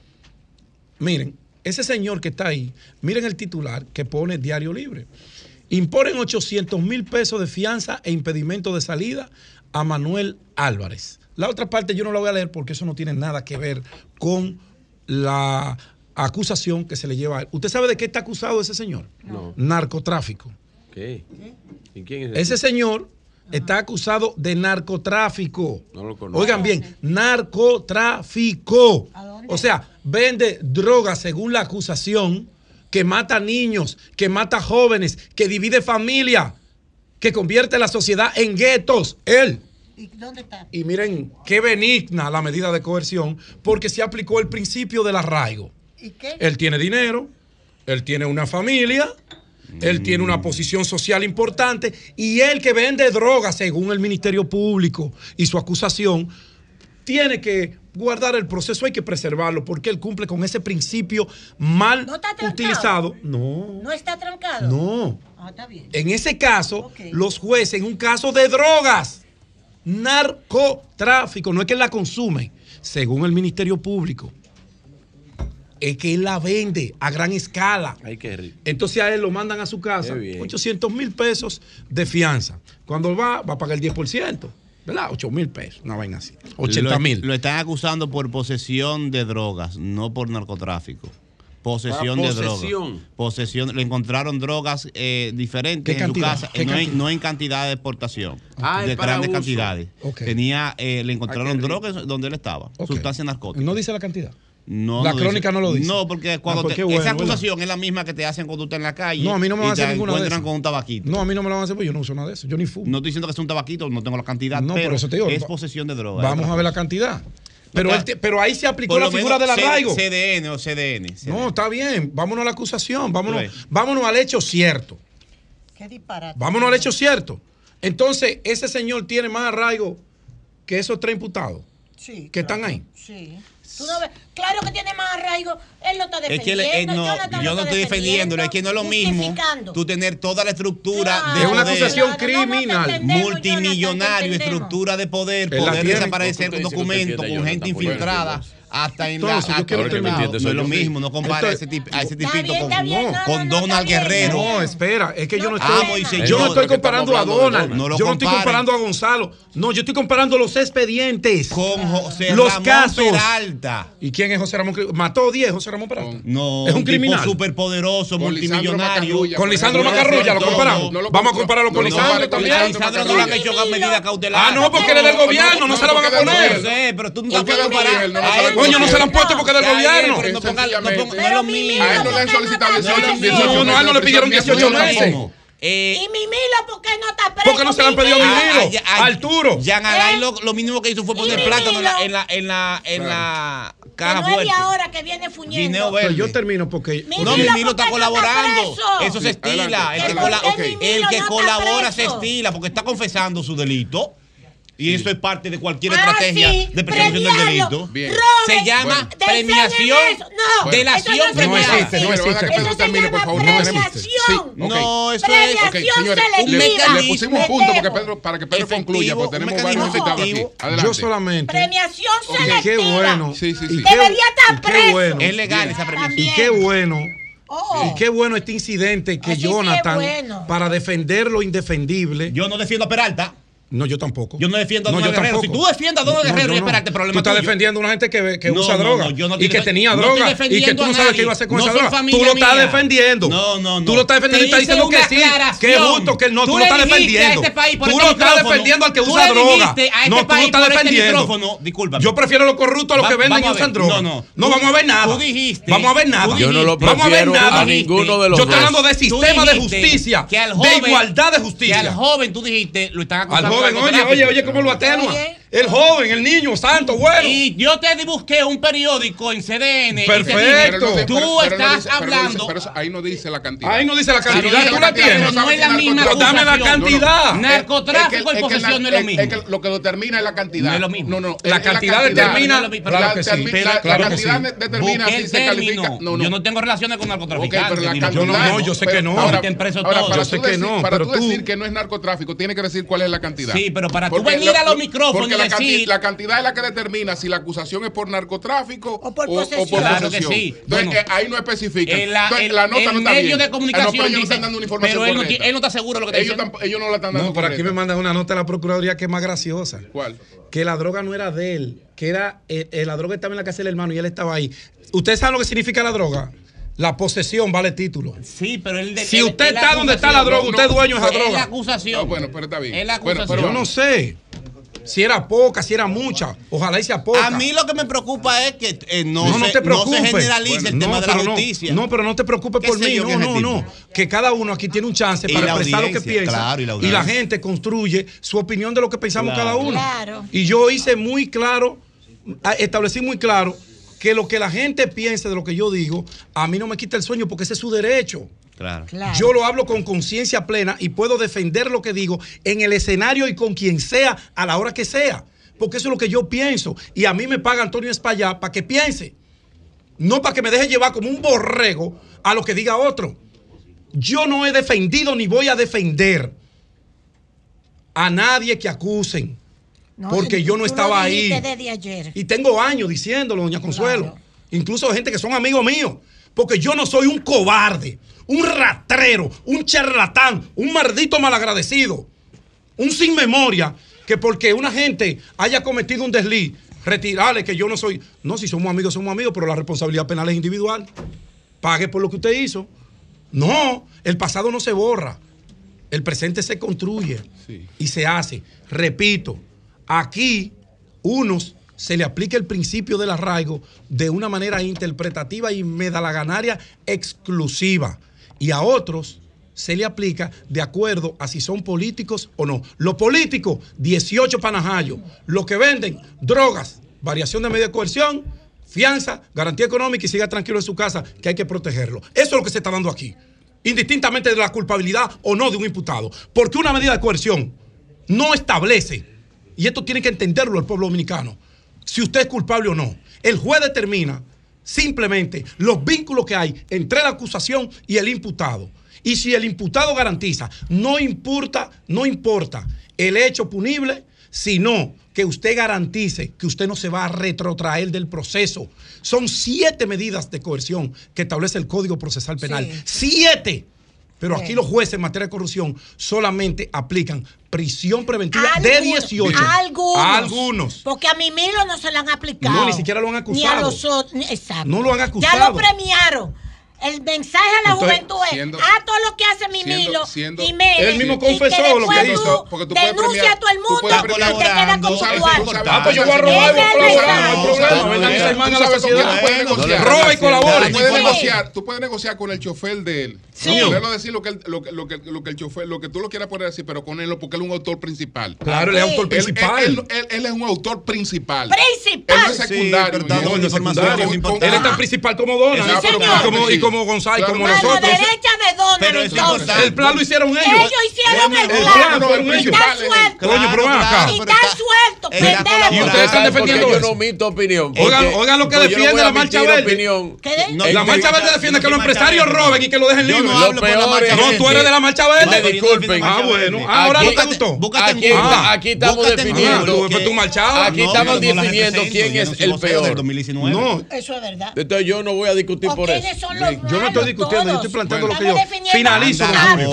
Miren, ese señor que está ahí, miren el titular que pone Diario Libre. Imponen ochocientos mil pesos de fianza e impedimento de salida a Manuel Álvarez. La otra parte yo no la voy a leer porque eso no tiene nada que ver con la acusación que se le lleva a él. ¿Usted sabe de qué está acusado ese señor? No. Narcotráfico. ¿Qué? ¿Y quién es ese señor? Está acusado de narcotráfico. No lo conozco. Oigan bien, narcotráfico. O sea, vende drogas según la acusación, que mata niños, que mata jóvenes, que divide familia, que convierte la sociedad en guetos. Él. ¿Y dónde está? Y miren qué benigna la medida de coerción, porque se aplicó el principio del arraigo. ¿Y qué? Él tiene dinero, él tiene una familia, él tiene una posición social importante, y él que vende drogas según el Ministerio Público y su acusación, tiene que guardar el proceso, hay que preservarlo, porque él cumple con ese principio mal ¿No está trancado? utilizado. No, ¿No está trancado? no. Ah, está bien. En ese caso, Ok. los jueces, en un caso de drogas, narcotráfico, no es que él la consume, según el Ministerio Público, es que él la vende a gran escala. Ay, qué rico. Entonces a él lo mandan a su casa, Qué bien. ochocientos mil pesos de fianza. Cuando va, va a pagar el diez por ciento, ¿verdad? ocho mil pesos, una vaina así. ochenta mil. Lo, lo están acusando por posesión de drogas, no por narcotráfico. Posesión Ah, de posesión. drogas. Posesión. Le encontraron drogas eh, diferentes ¿Qué en cantidad? su casa, ¿Qué no, en, cantidad? no en cantidad de exportación, Ah, de es para grandes uso. cantidades. Ok. Tenía, eh, le encontraron Ay, qué rico. drogas donde él estaba, Ok. sustancias narcóticas. No dice la cantidad. No, La no crónica dice. no lo dice. No, porque cuando Ah, pues te- qué bueno, esa ¿verdad? acusación es la misma que te hacen cuando tú estás en la calle. No, a mí no me van a y hacer te ninguna de encuentran esas. con un tabaquito. No, a mí no me lo van a hacer porque yo no uso nada de eso. Yo ni fumo. No estoy diciendo que es un tabaquito, no tengo la cantidad, No, pero por eso te digo, es va- posesión de drogas. Vamos a ver la cantidad. Pero, Acá- él te- pero ahí se aplicó Por la lo figura del menos C- arraigo. C D N o C D N. No, está bien. Vámonos a la acusación. Vámonos, Tú ves. vámonos al hecho cierto. Qué disparate. Vámonos al hecho cierto. Entonces, ese señor tiene más arraigo que esos tres imputados Sí. que están ahí. Sí. Tú no ves. Claro que tiene más arraigo. Él lo está Es defendiendo. que le- eh, no, Jonathan yo lo no está estoy defendiéndolo, es que no es lo mismo justificando. tú tener toda la estructura Claro, de Es una poder, acusación claro, no, no te criminal. entendemos, multimillonario, Jonathan, te entendemos. estructura de poder, Él la poder tiene. desaparecer ¿Por qué tú te dices que documentos te con entiendes, gente Jonathan? infiltrada ¿Por qué? hasta en Entonces, la yo quiero hasta- terminar. no es lo mismo, no compara Entonces, ese tipo, a ese Está tipito bien, con, está bien, no, no, con no, no, Donald está bien, Guerrero. No, espera, es que yo no No, estoy, amo y yo señor, no estoy que comparando a estamos hablando de Donald, Donald. No lo yo no estoy comparen. comparando a Gonzalo, no, yo estoy comparando los expedientes, Con José los Ramón casos. Peralta. ¿Y quién es José Ramón? Mató diez José Ramón Peralta. No, Es un criminal. tipo superpoderoso, Con Lisandro multimillonario. Macarrulla, Con por Lisandro ejemplo. Macarrulla, lo No, comparamos. no lo Vamos a comparo. compararlo con No lo Lisandro compare con también. Lisandro no le han hecho medida cautelar. Ah, no, porque él es del gobierno, no se la van a porque es del No poner. sé, pero tú no Porque estás del gobierno, no se la Coño, no se la han puesto porque es del Está bien, gobierno. pero no ponga- no ponga- no es lo Pero mismo. Mimilo, A él no le han ¿por qué solicitado no está dieciocho preso? meses. No, no, a él no le pidieron dieciocho No es lo meses. mismo. Eh, Y Mimilo, ¿por qué no está preso? ¿Por qué no se le han pedido a Mimilo? Mimilo? Ah, ah, Arturo. Jean Alain lo, lo mínimo que hizo fue ¿Y poner Mimilo? plátano en la, en la, en la, en la Que caja no es de fuerte. ahora que viene fuñendo. Guineo Pero verde. yo termino porque Mimilo, No, ¿por Mimilo qué está no colaborando. preso? Eso se Sí, estila. adelante. El que, ¿Por cola- qué ok, Mimilo el que no está colabora se preso? estila porque está confesando su delito. Y eso es parte de cualquier Ah, estrategia sí, de persecución del premiarlo. delito. Bien. Se Roben, llama Bueno. premiación, eso. No, delación eso no se premiada. llama existe, así. no Pero van a que existe. Pedro Eso se termine, por llama favor. No tenemos. premiación. Sí, ok. No, eso es Premiación Ok, señores, selectiva. le, le mecanismo. pusimos un punto porque Pendejo. Pedro, para que Pedro Efectivo, concluya, porque un tenemos mecanismo varios invitados aquí. efectivo. Adelante. yo solamente. Premiación Y selectiva. qué bueno. Sí, sí, sí. Y qué, Debería estar y qué preso. bueno. Es legal esa premiación. Y qué bueno. Oh. Y qué bueno este incidente que Así sí es Jonathan, bueno. para defender lo indefendible. Yo no defiendo a Peralta. No, yo tampoco. Yo no defiendo a No, Donald yo Guerrero. tampoco. Si tú defiendes a Donald No, Guerrero yo y no. espérate, problema Tú estás tuyo. defendiendo a una gente que, que No, usa no, droga no, yo no y estoy que defen- tenía no droga estoy y que defendiendo tú no a sabes nadie. qué iba a hacer con No esa son droga. familia Tú lo estás mía. defendiendo. No, no, no. Tú lo estás defendiendo y Te estás diciendo hice que una sí. Qué aclaración. justo que no. Tú, Tú lo le estás dijiste defendiendo. a este país por Tú este lo estás micrófono. defendiendo al que Tú usa le droga. dijiste a este No, tú lo país estás por este defendiendo. micrófono. Discúlpame. Yo prefiero los corruptos a los Va- que venden y vamos a usan ver. droga. No, no. No vamos a ver nada. Tú dijiste- Vamos a ver nada. tú Yo no lo Vamos a ver prefiero nada. a ninguno de los Yo estoy dos. hablando de Tú sistema de dijiste justicia, que al de joven- igualdad de Que justicia. al joven tú dijiste lo están Al acusando joven, de oye, narcotráfico. oye, oye, cómo lo atenúa. Oye. El joven, el niño, santo, bueno. Y yo te busqué un periódico en C D N. Perfecto. Tú pero, pero estás no dice, hablando. Pero, pero ahí no dice la cantidad. Ahí no dice la cantidad. Sí, tú la la cantidad, tienes. No es la misma. Pero dame la cantidad. No, no. Narcotráfico es que, y posesión es que, no es lo mismo. Es que lo que determina es la cantidad. No es lo mismo. No, no. La cantidad determina. Claro que sí. La cantidad determina si se califica. No, no. Yo no tengo relaciones con narcotraficantes. Okay, pero la cantidad, yo no, no, yo sé que no. Ahora, ahora para yo sé que no. Para pero tú tú decir que no es narcotráfico, tiene que decir cuál es la cantidad. Sí, pero para tú venir a los micrófonos porque y la, decir... la cantidad es la que determina si la acusación es por narcotráfico o por o, posesión. O por claro posesión. que sí. Entonces, Bueno, eh, ahí no especifica. En la, Entonces, el, la nota el no está medio bien. de comunicación Ah, no, pero ellos dice, no están dando una información pero él no, correcta. él no está seguro de lo que está ellos, diciendo. ellos no la están dando No, pero correcta. aquí me mandan una nota de la Procuraduría que es más graciosa. ¿Cuál? Que la droga no era de él, que era eh, eh, la droga estaba en la casa del hermano y él estaba ahí. ¿Ustedes saben lo que significa la droga? La posesión vale título. Sí, pero él de, si él, usted él está donde está la droga, no, usted es dueño de esa droga. Es la acusación. No, bueno, pero está bien. Es la Bueno, acusación. pero yo no sé si era poca, si era mucha. Ojalá y sea poca. A mí lo que me preocupa es que eh, no, no, no se, te preocupes. no se generalice Bueno, el tema no, de la pero justicia. No, no, pero no te preocupes por mí. No, no, no. Que cada uno aquí tiene un chance Y para la expresar lo que audiencia, piensa. claro, y la y la audiencia. gente construye su opinión de lo que pensamos Claro. cada uno. Claro. Y yo hice muy claro, establecí muy claro que lo que la gente piense de lo que yo digo, a mí no me quita el sueño porque ese es su derecho. Claro. Claro. Yo lo hablo con conciencia plena y puedo defender lo que digo en el escenario y con quien sea, a la hora que sea. Porque eso es lo que yo pienso. Y a mí me paga Antonio Espaillá para que piense. No para que me deje llevar como un borrego a lo que diga otro. Yo no he defendido ni voy a defender a nadie que acusen. No, porque yo no tú estaba lo ahí. dijiste desde ayer. Y tengo años diciéndolo, doña Consuelo. Claro. Incluso gente que son amigos míos. Porque yo no soy un cobarde, un rastrero, un charlatán, un maldito malagradecido, un sin memoria, que porque una gente haya cometido un desliz, retirarle que yo no soy. No, si somos amigos, somos amigos, pero la responsabilidad penal es individual. Pague por lo que usted hizo. No, el pasado no se borra. El presente se construye sí. y se hace. Repito, aquí unos se le aplica el principio del arraigo de una manera interpretativa y medalaganaria exclusiva. Y a otros se le aplica de acuerdo a si son políticos o no. Los políticos, dieciocho panajayos. Los que venden, drogas, variación de medio de coerción, fianza, garantía económica y siga tranquilo en su casa, que hay que protegerlo. Eso es lo que se está dando aquí. Indistintamente de la culpabilidad o no de un imputado. Porque una medida de coerción no establece, y esto tiene que entenderlo el pueblo dominicano, si usted es culpable o no. El juez determina simplemente los vínculos que hay entre la acusación y el imputado. Y si el imputado garantiza, no importa, no importa el hecho punible, sino que usted garantice que usted no se va a retrotraer del proceso. Son siete medidas de coerción que establece el Código Procesal Penal. Sí. ¡Siete! Pero aquí los jueces en materia de corrupción solamente aplican prisión preventiva algunos, de dieciocho. Algunos. Algunos. Porque a Mimilo no se lo han aplicado. No, ni siquiera lo han acusado. Ni a los otros. Exacto. No lo han acusado. Ya lo premiaron. El mensaje a la Entonces, juventud es, siendo, a todo lo que hace Mimilo siendo, siendo, y Mele. Él mismo confesó lo que hizo. Porque tú denuncia a todo el mundo y te queda con tu cuarto. Ah, pues yo voy a robar, voy a colaborar, no hay problema. Vengan mis hermanos a la sociedad. Roba y colabora. Tú puedes negociar, tú puedes negociar con el chofer de él. Sí. Ponerlo a decir lo que, él, lo, que, lo, que, lo que el chofer, lo que tú lo quieras poner así, pero con él, porque él es un autor principal. Claro, él es autor principal. Él, él, él, él es un autor principal. Principal. Él no es secundario. Sí, no, no es secundario. Él es tan principal como Dona. Y como González, como a nosotros. la derecha de Donald, entonces. El plan lo hicieron ellos. Ellos hicieron el plan. Y están sueltos. Coño, pero ven acá. Y están sueltos, pendejos. Y ustedes están defendiendo yo eso. no omito opinión. Oigan, oigan lo que defiende la Marcha Verde. La Marcha Verde defiende que los empresarios roben y que lo dejen libre. no hablo por la Marcha No, tú eres de la Marcha Verde. Me disculpen. Ah, bueno. Ahora no te gustó. Aquí, está, aquí estamos definiendo. Aquí estamos definiendo quién es el peor. No. Eso es verdad. Entonces yo no voy a discutir por eso. Yo no estoy discutiendo, yo estoy planteando lo que yo finalizo.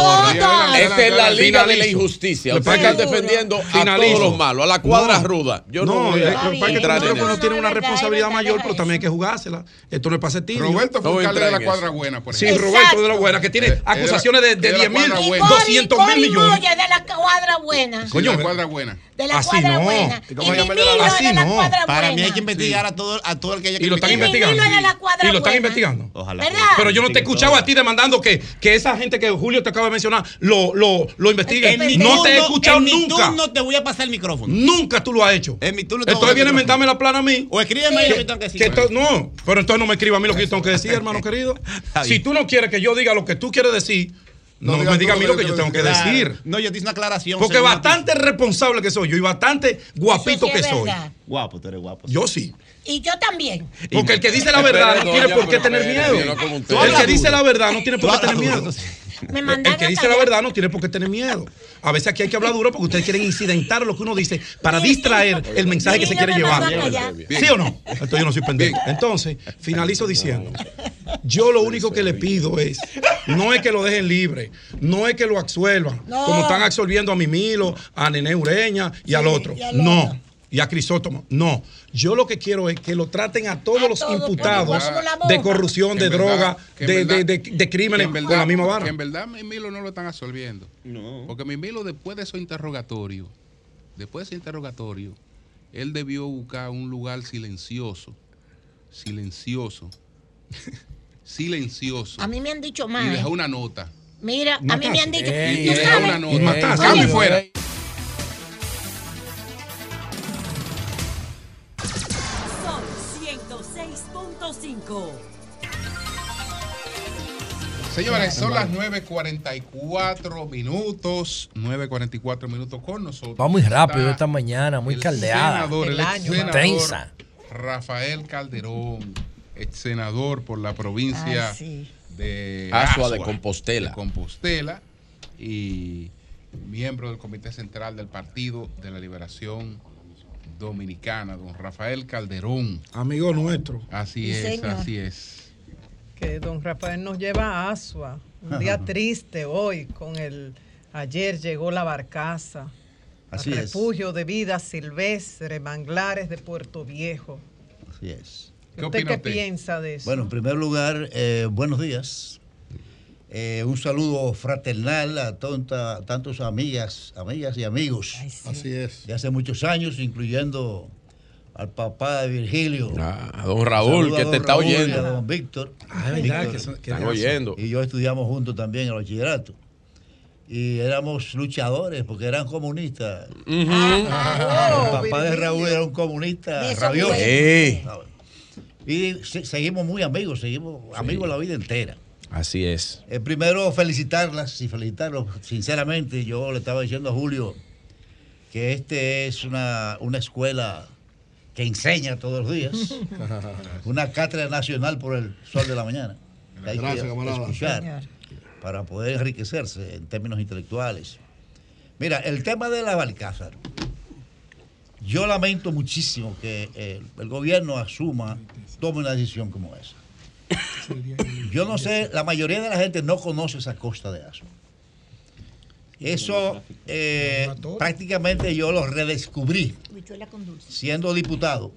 Esta es la liga de la injusticia. Ustedes están defendiendo a todos los malos, a la cuadra ruda. Yo no voy a entrar en eso. No tiene una responsabilidad mayor, pero también hay que jugársela. Esto no es para ser tibio. Roberto fue alcalde de la cuadra buena, por Sí, ejemplo. Roberto de la Buena, que tiene acusaciones de diez mil, doscientos mil millones. De la cuadra buena. Coño, la cuadra buena. De la Así cuadra no. buena. ¿Y cómo Y llama mi la- Milo es así de la no. cuadra Para mí buena. hay que investigar a todo, a todo el que haya que Y lo están investigar. investigando. Milo es de la cuadra Y lo están buena. investigando. Ojalá. ¿Verdad? Pero yo no te he escuchado a ti demandando que, que esa gente que Julio te acaba de mencionar lo, lo, lo investigue. En mi No te he turno- escuchado en mi nunca. turno te voy a pasar el micrófono. Nunca tú lo has hecho. En mi turno te voy a Entonces viene a pasar el inventarme la plana a mí. O escríbeme ahí lo que tengo que decir. Que to- no, pero entonces no me escriba a mí lo que yo tengo que decir, hermano querido. Si tú no quieres que yo diga lo que tú quieres decir, no, No me digas diga a tú mí lo lo que que yo yo tengo que quiero decir. decir. No, yo te hice una aclaración. Porque según bastante responsable que soy yo y bastante guapito Eso sí que es soy. verdad. Guapo, tú eres guapo. Yo sí. Y yo también. Porque el que dice la verdad no tiene por qué tener miedo. El que dice la verdad no tiene por qué tener miedo. Me El mandaron que a dice la callar. verdad no tiene por qué tener miedo. A veces aquí hay que hablar duro porque ustedes quieren incidentar lo que uno dice para distraer el mensaje que se quiere llevar. ¿Sí o no? Entonces yo no soy pendejo. Entonces, finalizo diciendo, yo lo único que le pido es, no es que lo dejen libre, no es que lo absuelvan, No. como están absorbiendo a Mimilo, a Nene Ureña y al otro. y al No. otro. Y a Crisóstomo. No. Yo lo que quiero es que lo traten a todos los todos, imputados como la de boca. corrupción, Que de en verdad- droga, que en de, verdad- de, de, de crímenes que en con la misma Que vara. en verdad Mimilo no lo están absolviendo. No. Porque Mimilo, después de su interrogatorio, después de ese interrogatorio, él debió buscar un lugar silencioso, silencioso, silencioso. A mí me han dicho Y más. dejó una nota. Mira, a mí me han dicho. Y, ¿Tú y dejó sabes? una nota. Y mataste. Cambio Oye, fuera. Sol ciento seis punto cinco. Señores, son las nueve cuarenta y cuatro minutos. nueve cuarenta y cuatro minutos con nosotros. Va muy rápido Está esta mañana, muy el caldeada. Senador, el, ex senador Tensa. Rafael Calderón, ex senador por la provincia Ah, sí. de Asua de Compostela. de Compostela y miembro del Comité Central del Partido de la Liberación Dominicana, don Rafael Calderón. Amigo nuestro. Así Sí, es, señor. así es. Que don Rafael nos lleva a Asua. Un día triste hoy con el... Ayer llegó la barcaza. Así al es. refugio de vida silvestre, manglares de Puerto Viejo. Así es. ¿Qué ¿Usted opina qué usted? piensa de eso? Bueno, en primer lugar, eh, buenos días. Eh, un saludo fraternal a tonta- tantos amigas, amigas y amigos. Así es. De hace muchos años, incluyendo al papá de Virgilio. Ah, a don Raúl, Saludo a que don te está Raúl y oyendo. a don Víctor. Ah, es verdad que son- que Están razón. oyendo. Y yo estudiamos juntos también el bachillerato. Y éramos luchadores porque eran comunistas. Ujú. El papá de Virgilio. Raúl era un comunista De esos rabioso. Sí. Y se- seguimos muy amigos, seguimos amigos la vida entera. Así es. Eh, primero felicitarlas y felicitarlos sinceramente. Yo le estaba diciendo a Julio que este es una, una escuela que enseña todos los días. Una cátedra nacional por el sol de la mañana. Que hay Gracias, que camarada. escuchar Señor. para poder enriquecerse en términos intelectuales. Mira, el tema de la Balcázar. Yo lamento muchísimo que eh, el gobierno asuma, tome una decisión como esa. Yo no sé, la mayoría de la gente no conoce esa costa de Asua. Eso eh, prácticamente yo lo redescubrí Habichuela con dulce. siendo diputado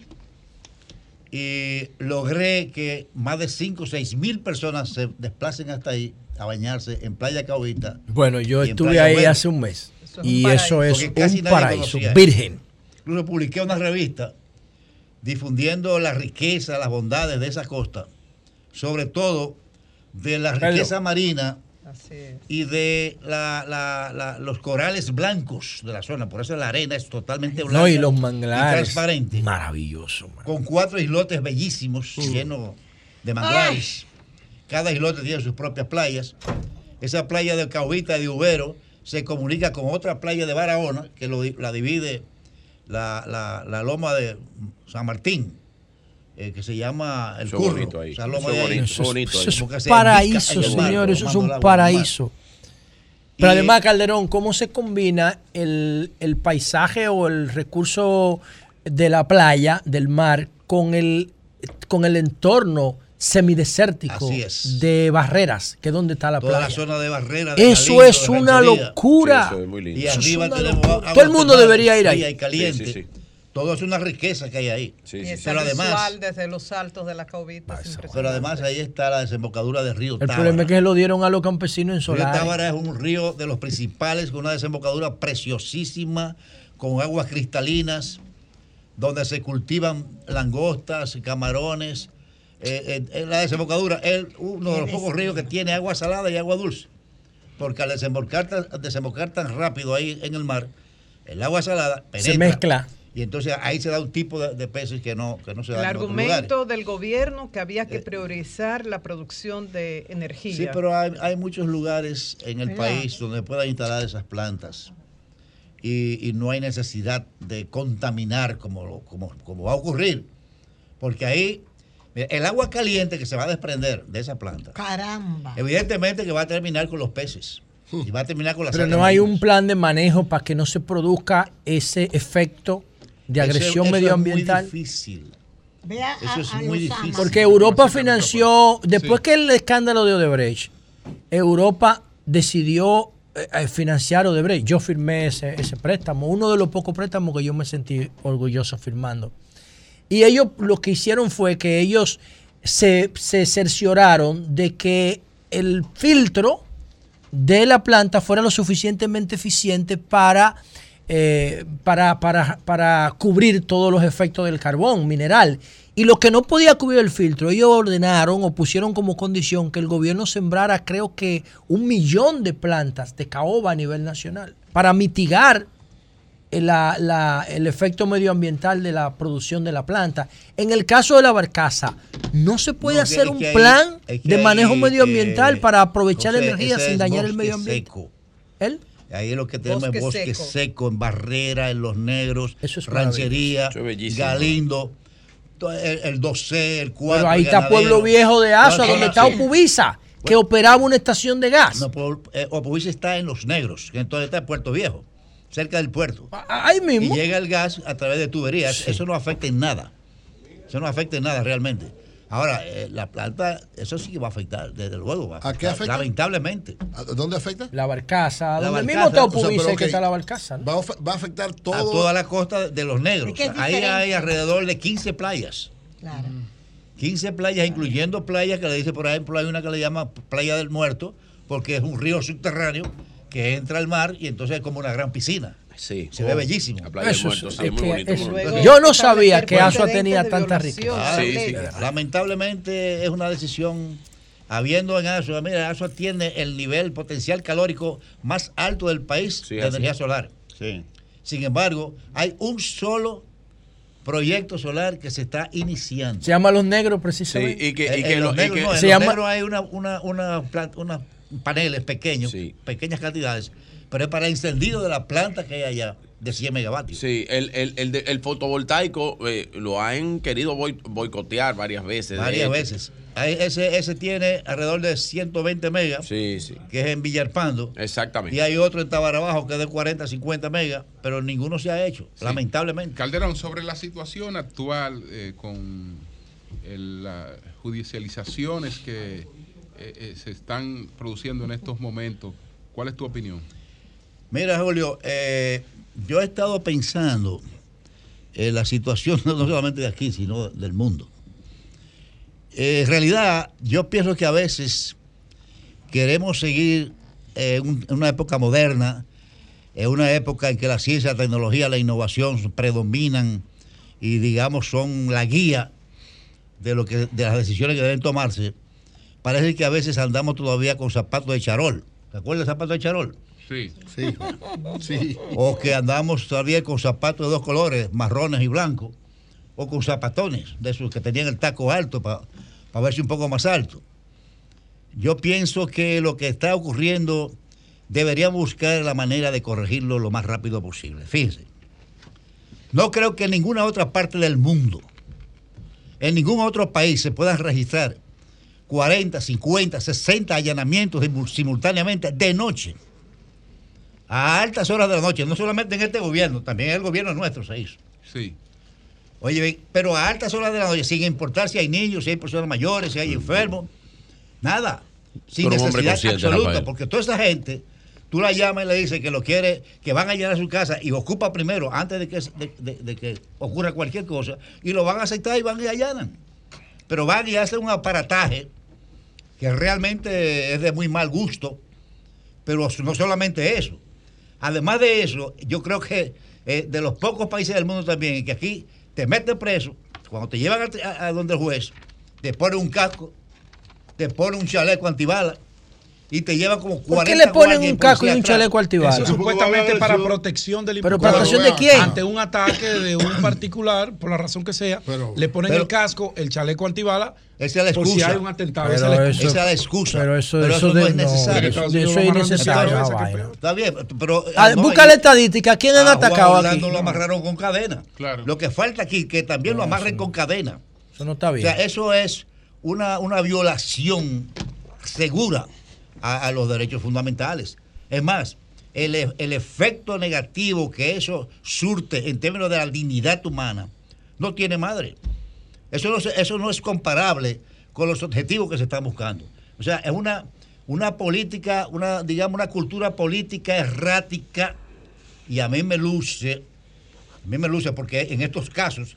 y logré que más de cinco o seis mil personas se desplacen hasta ahí a bañarse en Playa Cahuita. Bueno, yo y en estuve Playa ahí Verde. hace un mes. Eso es Y un eso es Porque casi un nadie paraíso, conocía eso. virgen. Incluso publiqué una revista difundiendo la riqueza, las bondades de esa costa, sobre todo de la Pedro. riqueza marina Así es. y de la- la- la- los corales blancos de la zona. Por eso la arena es totalmente blanca No, y los y manglares. transparente, Maravilloso, man. con cuatro islotes bellísimos llenos de manglares. Cada islote tiene sus propias playas. Esa playa de Cahuita de Ubero se comunica con otra playa de Barahona, que lo di- la divide la, la- la loma de San Martín, eh, que se llama El Eso es Curro. bonito ahí. Esa loma Eso es de ahí. bonito. Eso es, bonito eso ahí. es Porque se paraíso, indica en el mar, señores, eso es tomando un el agua del mar. paraíso. Pero Y- además, Calderón, ¿cómo se combina el, el paisaje o el recurso de la playa, del mar, con el, con el entorno semidesértico Así es. de Barreras, que es donde está la Toda playa? la zona de Barrera. de Eso Galindo, es de una Rentería. locura. Sí, eso es muy lindo. Y Eso es arriba una tenemos locura. agua Todo el mundo termal, debería ir ahí. fría y caliente. Sí, sí, sí. Todo es una riqueza que hay ahí. y esa Pero además, visual desde los altos de la Caubita. es pero impresionante. además ahí está la desembocadura del río El Tábara. problema es que se lo dieron a los campesinos en El río solar. Tábara es un río de los principales, con una desembocadura preciosísima, con aguas cristalinas, donde se cultivan langostas, camarones. Eh, eh, la desembocadura es uno de los pocos ríos que tiene agua salada y agua dulce. Porque al desembocar, tan- desembocar tan rápido ahí en el mar, el agua salada penetra, Se mezcla. y entonces ahí se da un tipo de, de peces que no, que no se El dan en otros lugares. argumento del gobierno que había que priorizar la producción de energía. Sí, pero hay, hay muchos lugares en el ¿Verdad? país donde puedan instalar esas plantas y, y no hay necesidad de contaminar como, lo- como, como va a ocurrir. Porque ahí, mira, el agua caliente que se va a desprender de esa planta, Caramba. evidentemente que va a terminar con los peces y va a terminar con las Pero algas no hay marinas. un plan de manejo para que no se produzca ese efecto de Eso- agresión eso medioambiental. Es muy difícil. Vea Eso a- es a muy los difícil. Porque Europa financió, después que el escándalo de Odebrecht, Europa decidió eh, eh, financiar Odebrecht. Yo firmé ese, ese préstamo, uno de los pocos préstamos que yo me sentí orgulloso firmando. Y ellos lo que hicieron fue que ellos se, se cercioraron de que el filtro de la planta fuera lo suficientemente eficiente para, eh, para, para, para cubrir todos los efectos del carbón mineral. Y lo que no podía cubrir el filtro, ellos ordenaron o pusieron como condición que el gobierno sembrara, creo que, un millón de plantas de caoba a nivel nacional para mitigar la- la- el efecto medioambiental de la producción de la planta. En el caso de la barcaza, no se puede No, hacer es un que ahí- plan es que de ahí, manejo eh, medioambiental para aprovechar José, energía ese sin es dañar el bosque medio ambiente. seco. ¿El? Ahí lo que tenemos Bosque es bosque seco. seco. en Barrera, en Los Negros, es Ranchería, Eso es bellísimo. Galindo, to- el, el dos C, el cuatro. Pero ahí el está Ganadero. Pueblo Viejo de Asua, No, donde no, está sí. Opubisa, que operaba una estación de gas. No, Pueblo- eh, Opubisa está en Los Negros, que entonces está en Puerto Viejo, cerca del puerto. Ahí mismo. Y llega el gas a través de tuberías. Eso no afecta en nada. Eso no afecta en nada realmente. Ahora, eh, la planta, eso sí que va a afectar, desde luego. Va a, ¿A qué afecta? Lamentablemente. ¿A ¿Dónde afecta? La barcaza, La donde barcaza, mismo está o sea, Opubisa, pero que ok. está la barcaza. ¿no? Va a, of- va a afectar todo. A toda la costa de Los Negros. Es que es Ahí diferente. hay alrededor de quince playas. Claro. quince playas, incluyendo playas que le dice, por ejemplo, hay una que le llama Playa del Muerto, porque es un río subterráneo que entra al mar y entonces es como una gran piscina. Sí. Se ve bellísimo. La playa del Eso Muerto, es- sí, es muy es que bonito. es- muy bonito. Yo no sabía que Asua tenía tanta riqueza. Ah, Sí, sí. Lamentablemente es una decisión, habiendo en Asua, mira, Asua tiene el nivel potencial calórico más alto del país Sí, de así. energía solar. Sin embargo, hay un solo proyecto solar que se está iniciando. Se llama Los Negros, precisamente. Sí, y que- y En- que en lo- los y negros, que- no, en se los llama- negros hay una, una, una plant- unos paneles pequeños, pequeñas cantidades, pero es para el encendido de la planta que hay allá, de cien megavatios. Sí, el, el, el, de- el fotovoltaico eh, lo han querido boi- boicotear varias veces. de Varias hecho. veces. Ahí ese, ese tiene alrededor de ciento veinte megas, Sí, sí. que es en Villarpando. Exactamente. Y hay otro en Tabarabajo que es de cuarenta, cincuenta megas, pero ninguno se ha hecho, lamentablemente. Calderón, sobre la situación actual eh, con el, las judicializaciones que eh, eh, se están produciendo en estos momentos, ¿cuál es tu opinión? Mira, Julio, eh, yo he estado pensando en la situación no solamente de aquí, sino del mundo. Eh, en realidad, yo pienso que a veces queremos seguir eh, un- en una época moderna, en una época en que la ciencia, la tecnología, la innovación predominan y, digamos, son la guía de, lo que, de las decisiones que deben tomarse. Parece que a veces andamos todavía con zapatos de charol. ¿Te acuerdas de zapatos de charol? Sí. Sí. Sí. O que andamos todavía con zapatos de dos colores, marrones y blancos, o con zapatones, de esos que tenían el taco alto para verse un poco más alto. Yo pienso que lo que está ocurriendo deberíamos buscar la manera de corregirlo lo más rápido posible. Fíjense, no creo que en ninguna otra parte del mundo, en ningún otro país se puedan registrar cuarenta, cincuenta, sesenta allanamientos simultáneamente de noche, a altas horas de la noche, no solamente en este gobierno, también en el gobierno nuestro se hizo. Sí. Oye, ven, pero a altas horas de la noche, sin importar si hay niños, si hay personas mayores, si hay enfermos, nada, sin Pero un hombre necesidad consciente, absoluta, Rafael. porque toda esa gente Tú la llamas y le dices que lo quiere, que van a llegar a su casa y ocupa primero, antes de que, de, de, de que ocurra cualquier cosa, y lo van a aceptar y van y allanan. Pero van y hacen un aparataje que realmente es de muy mal gusto, pero no solamente eso. Además de eso, yo creo que eh, de los pocos países del mundo también, que aquí te meten preso, cuando te llevan a, a, a donde el juez, te ponen un casco, te ponen un chaleco antibalas, y te llevan como cuarenta. ¿Por qué le ponen un casco y un chaleco antibalas? Eso supuestamente para protección del ¿Pero imputado. protección de quién? Ante un ataque de un particular, por la razón que sea, pero, le ponen pero, el casco, el chaleco antibalas. Esa es la excusa. Por si hay un atentado. Pero esa, es la, esa es la excusa. Pero eso, pero eso, eso de, no es necesario. No, eso, eso es innecesario. No, Está bien, pero. Ah, no, busca la estadística. ¿Quién han atacado aquí? Lo amarraron con cadena. Claro. Lo que falta aquí, que también no, lo amarren con cadena. Eso no está bien. O sea, eso es una, una violación segura A, a los derechos fundamentales. Es más, el, el efecto negativo que eso surte en términos de la dignidad humana no tiene madre. Eso no, eso no es comparable con los objetivos que se están buscando. O sea, es una, una política, una, digamos, una cultura política errática, y a mí me luce, a mí me luce porque en estos casos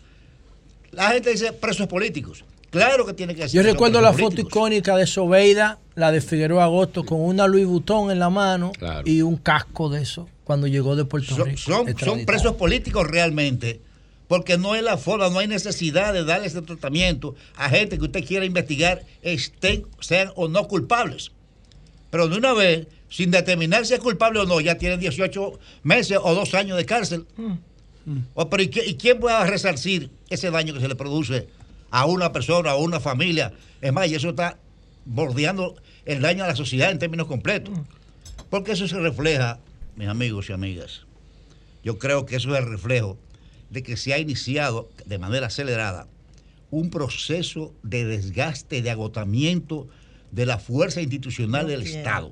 la gente dice presos políticos. Claro que tiene que ser. Yo recuerdo la foto icónica de Sobeida, la de Figueroa Agosto, con una Louis Vuitton en la mano, claro, y un casco de eso cuando llegó de Puerto son, Rico. Son, son presos políticos realmente, porque no es la forma, no hay necesidad de darle ese tratamiento a gente que usted quiera investigar, estén, sean o no culpables. Pero de una vez, sin determinar si es culpable o no, ya tienen dieciocho meses o dos años de cárcel. Mm. Mm. O, pero ¿y, qué, ¿y quién puede resarcir ese daño que se le produce a una persona, a una familia? Es más, y eso está bordeando el daño a la sociedad en términos completos. Porque eso se refleja, mis amigos y amigas, yo creo que eso es el reflejo de que se ha iniciado de manera acelerada un proceso de desgaste, de agotamiento de la fuerza institucional del Estado.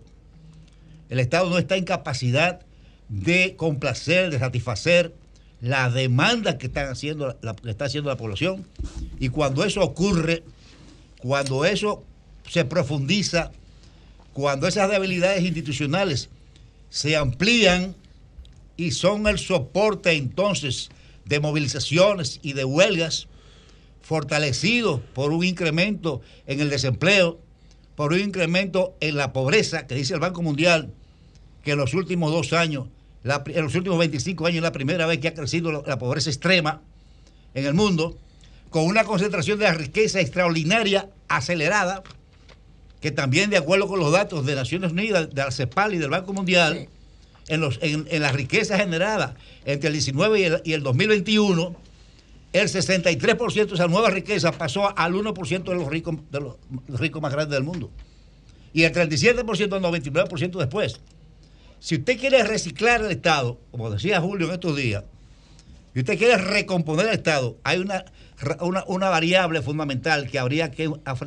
El Estado no está en capacidad de complacer, de satisfacer la demanda que están haciendo la, que está haciendo la población, y cuando eso ocurre, cuando eso se profundiza, cuando esas debilidades institucionales se amplían y son el soporte entonces de movilizaciones y de huelgas, fortalecidos por un incremento en el desempleo, por un incremento en la pobreza, que dice el Banco Mundial que en los últimos dos años La, en los últimos veinticinco años es la primera vez que ha crecido la, la pobreza extrema en el mundo, con una concentración de la riqueza extraordinaria, acelerada, que también, de acuerdo con los datos de Naciones Unidas, de la CEPAL y del Banco Mundial, sí, en, los, en, en la riqueza generada entre el diecinueve y el, y el dos mil veintiuno, el sesenta y tres por ciento de esa nueva riqueza pasó al uno por ciento de los ricos, de los ricos más grandes del mundo, y el treinta y siete por ciento al noventa y nueve por ciento después. Si usted quiere reciclar el Estado, como decía Julio en estos días, y usted quiere recomponer el Estado, hay una, una, una variable fundamental que habría que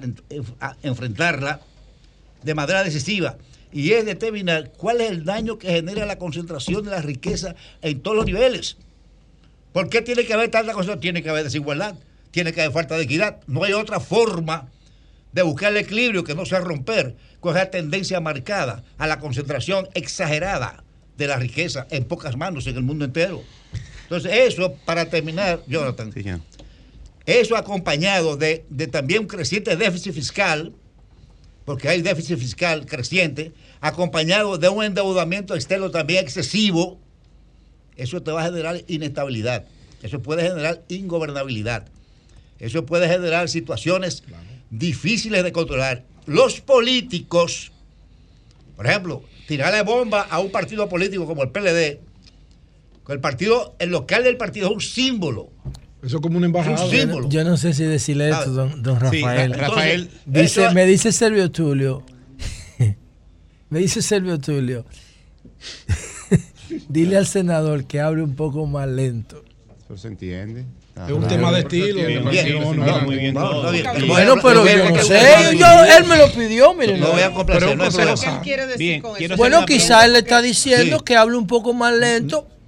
enfrentarla de manera decisiva, y es determinar cuál es el daño que genera la concentración de la riqueza en todos los niveles. ¿Por qué tiene que haber tanta concentración? Tiene que haber desigualdad, tiene que haber falta de equidad. No hay otra forma de buscar el equilibrio que no sea romper con esa tendencia marcada a la concentración exagerada de la riqueza en pocas manos en el mundo entero. Entonces, eso, para terminar, Jonathan, sí, ya. Eso acompañado de, de también un creciente déficit fiscal, porque hay déficit fiscal creciente, acompañado de un endeudamiento externo también excesivo, eso te va a generar inestabilidad, eso puede generar ingobernabilidad, eso puede generar situaciones, claro, difíciles de controlar. Los políticos, por ejemplo, tirarle bomba a un partido político como el P L D, el partido, el local del partido es un símbolo. Eso es como una embajada. Un símbolo. Yo no sé si decirle esto, don, don Rafael. Sí, Rafael. Dice, eso, me dice Servio Tulio, me dice Servio Tulio, dile al senador que hable un poco más lento. Eso se entiende. Es un tema de estilo. Bueno, pero yo no sé. Yo, él me lo pidió, miren. No voy a complacer. ¿Qué quiere decir Bien, con eso? Bueno, quizás él le está diciendo sí. que hable un poco más lento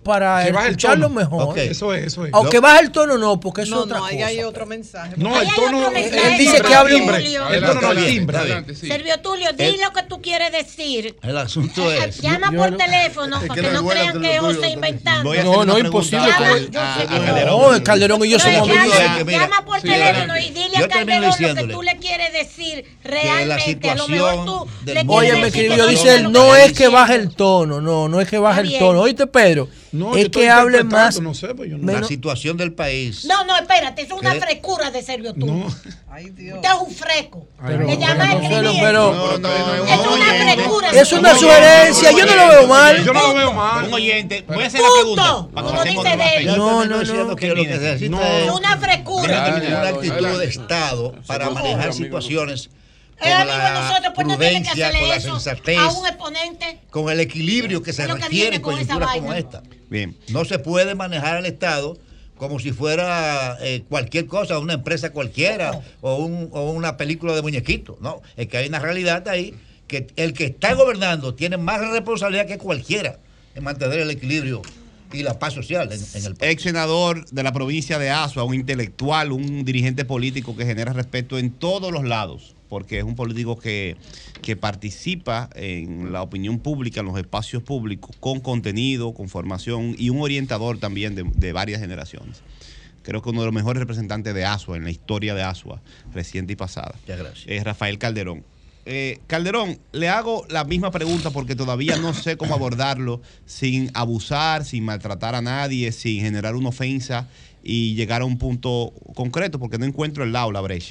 para Que baje el escucharlo tono. mejor. Ok. Eso es, eso es. Aunque baje el tono, no, porque eso No, es otra no, ahí cosa. hay otro mensaje. No, el tono. Él dice que hable un El tono no, el timbre. Servio Tulio, di El- lo que tú quieres decir. El asunto Eh, es. Llama Yo por no- teléfono Es para que que no no es bueno crean Tulio, que Tulio, José Tulio. inventando. Voy a hacer No, una no, pregunta imposible. a- que- a- a No, Calderón. el Calderón y yo Pero somos llama, amigos. mira, llama por sí, teléfono yo y dile a termino Calderón lo que diciéndole tú le quieres decir la realmente. A lo mejor situación tú del le mundo- Oye, quieres me decir que escribió, no dice diga él, lo no que es está que baje diciendo. el tono, no, no es que baje Está el bien. tono. Oíste, Pedro, No, yo es estoy que hable interpretando, más. no sé, pues yo no- La menos- situación del país. No, no, espérate, es una ¿Qué? frescura de Servio Tulio. Ay, Dios. Usted es un fresco. Pero- Le llama a pero- escribir. pero- No, no, Es una frescura. Es una sugerencia, yo no lo veo mal. Yo no lo veo mal. Un oyente, voy a hacer la Punto. pregunta. Para que Uno pasemos dice a la de fecha. él. Yo No, termino no, diciendo no. que lo que se necesita No. es Es una frescura. una actitud de Estado para manejar situaciones con El amigo de la nosotros, pues no tiene que prudencia, hacerle con la eso sensatez, a un exponente. con el equilibrio que se Es lo que requiere viene en con esa coyunturas como vaina. esta. Bien. No se puede manejar el Estado como si fuera eh, cualquier cosa, una empresa cualquiera o, un- o una película de muñequitos. No, es que hay una realidad ahí que el que está gobernando tiene más responsabilidad que cualquiera en mantener el equilibrio y la paz social en, en el país. Ex senador de la provincia de Azua, un intelectual, un dirigente político que genera respeto en todos los lados, porque es un político que, que participa en la opinión pública, en los espacios públicos, con contenido, con formación y un orientador también de, de varias generaciones. Creo que uno de los mejores representantes de Azua en la historia de Azua, reciente y pasada, Muchas gracias. es Rafael Calderón. Eh, Calderón, le hago la misma pregunta porque todavía no sé cómo abordarlo sin abusar, sin maltratar a nadie, sin generar una ofensa y llegar a un punto concreto, porque no encuentro el lado, la brecha.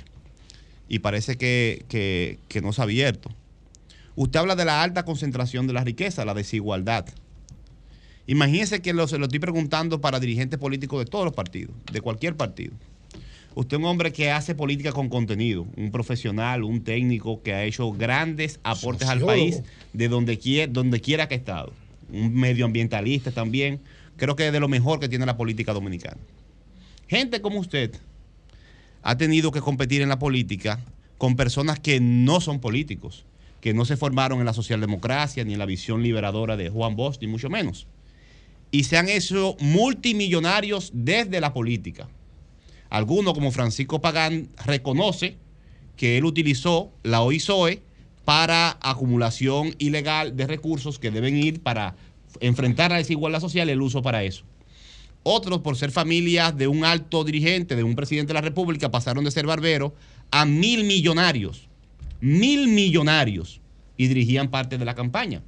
Y parece que, que, que no se ha abierto. Usted habla de la alta concentración de la riqueza, la desigualdad. Imagínese que lo, se lo estoy preguntando para dirigentes políticos de todos los partidos, de cualquier partido. Usted es un hombre que hace política con contenido, un profesional, un técnico que ha hecho grandes aportes al Sociólogo. país de donde quiera, donde quiera que ha estado. Un medioambientalista también. Creo que es de lo mejor que tiene la política dominicana. Gente como usted ha tenido que competir en la política con personas que no son políticos, que no se formaron en la socialdemocracia ni en la visión liberadora de Juan Bosch, ni mucho menos. Y se han hecho multimillonarios desde la política. Algunos, como Francisco Pagán, reconoce que él utilizó la O I S O E para acumulación ilegal de recursos que deben ir para enfrentar la desigualdad social y el uso para eso. Otros, por ser familias de un alto dirigente, de un presidente de la República, pasaron de ser barberos a mil millonarios. Mil millonarios. Y dirigían parte de la campaña.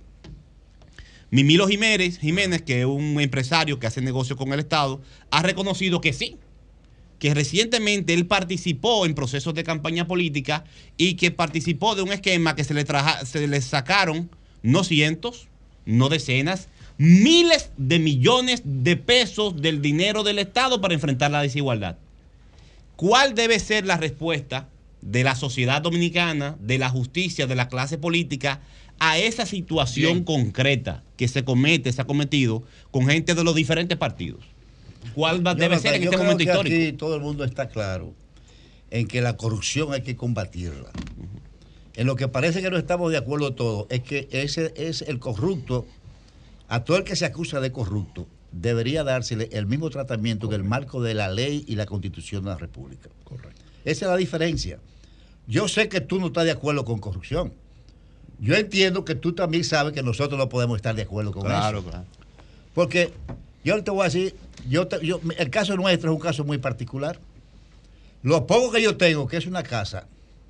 Mimilo Jiménez, Jiménez, que es un empresario que hace negocio con el Estado, ha reconocido que sí, que recientemente él participó en procesos de campaña política y que participó de un esquema que se le, traja, se le sacaron no cientos, no decenas, miles de millones de pesos del dinero del Estado para enfrentar la desigualdad. ¿Cuál debe ser la respuesta de la sociedad dominicana, de la justicia, de la clase política a esa situación Bien. concreta que se comete, se ha cometido con gente de los diferentes partidos? ¿Cuál va, debe no, ser en yo este creo momento que histórico? Aquí todo el mundo está claro en que la corrupción hay que combatirla. Uh-huh. En lo que parece que no estamos de acuerdo todos es que ese es el corrupto, a todo el que se acusa de corrupto, debería dársele el mismo tratamiento Correcto. que el marco de la ley y la Constitución de la República. Correcto. Esa es la diferencia. Yo sé que tú no estás de acuerdo con corrupción. Yo entiendo que tú también sabes que nosotros no podemos estar de acuerdo con claro, eso. Claro. Porque yo te voy a decir, yo, te, yo el caso nuestro es un caso muy particular. Lo poco que yo tengo, que es una casa,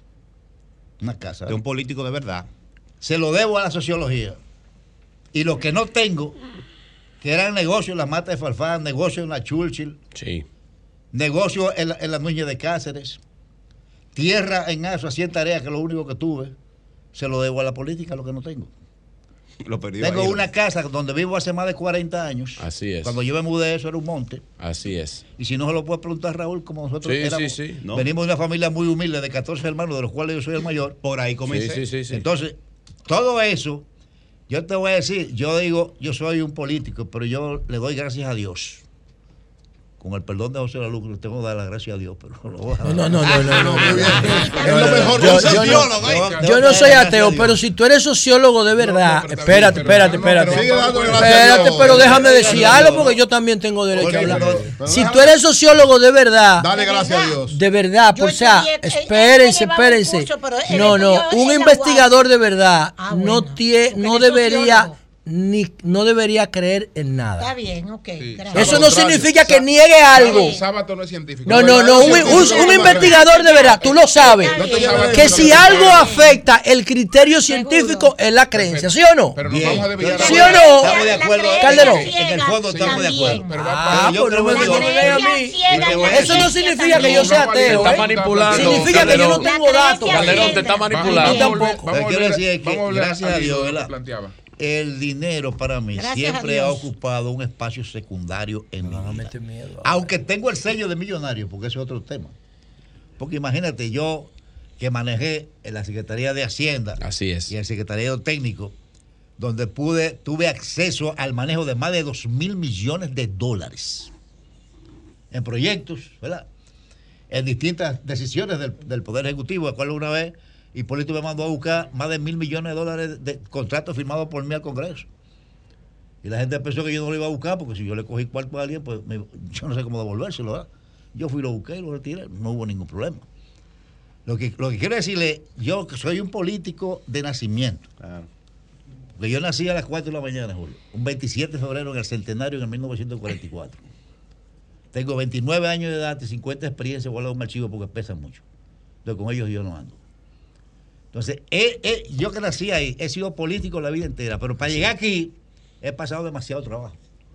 una casa. De un político de verdad. Se lo debo a la sociología. Y lo que no tengo, que eran negocios en la Mata de Farfán, negocios en la Churchill, sí. negocios en la, en la Núñez de Cáceres, tierra en Azua, cien tareas, que es lo único que tuve, se lo debo a la política, lo que no tengo. Lo perdió tengo ahí, una ¿no? casa donde vivo hace más de cuarenta años. Así es. Cuando yo me mudé, eso era un monte. Así es. Y si no se lo puede preguntar Raúl, como nosotros sí, éramos, sí, sí. No. venimos de una familia muy humilde de catorce hermanos, de los cuales yo soy el mayor. Por ahí comencé. Sí, sí, sí, sí. Entonces, todo eso, yo te voy a decir, yo digo, yo soy un político, pero yo le doy gracias a Dios. con el perdón de José Lalu, le tengo que dar las gracias a Dios, pero lo voy a No, no, no, no, no, no, muy bien. Es lo mejor. Yo, yo, no, yo no soy ateo, pero si tú eres sociólogo de verdad, espérate, espérate, espérate. Espérate, pero déjame decir algo porque yo también tengo derecho a hablar. Si tú eres sociólogo de verdad, dale gracias a Dios. De verdad, por sea, espérense, espérense. No, no, un investigador de verdad no tiene, no debería ni no debería creer en nada. Está bien, ok. Sí. Eso no significa que niegue algo. Sábato no es científico. No, no, no. Un, un, un investigador de verdad, tú lo sabes, que si algo afecta el criterio científico es la creencia, ¿sí o no? Pero nos vamos a desviar. ¿Sí o no? Estamos de acuerdo. Calderón. En el fondo estamos de acuerdo. Ah, pero no me digan a mí. Eso no significa que yo sea ateo. Te está manipulando. Significa que yo no tengo datos. Calderón te está manipulando. Tampoco. Quiero decir que gracias a Dios, ¿verdad? Planteaba. El dinero para mí Gracias siempre ha ocupado un espacio secundario en no, mi vida. Miedo, aunque tengo el sello de millonario, porque ese es otro tema. Porque imagínate, yo que manejé en la Secretaría de Hacienda Así es. y el Secretariado Técnico, donde pude, tuve acceso al manejo de más de dos mil millones de dólares en proyectos, ¿verdad? En distintas decisiones del, del Poder Ejecutivo, de acuerdo una vez. Hipólito me mandó a buscar más de mil millones de dólares de contratos firmados por mí al Congreso. Y la gente pensó que yo no lo iba a buscar porque si yo le cogí cuarto a alguien, pues me, yo no sé cómo devolvérselo, ¿verdad? Yo fui, lo busqué y lo retiré, no hubo ningún problema. Lo que, lo que quiero decirle, yo que soy un político de nacimiento. Claro. Porque yo nací a las cuatro de la mañana, Julio, un veintisiete de febrero en el centenario en el mil novecientos cuarenta y cuatro. Tengo veintinueve años de edad y cincuenta de experiencia guardado un archivo porque pesan mucho. Entonces con ellos yo no ando. Entonces, he, he, yo que nací ahí, he sido político la vida entera, pero para llegar aquí he pasado demasiado trabajo.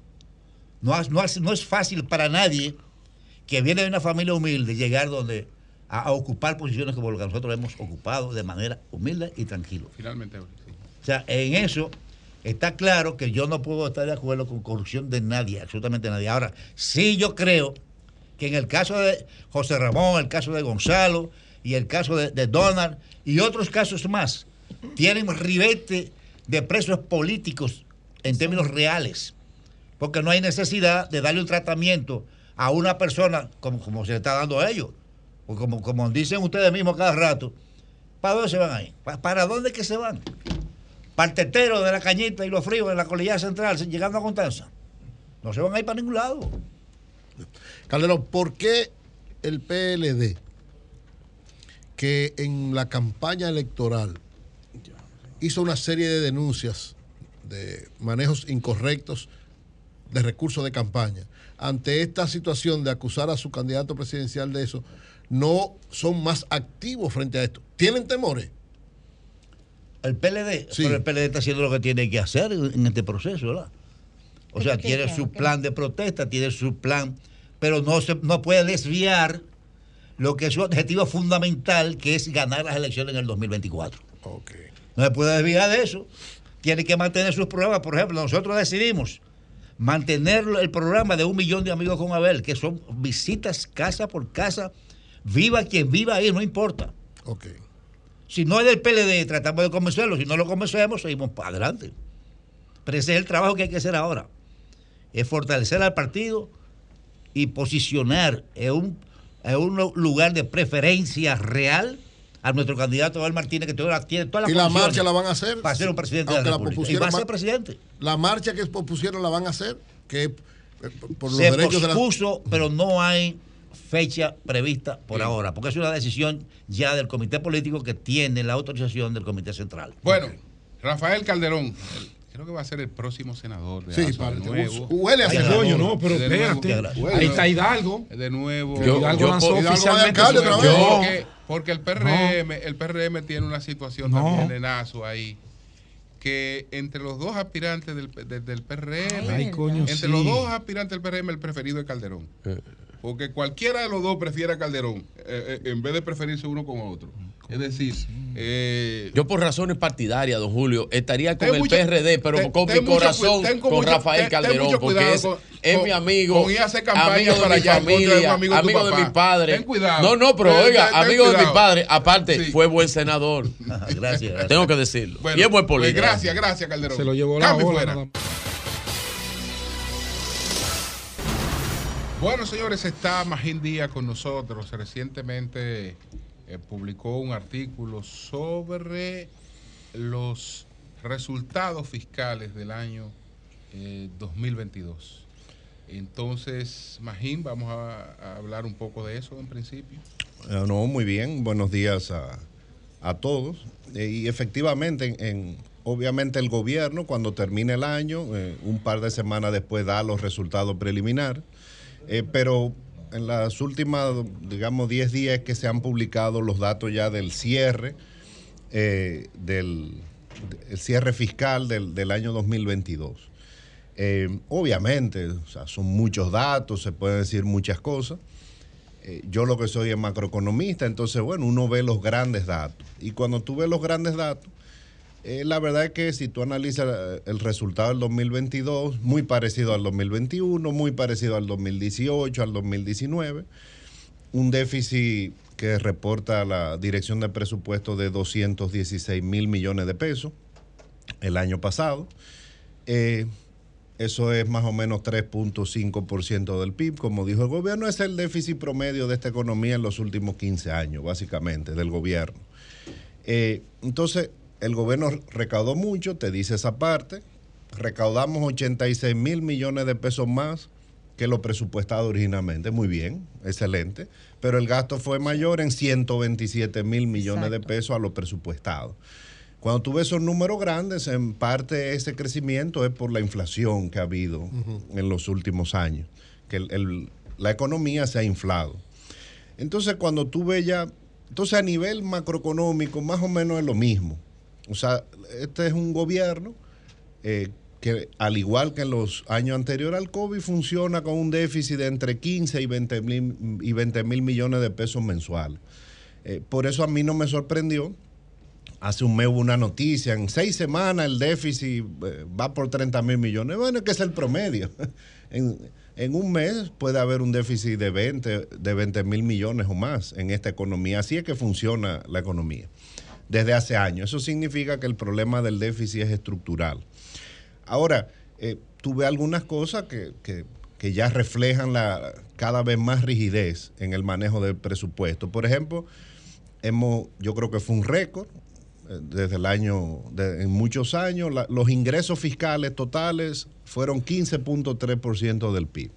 No, no, no es fácil para nadie que viene de una familia humilde llegar donde a, a ocupar posiciones como lo que nosotros hemos ocupado de manera humilde y tranquila. Finalmente, sí. O sea, en eso está claro que yo no puedo estar de acuerdo con corrupción de nadie, absolutamente nadie. Ahora, sí yo creo que en el caso de José Ramón, el caso de Gonzalo y el caso de, de Donald y otros casos más, tienen ribete de presos políticos en términos reales, porque no hay necesidad de darle un tratamiento a una persona como, como se le está dando a ellos, o como, como dicen ustedes mismos cada rato. ¿Para dónde se van ahí? ¿Para dónde es que se van? ¿Para el tetero de la Cañita y los fríos de la Colilla Central llegando a Constanza? No se van a ir para ningún lado. Calderón, ¿por qué el P L D, que en la campaña electoral hizo una serie de denuncias de manejos incorrectos de recursos de campaña, ante esta situación de acusar a su candidato presidencial de eso, no son más activos frente a esto? ¿Tienen temores? El P L D, sí. Pero el P L D está haciendo lo que tiene que hacer en este proceso, ¿verdad? O sea, tiene su plan de protesta, tiene su plan, pero no se no puede desviar lo que es su objetivo fundamental, que es ganar las elecciones en el dos mil veinticuatro. Okay. No se puede desviar de eso. Tiene que mantener sus programas. Por ejemplo, nosotros decidimos mantener el programa de un millón de amigos con Abel, que son visitas casa por casa, viva quien viva ahí, no importa. Okay. Si no es del P L D, tratamos de convencerlo. Si no lo convencemos, seguimos para adelante. Pero ese es el trabajo que hay que hacer ahora. Es fortalecer al partido y posicionar en un, en un lugar de preferencia real a nuestro candidato Abel Martínez, que toda, tiene todas las ¿Y la marcha la van a hacer? Para ser un presidente Aunque de la República. Y va a ser presidente. ¿La marcha que propusieron la van a hacer? Que por los Se derechos pospuso, de la... pero no hay fecha prevista por Bien. ahora, porque es una decisión ya del comité político que tiene la autorización del comité central. Bueno, Rafael Calderón, creo que va a ser el próximo senador de sí, ASO, de nuevo. Huele a coño, no, pero de espérate. nuevo. Ahí está Hidalgo. De nuevo. Yo, Hidalgo lanzó Hidalgo oficialmente alcalde, su- otra vez. Porque, porque el P R M, no. el P R M tiene una situación No. también en ASO ahí, que entre los dos aspirantes del, de, del P R M, Ay, coño, entre sí. los dos aspirantes del P R M, el preferido es Calderón. Porque cualquiera de los dos prefiere a Calderón, eh, eh, en vez de preferirse uno con otro. Es decir, eh, yo por razones partidarias, don Julio, estaría con ten el mucho- P R D, pero ten- con ten mi mucho corazón cu- ten con, mucho- Rafael ten- ten Calderón, mucho porque cuidado es, con- es con- mi amigo, con ir a hacer campaña amigo de para mi allá en contra de un familia, amigo de tu amigo de papá. mi padre. Ten cuidado. No, no, pero Ten- oiga, ten- ten amigo de mi cuidado. padre, aparte, Sí. fue buen senador. Gracias, gracias. Tengo que decirlo. Bueno, y es buen pues político. gracias, gracias, Calderón. Se lo llevó la Cambio ola. fuera. nada más. Bueno, señores, está Magín Díaz con nosotros. Recientemente eh, publicó un artículo sobre los resultados fiscales del año eh, dos mil veintidós. Entonces, Magín, vamos a, a hablar un poco de eso en principio. Uh, no, muy bien. Buenos días a, a todos. Eh, y efectivamente, en, en, obviamente el gobierno, cuando termine el año, eh, un par de semanas después da los resultados preliminares. Eh, pero en las últimas, digamos, diez días que se han publicado los datos ya del cierre, eh, del el cierre fiscal del, del año dos mil veintidós. Eh, obviamente, o sea, son muchos datos, se pueden decir muchas cosas. Eh, yo lo que soy es macroeconomista, entonces, bueno, uno ve los grandes datos. Y cuando tú ves los grandes datos, Eh, la verdad es que si tú analizas el resultado del dos mil veintidós, muy parecido al dos mil veintiuno, muy parecido al dos mil dieciocho, al dos mil diecinueve, un déficit que reporta la Dirección de Presupuestos de doscientos dieciséis mil millones de pesos el año pasado. Eh, eso es más o menos tres punto cinco por ciento del P I B, como dijo el gobierno, es el déficit promedio de esta economía en los últimos quince años, básicamente, del gobierno. Eh, entonces, el gobierno recaudó mucho, te dice esa parte. Recaudamos ochenta y seis mil millones de pesos más que lo presupuestado originalmente. Muy bien, excelente. Pero el gasto fue mayor en ciento veintisiete mil millones Exacto. de pesos a lo presupuestado. Cuando tú ves esos números grandes, en parte ese crecimiento es por la inflación que ha habido uh-huh. en los últimos años, que el, el, la economía se ha inflado. Entonces, cuando tú ves ya, entonces a nivel macroeconómico más o menos es lo mismo. O sea, este es un gobierno eh, que, al igual que en los años anteriores al COVID, funciona con un déficit de entre quince y veinte mil millones de pesos mensuales. Eh, por eso a mí no me sorprendió. Hace un mes hubo una noticia, en seis semanas el déficit eh, va por treinta mil millones. Bueno, es que es el promedio. en, en un mes puede haber un déficit de veinte mil millones o más en esta economía. Así es que funciona la economía desde hace años. Eso significa que el problema del déficit es estructural. Ahora, eh, tuve algunas cosas que, que, que ya reflejan la cada vez más rigidez en el manejo del presupuesto. Por ejemplo, hemos, yo creo que fue un récord eh, desde el año, de, en muchos años, la, los ingresos fiscales totales fueron quince punto tres por ciento del P I B.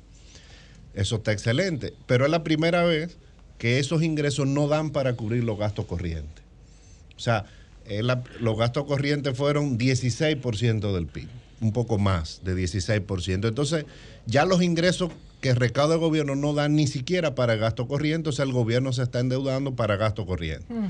Eso está excelente, pero es la primera vez que esos ingresos no dan para cubrir los gastos corrientes. O sea, eh, la, los gastos corrientes fueron dieciséis por ciento del P I B, un poco más de dieciséis por ciento. Entonces, ya los ingresos que recauda el gobierno no dan ni siquiera para gasto corriente, o sea, el gobierno se está endeudando para gasto corriente. Mm.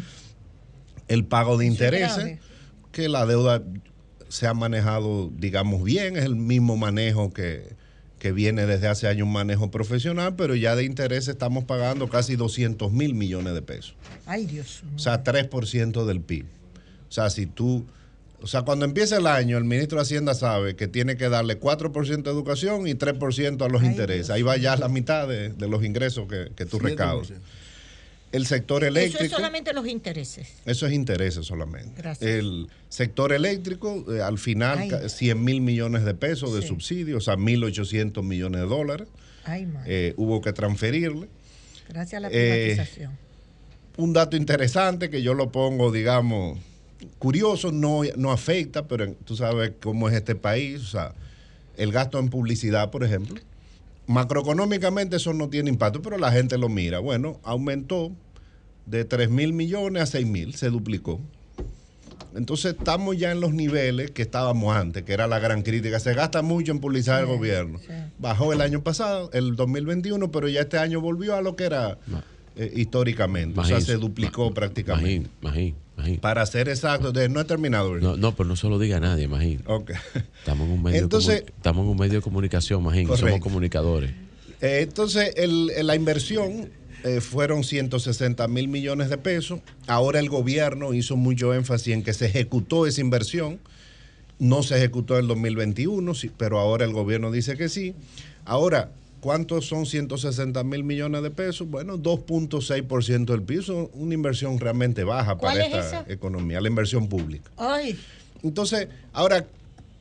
El pago de intereses, que la deuda se ha manejado, digamos, bien, es el mismo manejo que, que viene desde hace años, un manejo profesional, pero ya de intereses estamos pagando casi doscientos mil millones de pesos. Ay, Dios mío. O sea, tres por ciento del P I B. O sea, si tú, o sea, cuando empieza el año, el ministro de Hacienda sabe que tiene que darle cuatro por ciento de educación y tres por ciento a los Ay, intereses. Dios. Ahí va ya la mitad de, de los ingresos que, que tú recaudas. El sector eléctrico. Eso es solamente los intereses. Eso es intereses solamente. Gracias. El sector eléctrico, eh, al final, Ay. cien mil millones de pesos de sí. subsidios, o sea, mil ochocientos millones de dólares. Ay, eh, hubo que transferirle. Gracias a la privatización. Eh, un dato interesante que yo lo pongo, digamos, curioso, no, no afecta, pero tú sabes cómo es este país, o sea, el gasto en publicidad, por ejemplo. Macroeconómicamente eso no tiene impacto, pero la gente lo mira. Bueno, aumentó de tres mil millones a seis mil, se duplicó. Entonces estamos ya en los niveles que estábamos antes, que era la gran crítica. Se gasta mucho en publicidad sí, del gobierno. Sí. Bajó el año pasado, el dos mil veintiuno, pero ya este año volvió a lo que era no. eh, históricamente. Magín, o sea, se duplicó ma, prácticamente. Magín, Magín, Magín. Para ser exacto, de, no he terminado. No, no, pero no se lo diga a nadie, Magín. Okay. Estamos en un medio, entonces, comun, estamos en un medio de comunicación, Magín, somos comunicadores. Eh, entonces, el, la inversión eh, fueron ciento sesenta mil millones de pesos. Ahora el gobierno hizo mucho énfasis en que se ejecutó esa inversión. No se ejecutó en el dos mil veintiuno, sí, pero ahora el gobierno dice que sí. Ahora, ¿cuántos son ciento sesenta mil millones de pesos? Bueno, dos punto seis por ciento del P I B, es una inversión realmente baja para esta esa? economía, la inversión pública. Ay. Entonces, ahora,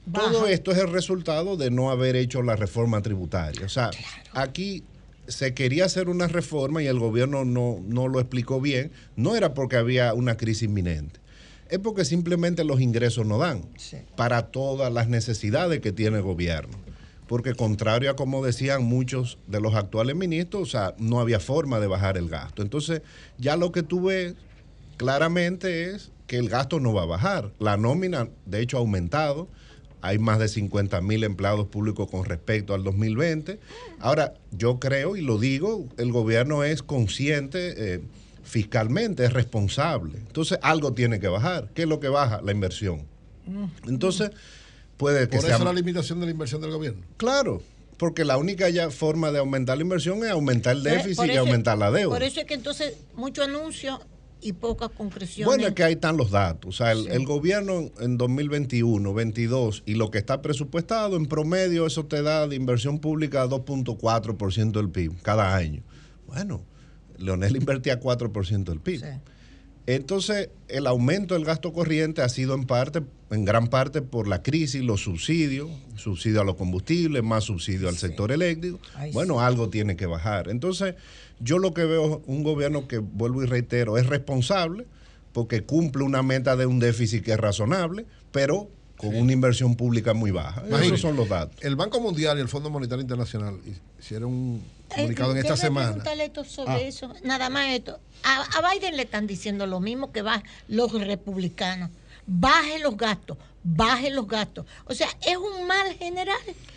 todo esto es el resultado de no haber hecho la reforma tributaria. O sea, claro. Aquí se quería hacer una reforma y el gobierno no, no lo explicó bien. No era porque había una crisis inminente. Es porque simplemente los ingresos no dan sí. para todas las necesidades que tiene el gobierno. Porque contrario a como decían muchos de los actuales ministros, o sea, no había forma de bajar el gasto. Entonces, ya lo que tú ves claramente es que el gasto no va a bajar. La nómina, de hecho, ha aumentado. Hay más de cincuenta mil empleados públicos con respecto al dos mil veinte. Ahora, yo creo, y lo digo, el gobierno es consciente eh, fiscalmente, es responsable. Entonces, algo tiene que bajar. ¿Qué es lo que baja? La inversión. Entonces, puede que ¿Por sea... eso la limitación de la inversión del gobierno? Claro, porque la única ya forma de aumentar la inversión es aumentar el déficit por, por eso, y aumentar la deuda. Por eso es que entonces mucho anuncio y pocas concreciones. Bueno, es que ahí están los datos. O sea, el, sí. el gobierno en dos mil veintiuno, veintidós y lo que está presupuestado, en promedio eso te da de inversión pública dos punto cuatro por ciento del P I B cada año. Bueno, Leonel invertía cuatro por ciento del P I B. Sí. Entonces, el aumento del gasto corriente ha sido en parte, en gran parte por la crisis, los subsidios, subsidio a los combustibles, más subsidio al sí. sector eléctrico. Ay, bueno, sí. algo tiene que bajar. Entonces, yo lo que veo es un gobierno que, vuelvo y reitero, es responsable porque cumple una meta de un déficit que es razonable, pero con sí. una inversión pública muy baja. Imagínate, esos son los datos. El Banco Mundial y el Fondo Monetario Internacional hicieron un comunicado eh, en esta semana. Pregúntale esto sobre ah. eso, nada más esto. A, a Biden le están diciendo lo mismo que va los republicanos. Baje los gastos, baje los gastos. O sea, es un mal general.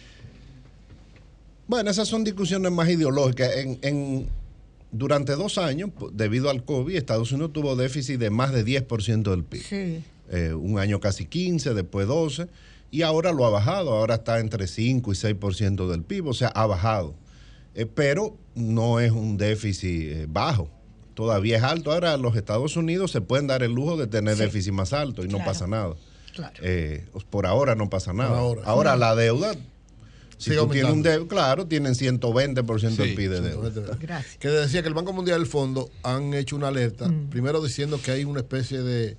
Bueno, esas son discusiones más ideológicas. En, en, durante dos años, debido al COVID, Estados Unidos tuvo déficit de más de diez por ciento del P I B. Sí. Eh, un año casi quince, después doce, y ahora lo ha bajado. Ahora está entre cinco y seis por ciento del P I B, o sea, ha bajado. Eh, pero no es un déficit eh, bajo. Todavía es alto. Ahora los Estados Unidos se pueden dar el lujo de tener sí. déficit más alto y claro. no pasa nada. Claro. Eh, por ahora no pasa nada. Ahora, ahora sí. la deuda, si tú tienes un deuda, claro, tienen ciento veinte por ciento sí, del P I B de deuda. Gracias. Que decía que el Banco Mundial y el Fondo han hecho una alerta, mm. primero diciendo que hay una especie de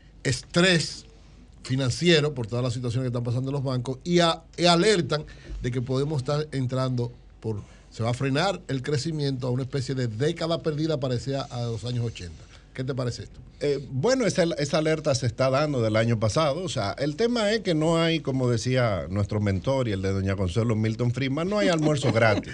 estrés financiero por toda la situación que están pasando en los bancos y, a, y alertan de que podemos estar entrando por... se va a frenar el crecimiento a una especie de década perdida parecida a los años ochenta. ¿Qué te parece esto? Eh, bueno, esa, esa alerta se está dando del año pasado. O sea, el tema es que no hay, como decía nuestro mentor y el de doña Consuelo Milton Friedman, no hay almuerzo gratis.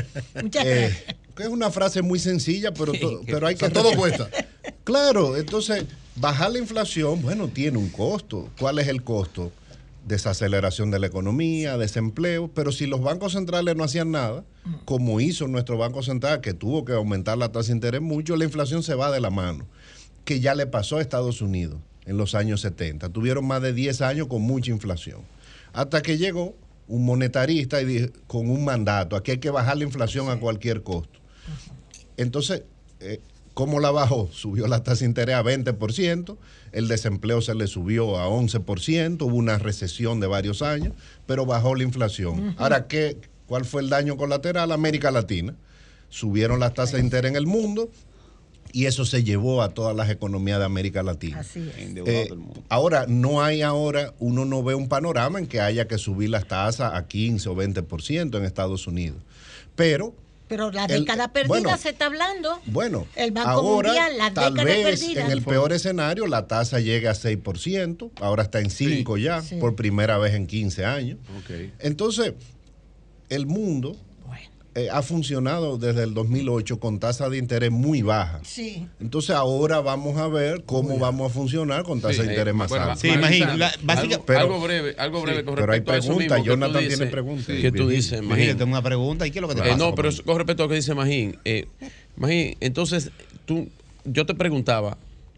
eh, que es una frase muy sencilla, pero, to, pero hay que... O sea, todo cuesta. Claro, entonces, bajar la inflación, bueno, tiene un costo. ¿Cuál es el costo? Desaceleración de la economía, desempleo, pero si los bancos centrales no hacían nada, como hizo nuestro Banco Central, que tuvo que aumentar la tasa de interés mucho, la inflación se va de la mano, que ya le pasó a Estados Unidos en los años setenta. Tuvieron más de diez años con mucha inflación, hasta que llegó un monetarista y dijo, con un mandato, aquí hay que bajar la inflación sí. a cualquier costo. Entonces, eh, ¿cómo la bajó? Subió la tasa de interés a veinte por ciento, el desempleo se le subió a once por ciento, hubo una recesión de varios años, pero bajó la inflación. Uh-huh. Ahora, ¿qué, ¿cuál fue el daño colateral? América Latina. Subieron las tasas de interés en el mundo y eso se llevó a todas las economías de América Latina. Así es. Eh, ahora, no hay ahora, uno no ve un panorama en que haya que subir las tasas a quince o veinte por ciento en Estados Unidos. Pero... Pero la década el, perdida bueno, se está hablando. Bueno, el Banco ahora, Mundial, la tal década vez perdida. En el peor escenario, la tasa llegue a seis por ciento, ahora está en cinco sí, ya, sí. por primera vez en quince años. Okay. Entonces, el mundo bueno. eh, ha funcionado desde el dos mil ocho con tasa de interés muy baja. Sí. Entonces, ahora vamos a ver cómo bueno. vamos a funcionar con tasa sí, de interés eh, más bueno, alta. Sí, imagínate. Algo, algo breve, algo breve sí, con respecto a eso mismo. Pero hay preguntas, Jonathan tiene preguntas. Sí, ¿Qué tú dices, Magín? Tengo una pregunta. ¿Y qué es lo que te eh, pasa? No, pero con respecto a lo que dice Magín. Eh, Magín, entonces, tú, yo te preguntaba,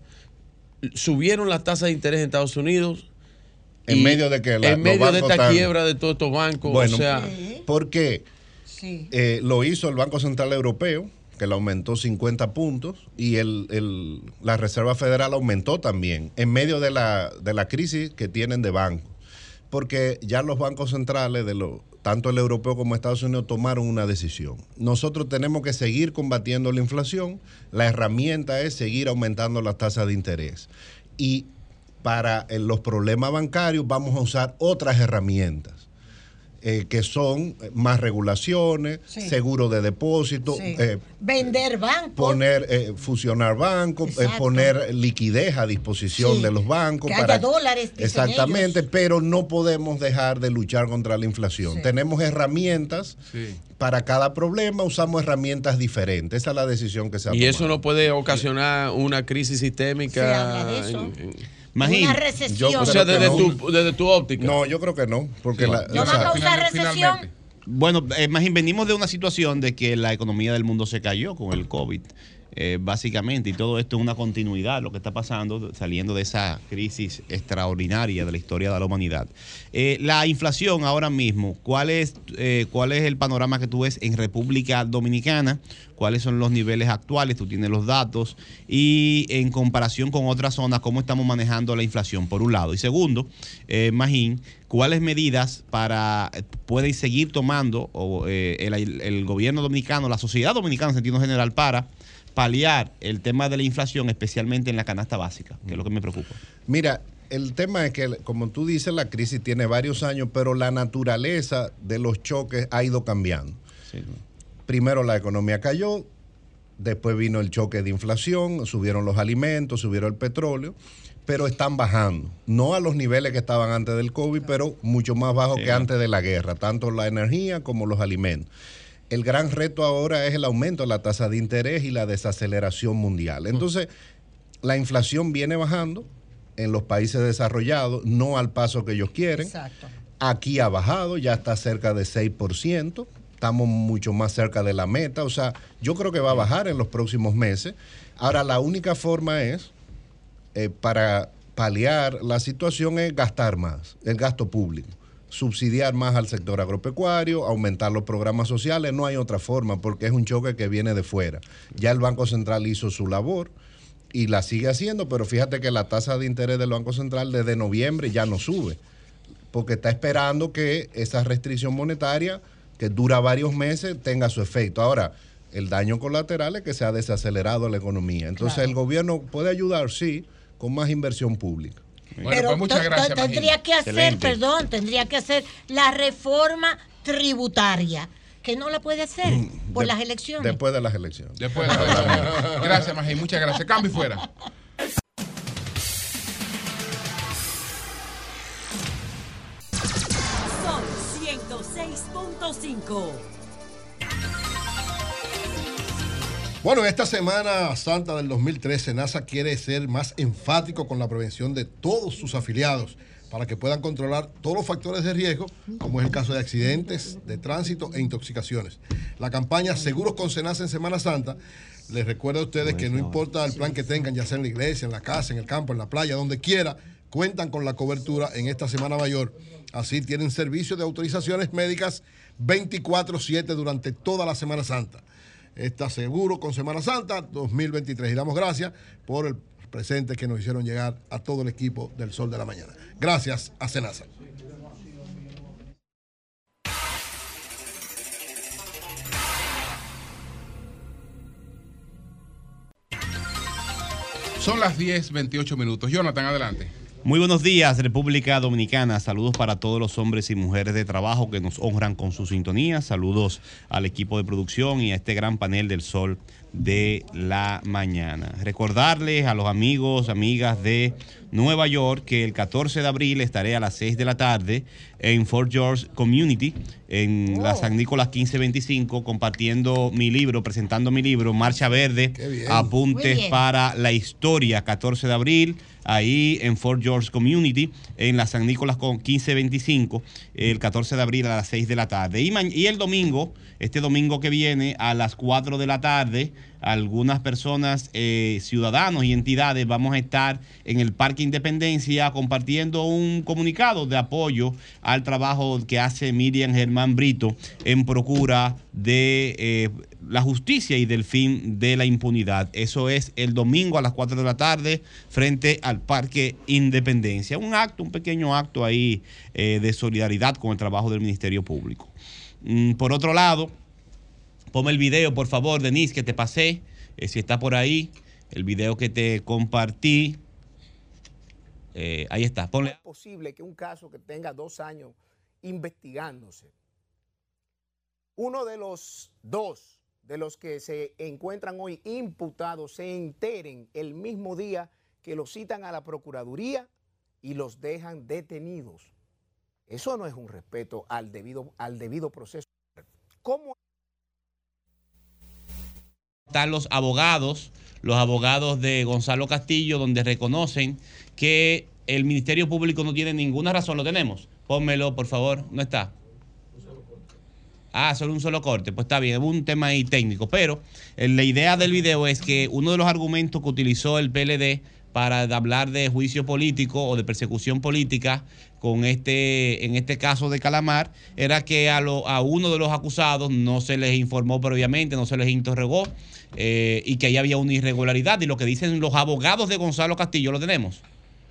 ¿subieron las tasas de interés en Estados Unidos? En medio de que la, En medio de esta están... quiebra de todos estos bancos. Bueno, o sea, porque sí. eh, lo hizo el Banco Central Europeo, que le aumentó cincuenta puntos, y el, el, la Reserva Federal aumentó también, en medio de la, de la crisis que tienen de bancos. Porque ya los bancos centrales, de lo, tanto el europeo como Estados Unidos, tomaron una decisión. Nosotros tenemos que seguir combatiendo la inflación, la herramienta es seguir aumentando las tasas de interés. Y para eh, los problemas bancarios vamos a usar otras herramientas. Eh, que son más regulaciones, sí. seguro de depósito, sí. eh, vender bancos, poner, eh, fusionar bancos, eh, poner liquidez a disposición sí. de los bancos. Que para, haya dólares. Exactamente, ellos. Pero no podemos dejar de luchar contra la inflación. Sí. Tenemos herramientas sí. para cada problema, usamos herramientas diferentes. Esa es la decisión que se ha tomado. Y eso no puede ocasionar una crisis sistémica. Se habla de eso. En, en, Imagín, una recesión. Yo, o sea, desde, no. tu, desde tu óptica. No, yo creo que no. Porque no, la, ¿No va a causar recesión? Finalmente. Bueno, imagín, venimos de una situación de que la economía del mundo se cayó con el COVID. Eh, básicamente, y todo esto es una continuidad, lo que está pasando, saliendo de esa crisis extraordinaria de la historia de la humanidad. Eh, la inflación ahora mismo, ¿cuál es, eh, ¿cuál es el panorama que tú ves en República Dominicana? ¿Cuáles son los niveles actuales? Tú tienes los datos. Y en comparación con otras zonas, ¿cómo estamos manejando la inflación? Por un lado. Y segundo, eh, Magín, ¿cuáles medidas para pueden seguir tomando o, eh, el, el gobierno dominicano, la sociedad dominicana en sentido general, para paliar el tema de la inflación, especialmente en la canasta básica, que es lo que me preocupa? Mira, el tema es que, como tú dices, la crisis tiene varios años, pero la naturaleza de los choques ha ido cambiando. Sí. Primero la economía cayó, después vino el choque de inflación, subieron los alimentos, subieron el petróleo, pero están bajando. No a los niveles que estaban antes del COVID, pero mucho más bajos sí. que antes de la guerra, tanto la energía como los alimentos. El gran reto ahora es el aumento de la tasa de interés y la desaceleración mundial. Entonces, la inflación viene bajando en los países desarrollados, no al paso que ellos quieren. Exacto. Aquí ha bajado, ya está cerca de seis por ciento. Estamos mucho más cerca de la meta. O sea, yo creo que va a bajar en los próximos meses. Ahora, la única forma es, eh, para paliar la situación, es gastar más, el gasto público. Subsidiar más al sector agropecuario, aumentar los programas sociales, no hay otra forma porque es un choque que viene de fuera. Ya el Banco Central hizo su labor y la sigue haciendo, pero fíjate que la tasa de interés del Banco Central desde noviembre ya no sube, porque está esperando que esa restricción monetaria, que dura varios meses, tenga su efecto. Ahora, el daño colateral es que se ha desacelerado la economía. Entonces, claro, el gobierno puede ayudar, sí, con más inversión pública. Bueno, pero pues muchas gracias, tendría que hacer, excelente. perdón, tendría que hacer la reforma tributaria, que no la puede hacer por de, las elecciones. Después de las elecciones. Después de las elecciones. Gracias, Magín, muchas gracias. Cambio y fuera. Son ciento seis punto cinco. Bueno, esta Semana Santa del dos mil trece, NASA quiere ser más enfático con la prevención de todos sus afiliados para que puedan controlar todos los factores de riesgo, como es el caso de accidentes, de tránsito e intoxicaciones. La campaña Seguros con Senasa en Semana Santa les recuerda a ustedes que no importa el plan que tengan, ya sea en la iglesia, en la casa, en el campo, en la playa, donde quiera, cuentan con la cobertura en esta Semana Mayor. Así tienen servicio de autorizaciones médicas veinticuatro siete durante toda la Semana Santa. Está Seguro con Semana Santa dos mil veintitrés. Y damos gracias por el presente que nos hicieron llegar a todo el equipo del Sol de la Mañana. Gracias a Senasa. Son las diez veintiocho minutos. Jonathan, adelante. Muy buenos días, República Dominicana. Saludos para todos los hombres y mujeres de trabajo que nos honran con su sintonía. Saludos al equipo de producción y a este gran panel del Sol de la Mañana. Recordarles a los amigos, amigas de Nueva York que el catorce de abril estaré a las seis de la tarde en Fort George Community, en oh. la San Nicolás quince veinticinco, compartiendo mi libro, presentando mi libro, Marcha Verde, Apuntes para la Historia, catorce de abril, ahí en Fort George Community, en la San Nicolás quince veinticinco, el catorce de abril a las seis de la tarde. Y, y el domingo, este domingo que viene, a las cuatro de la tarde, algunas personas, eh, ciudadanos y entidades, vamos a estar en el Parque Independencia compartiendo un comunicado de apoyo al trabajo que hace Miriam Germán Brito en procura de eh, la justicia y del fin de la impunidad. Eso es el domingo a las cuatro de la tarde frente al Parque Independencia. Un acto, un pequeño acto ahí eh, de solidaridad con el trabajo del Ministerio Público. Mm, por otro lado, ponme el video, por favor, Denise, que te pasé, eh, si está por ahí, el video que te compartí. Eh, ahí está. Ponle. Es posible que un caso que tenga dos años investigándose, uno de los dos de los que se encuentran hoy imputados se enteren el mismo día que los citan a la Procuraduría y los dejan detenidos. Eso no es un respeto al debido, al debido proceso. ¿Cómo? Están los abogados, los abogados de Gonzalo Castillo, donde reconocen que el Ministerio Público no tiene ninguna razón. ¿Lo tenemos? Pónmelo, por favor. ¿No está? Ah, solo un solo corte. Pues está bien, es un tema ahí técnico. Pero eh, la idea del video es que uno de los argumentos que utilizó el P L D para hablar de juicio político o de persecución política con este, en este caso de Calamar, era que a, lo, a uno de los acusados no se les informó previamente, no se les interrogó eh, y que ahí había una irregularidad. Y lo que dicen los abogados de Gonzalo Castillo, ¿lo tenemos?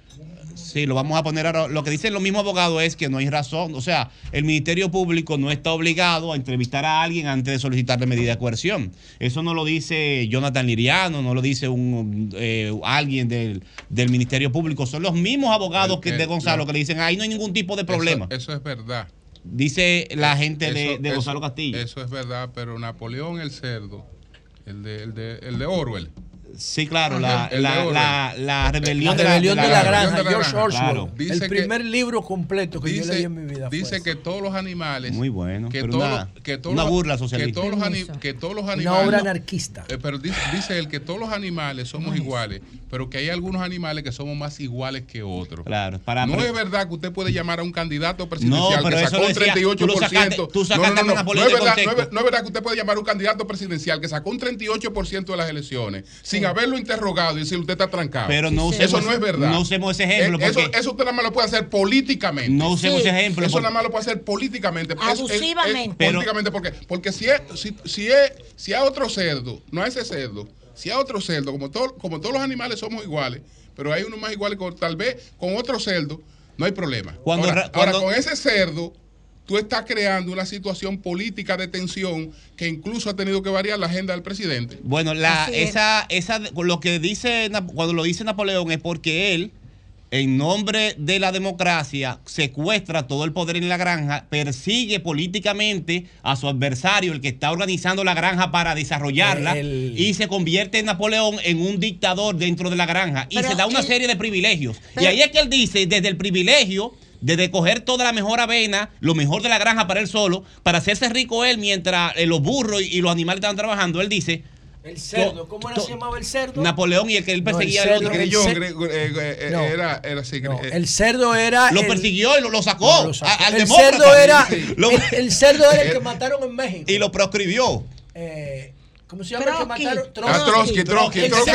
Sí, lo vamos a poner ahora. Lo que dicen los mismos abogados es que no hay razón. O sea, el Ministerio Público no está obligado a entrevistar a alguien antes de solicitarle medida de coerción. Eso no lo dice Jonathan Liriano, no lo dice un eh, alguien del, del Ministerio Público. Son los mismos abogados que, de Gonzalo que le dicen, ahí no hay ningún tipo de problema. Eso, eso es verdad. Dice la gente eso, de, de eso, Gonzalo Castillo. Eso es verdad, pero Napoleón el Cerdo, el de, el de, el de Orwell. Sí, claro, la, el, el la, la, la rebelión, la rebelión de la, de la granja, de la George granja. Orwell. Claro. El primer que, libro completo que dice, yo leí en mi vida. Dice que todos los animales. Muy bueno. Que pero todos, una, que todos una los, burla socialista. Que todos, los ani, que todos los animales. Una obra anarquista. Eh, pero dice, dice él que todos los animales somos iguales, pero que hay algunos animales que somos más iguales que otros. Claro. Para, no pero, es verdad que usted puede llamar a un candidato presidencial no, que sacó un treinta y ocho por ciento. Tú sacaste, no, no, no, a no, no, es verdad, no, es, no es verdad que usted puede llamar a un candidato presidencial que sacó un treinta y ocho por ciento de las elecciones sin sí. haberlo interrogado y decir usted está trancado. Pero no usemos, eso no es verdad. No usemos ese ejemplo. Eh, eso, eso usted nada más lo puede hacer políticamente. No usemos sí. ese ejemplo. Eso porque, nada más lo puede hacer políticamente. Abusivamente. Es, es, es políticamente porque, porque si es, si, si es, si a otro cerdo, no a ese cerdo, si a otro cerdo, como, todo, como todos los animales somos iguales, pero hay unos más iguales, con, tal vez con otro cerdo, no hay problema. Cuando, ahora, cuando, ahora, con ese cerdo, tú estás creando una situación política de tensión que incluso ha tenido que variar la agenda del presidente. Bueno, la, esa, esa, lo que dice, cuando lo dice Napoleón es porque él, en nombre de la democracia, secuestra todo el poder en la granja, persigue políticamente a su adversario, el que está organizando la granja para desarrollarla, el... y se convierte en Napoleón en un dictador dentro de la granja y pero se da una el... serie de privilegios. Pero... Y ahí es que él dice, desde el privilegio de coger toda la mejor avena, lo mejor de la granja para él solo, para hacerse rico él mientras eh, los burros y, y los animales estaban trabajando, él dice... El cerdo, ¿cómo era, se llamaba el cerdo? Napoleón y el que él perseguía. No, el cerdo, Grillón, el cer... eh, eh, no, era, era así. No, el cerdo era. Lo el... persiguió y lo, lo sacó. No, lo sacó. A, al el demócrata. cerdo era. Sí. El, el cerdo era el que mataron en México. Y lo proscribió. Eh, ¿Cómo se llama el que mataron? Trotsky, Trotsky,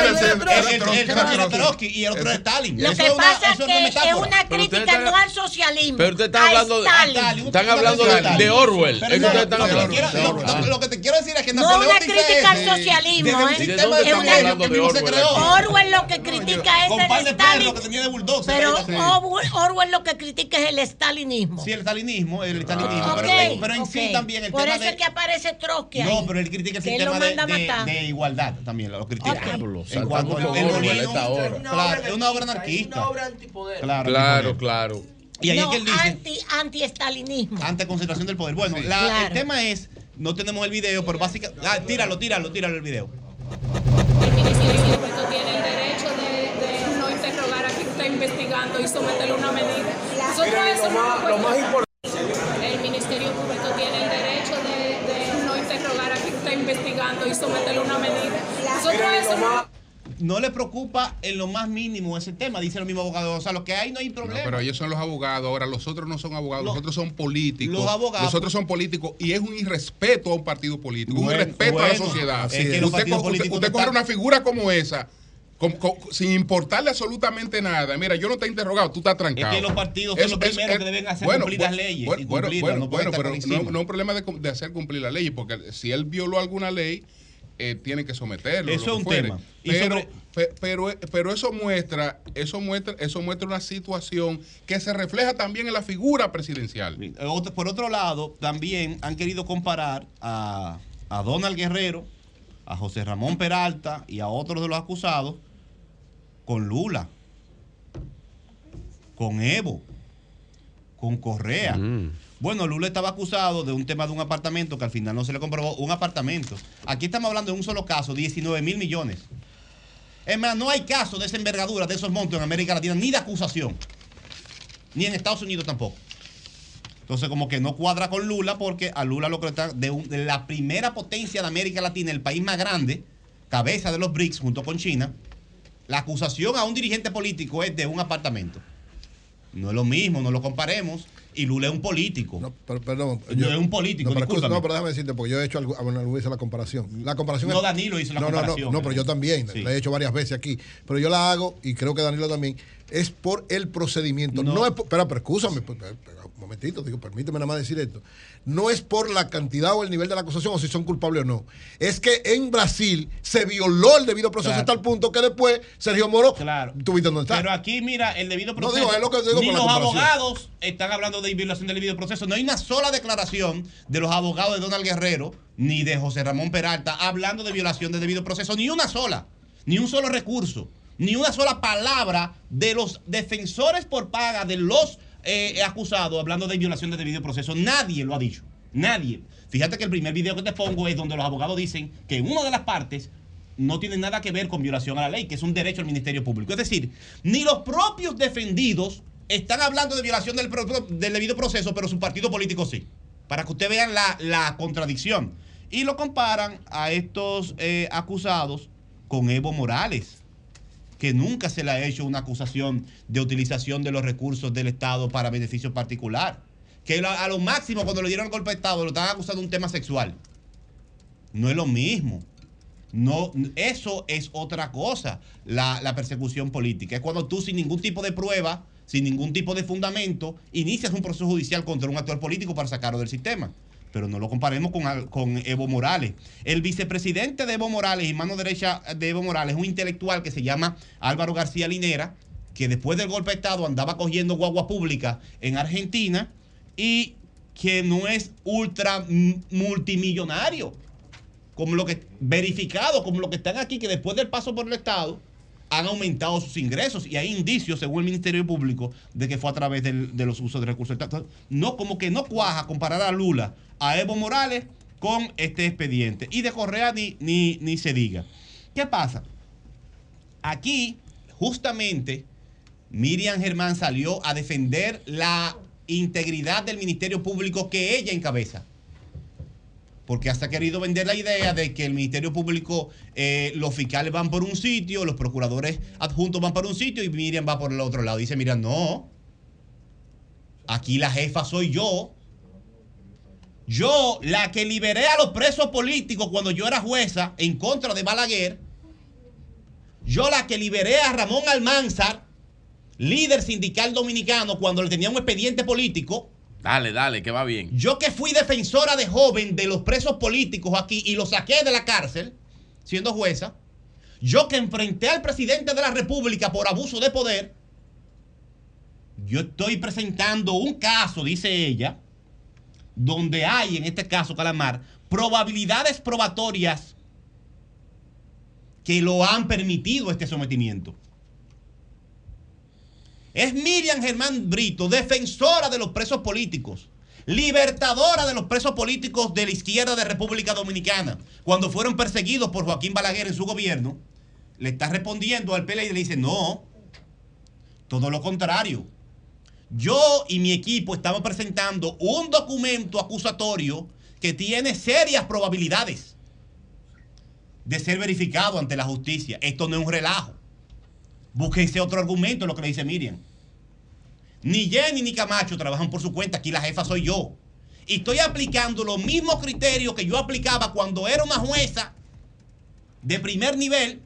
Trotsky y el otro es Stalin. Lo que pasa es que es una crítica no al socialismo. Pero ustedes están hablando de están hablando de Orwell. Lo que te quiero decir es que no una crítica al socialismo, Orwell lo que critica es el Stalin. Pero Orwell lo que critica es el stalinismo. Sí, el stalinismo, el stalinismo, pero en sí también el tema de... Por eso es que aparece Trotsky ahí. No, pero él critica el sistema de De, de igualdad también lo critica. Okay. En cuanto al gobierno, claro, es una obra anarquista. Una obra antipoder. Claro, claro, claro. Y ahí no, es que él dice anti anti-estalinismo. Anti-concentración del poder. Bueno, sí. la, claro. el tema es, no tenemos el video, pero básicamente, ah, tíralo, tíralo, tíralo el video. El Ministerio Público tiene el derecho de, de no interrogar a quien está investigando y someterle una medida. Nosotros eso no lo más importante. El Ministerio Público tiene el derecho de, de no interrogar a quien está investigando y someterle una medida. Nosotros eso no... No le preocupa en lo más mínimo ese tema, dice el mismo abogado. O sea, lo que hay no hay problema. No, pero ellos son los abogados. Ahora, los otros no son abogados, los, los otros son políticos. Los abogados. Los otros son políticos y es un irrespeto a un partido político, bueno, un irrespeto bueno, a la sociedad. Es que usted co usted, usted coger una figura como esa, con, con, sin importarle absolutamente nada. Mira, yo no te he interrogado, tú estás trancado. Es que los partidos son los primeros es, que deben hacer bueno, cumplir las leyes. Bueno, y bueno, bueno, no bueno pero no, no es un problema de, de hacer cumplir la ley, porque si él violó alguna ley, eh, tiene que someterlo. Eso es un fuere. tema. Pero, sobre... pero, pero eso muestra, eso muestra, eso muestra una situación que se refleja también en la figura presidencial. Por otro lado, también han querido comparar a, a Donald Guerrero, a José Ramón Peralta y a otros de los acusados con Lula. con Evo, con Correa. Mm. Bueno, Lula estaba acusado de un tema de un apartamento que al final no se le comprobó. Un apartamento. Aquí estamos hablando de un solo caso, diecinueve mil millones. Es más, no hay caso de esa envergadura, de esos montos en América Latina, ni de acusación. Ni en Estados Unidos tampoco. Entonces, como que no cuadra con Lula, porque a Lula lo que está de, un, de la primera potencia de América Latina, el país más grande, cabeza de los B R I C S junto con China, la acusación a un dirigente político es de un apartamento. No es lo mismo, no lo comparemos. Y Lula es un político. No, pero, perdón, no yo, es un político, no, pero, discúlpame. no, pero déjame decirte, porque yo he hecho algo, alguna vez la comparación. La comparación No, es, Danilo hizo la no, comparación. No, no, no, pero yo también, Sí. la he hecho varias veces aquí. Pero yo la hago, y creo que Danilo también, es por el procedimiento. No, no es por, pero, pero escúchame, pues, pero, un momentito, digo, permíteme nada más decir esto. No es por la cantidad o el nivel de la acusación o si son culpables o no. Es que en Brasil se violó el debido proceso Claro. hasta el punto que después Sergio Moro, Claro. ¿tuviste dónde está? Pero aquí, mira, el debido No, proceso. digo, es lo que digo ni por la los comparación. abogados están hablando de violación del debido proceso. No hay una sola declaración de los abogados de Donald Guerrero ni de José Ramón Peralta hablando de violación del debido proceso. Ni una sola. Ni un solo recurso. Ni una sola palabra de los defensores por paga de los eh, acusados hablando de violación del debido proceso. Nadie lo ha dicho. Nadie. Fíjate que el primer video que te pongo es donde los abogados dicen que una de las partes no tiene nada que ver con violación a la ley, que es un derecho al Ministerio Público. Es decir, ni los propios defendidos están hablando de violación del, pro- del debido proceso, pero su partido político sí. Para que ustedes vean la, la contradicción. Y lo comparan a estos eh, acusados con Evo Morales, que nunca se le ha hecho una acusación de utilización de los recursos del Estado para beneficio particular. Que a lo máximo cuando le dieron el golpe de Estado lo estaban acusando de un tema sexual. No es lo mismo. No, eso es otra cosa, la, la persecución política. Es cuando tú sin ningún tipo de prueba, sin ningún tipo de fundamento, inicias un proceso judicial contra un actor político para sacarlo del sistema. Pero no lo comparemos con, con Evo Morales. El vicepresidente de Evo Morales y mano derecha de Evo Morales es un intelectual que se llama Álvaro García Linera, que después del golpe de Estado andaba cogiendo guagua pública en Argentina y que no es ultra multimillonario, como lo que verificado, como lo que están aquí, que después del paso por el Estado han aumentado sus ingresos y hay indicios, según el Ministerio Público, de que fue a través del, de los usos de recursos del Estado. No, como que no cuaja comparar a Lula, a Evo Morales con este expediente. Y de Correa ni, ni, ni se diga. ¿Qué pasa? Aquí, justamente, Miriam Germán salió a defender la integridad del Ministerio Público que ella encabeza. Porque hasta ha querido vender la idea de que el Ministerio Público, eh, los fiscales van por un sitio, los procuradores adjuntos van por un sitio y Miriam va por el otro lado. Dice, mira, no, aquí la jefa soy yo. Yo, la que liberé a los presos políticos cuando yo era jueza en contra de Balaguer. Yo la que liberé a Ramón Almanzar, líder sindical dominicano, cuando le tenía un expediente político. Dale, dale, que va bien. Yo que fui defensora de joven de los presos políticos aquí y los saqué de la cárcel, siendo jueza. Yo que enfrenté al presidente de la República por abuso de poder. Yo estoy presentando un caso, dice ella, donde hay, en este caso, Calamar, probabilidades probatorias que lo han permitido este sometimiento. Es Miriam Germán Brito, defensora de los presos políticos, libertadora de los presos políticos de la izquierda de República Dominicana, cuando fueron perseguidos por Joaquín Balaguer en su gobierno, le está respondiendo al P L D y le dice, no, todo lo contrario. Yo y mi equipo estamos presentando un documento acusatorio que tiene serias probabilidades de ser verificado ante la justicia. Esto no es un relajo. Búsquense otro argumento, lo que le dice Miriam. Ni Jenny ni Camacho trabajan por su cuenta. Aquí la jefa soy yo. Y estoy aplicando los mismos criterios que yo aplicaba cuando era una jueza de primer nivel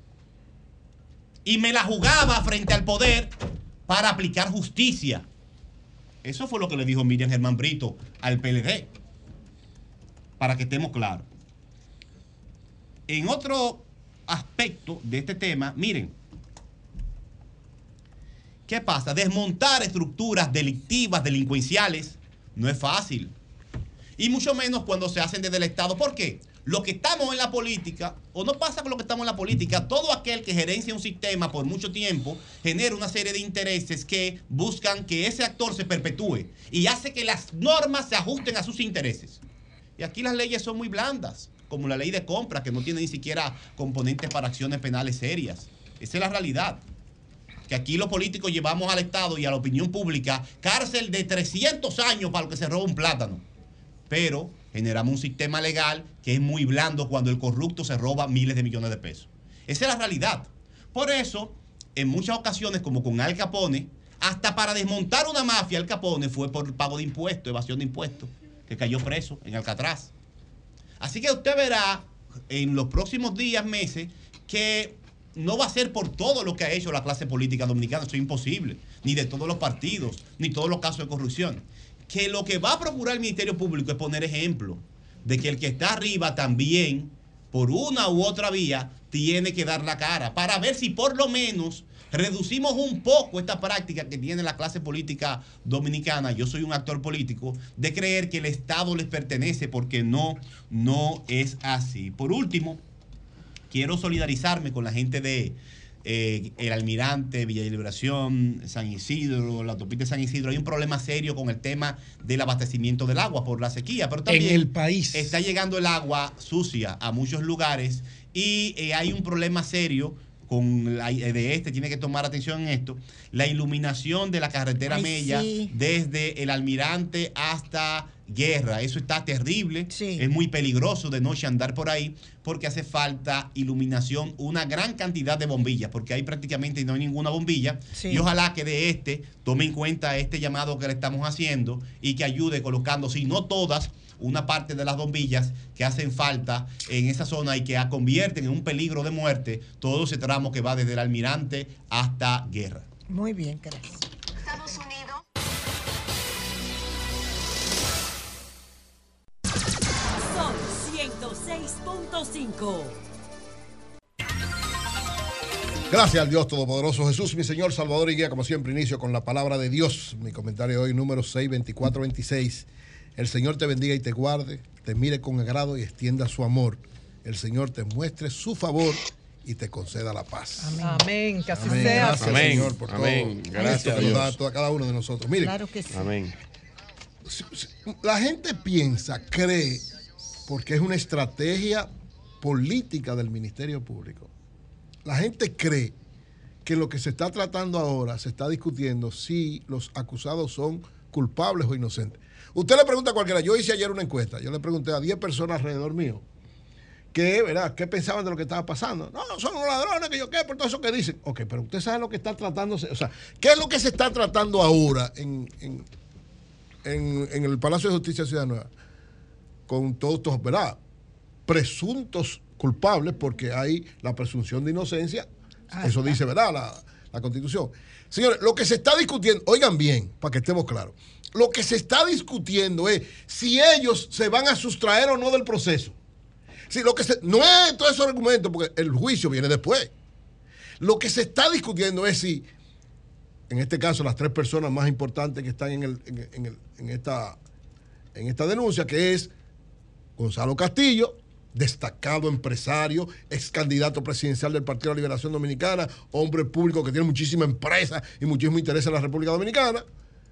y me la jugaba frente al poder para aplicar justicia. Eso fue lo que le dijo Miriam Germán Brito al P L D. Para que estemos claros. En otro aspecto de este tema, miren, ¿qué pasa? Desmontar estructuras delictivas, delincuenciales, no es fácil. Y mucho menos cuando se hacen desde el Estado. ¿Por qué? Lo que estamos en la política, o no pasa con lo que estamos en la política, todo aquel que gerencia un sistema por mucho tiempo genera una serie de intereses que buscan que ese actor se perpetúe y hace que las normas se ajusten a sus intereses. Y aquí las leyes son muy blandas, como la ley de compra, que no tiene ni siquiera componentes para acciones penales serias. Esa es la realidad. Que aquí los políticos llevamos al Estado y a la opinión pública cárcel de trescientos años para el que se roba un plátano. Pero generamos un sistema legal que es muy blando cuando el corrupto se roba miles de millones de pesos. Esa es la realidad. Por eso, en muchas ocasiones, como con Al Capone, hasta para desmontar una mafia, Al Capone fue por pago de impuestos, evasión de impuestos, que cayó preso en Alcatraz. Así que usted verá en los próximos días, meses, que no va a ser por todo lo que ha hecho la clase política dominicana, eso es imposible, ni de todos los partidos, ni todos los casos de corrupción. Que lo que va a procurar el Ministerio Público es poner ejemplo de que el que está arriba también, por una u otra vía, tiene que dar la cara para ver si por lo menos reducimos un poco esta práctica que tiene la clase política dominicana. Yo soy un actor político, de creer que el Estado les pertenece, porque no, no es así. Por último, quiero solidarizarme con la gente de eh, El Almirante, Villa de Liberación, San Isidro, la autopista de San Isidro. Hay un problema serio con el tema del abastecimiento del agua por la sequía, pero también en el país está llegando el agua sucia a muchos lugares y eh, hay un problema serio con la, de este, tiene que tomar atención en esto, la iluminación de la carretera Ay, Mella sí. desde El Almirante hasta Guerra. Eso está terrible, sí. Es muy peligroso de noche andar por ahí porque hace falta iluminación, una gran cantidad de bombillas, porque ahí prácticamente no hay ninguna bombilla, sí. Y ojalá que de este tome en cuenta este llamado que le estamos haciendo y que ayude colocando, si no todas, una parte de las bombillas que hacen falta en esa zona y que convierten en un peligro de muerte todo ese tramo que va desde El Almirante hasta Guerra. Muy bien, gracias. Estados Unidos. Son ciento seis punto cinco. Gracias al Dios Todopoderoso Jesús, mi Señor, Salvador y Guía. Como siempre, inicio con la palabra de Dios. Mi comentario hoy, número seis, veinticuatro, veintiséis. El Señor te bendiga y te guarde, te mire con agrado y extienda su amor. El Señor te muestre su favor y te conceda la paz. Amén. Amén. Que así Amén. sea. Gracias, Amén. Señor, por Amén. todo Gracias esto a que nos Dios. da a toda- cada uno de nosotros. Mire, Claro que sí. Amén. la gente piensa, cree, porque es una estrategia política del Ministerio Público. La gente cree que lo que se está tratando ahora, se está discutiendo si los acusados son culpables o inocentes. Usted le pregunta a cualquiera, yo hice ayer una encuesta, yo le pregunté a diez personas alrededor mío, que, ¿verdad? ¿Qué pensaban de lo que estaba pasando? No, son los ladrones, que yo qué, por todo eso que dicen. Ok, pero usted sabe lo que está tratándose, o sea, ¿qué es lo que se está tratando ahora en, en, en, en el Palacio de Justicia de Ciudad Nueva? Con todos estos, ¿verdad? Presuntos culpables, porque hay la presunción de inocencia, Ah, eso está. dice, ¿verdad? La, la Constitución. Señores, lo que se está discutiendo, oigan bien, para que estemos claros, lo que se está discutiendo es si ellos se van a sustraer o no del proceso. Si lo que se, no es todo esos argumentos, porque el juicio viene después. Lo que se está discutiendo es si, en este caso, las tres personas más importantes que están en, el, en, en el- en esta, en esta denuncia, que es Gonzalo Castillo, destacado empresario, ex candidato presidencial del Partido de la Liberación Dominicana, hombre público que tiene muchísima empresa y muchísimo interés en la República Dominicana.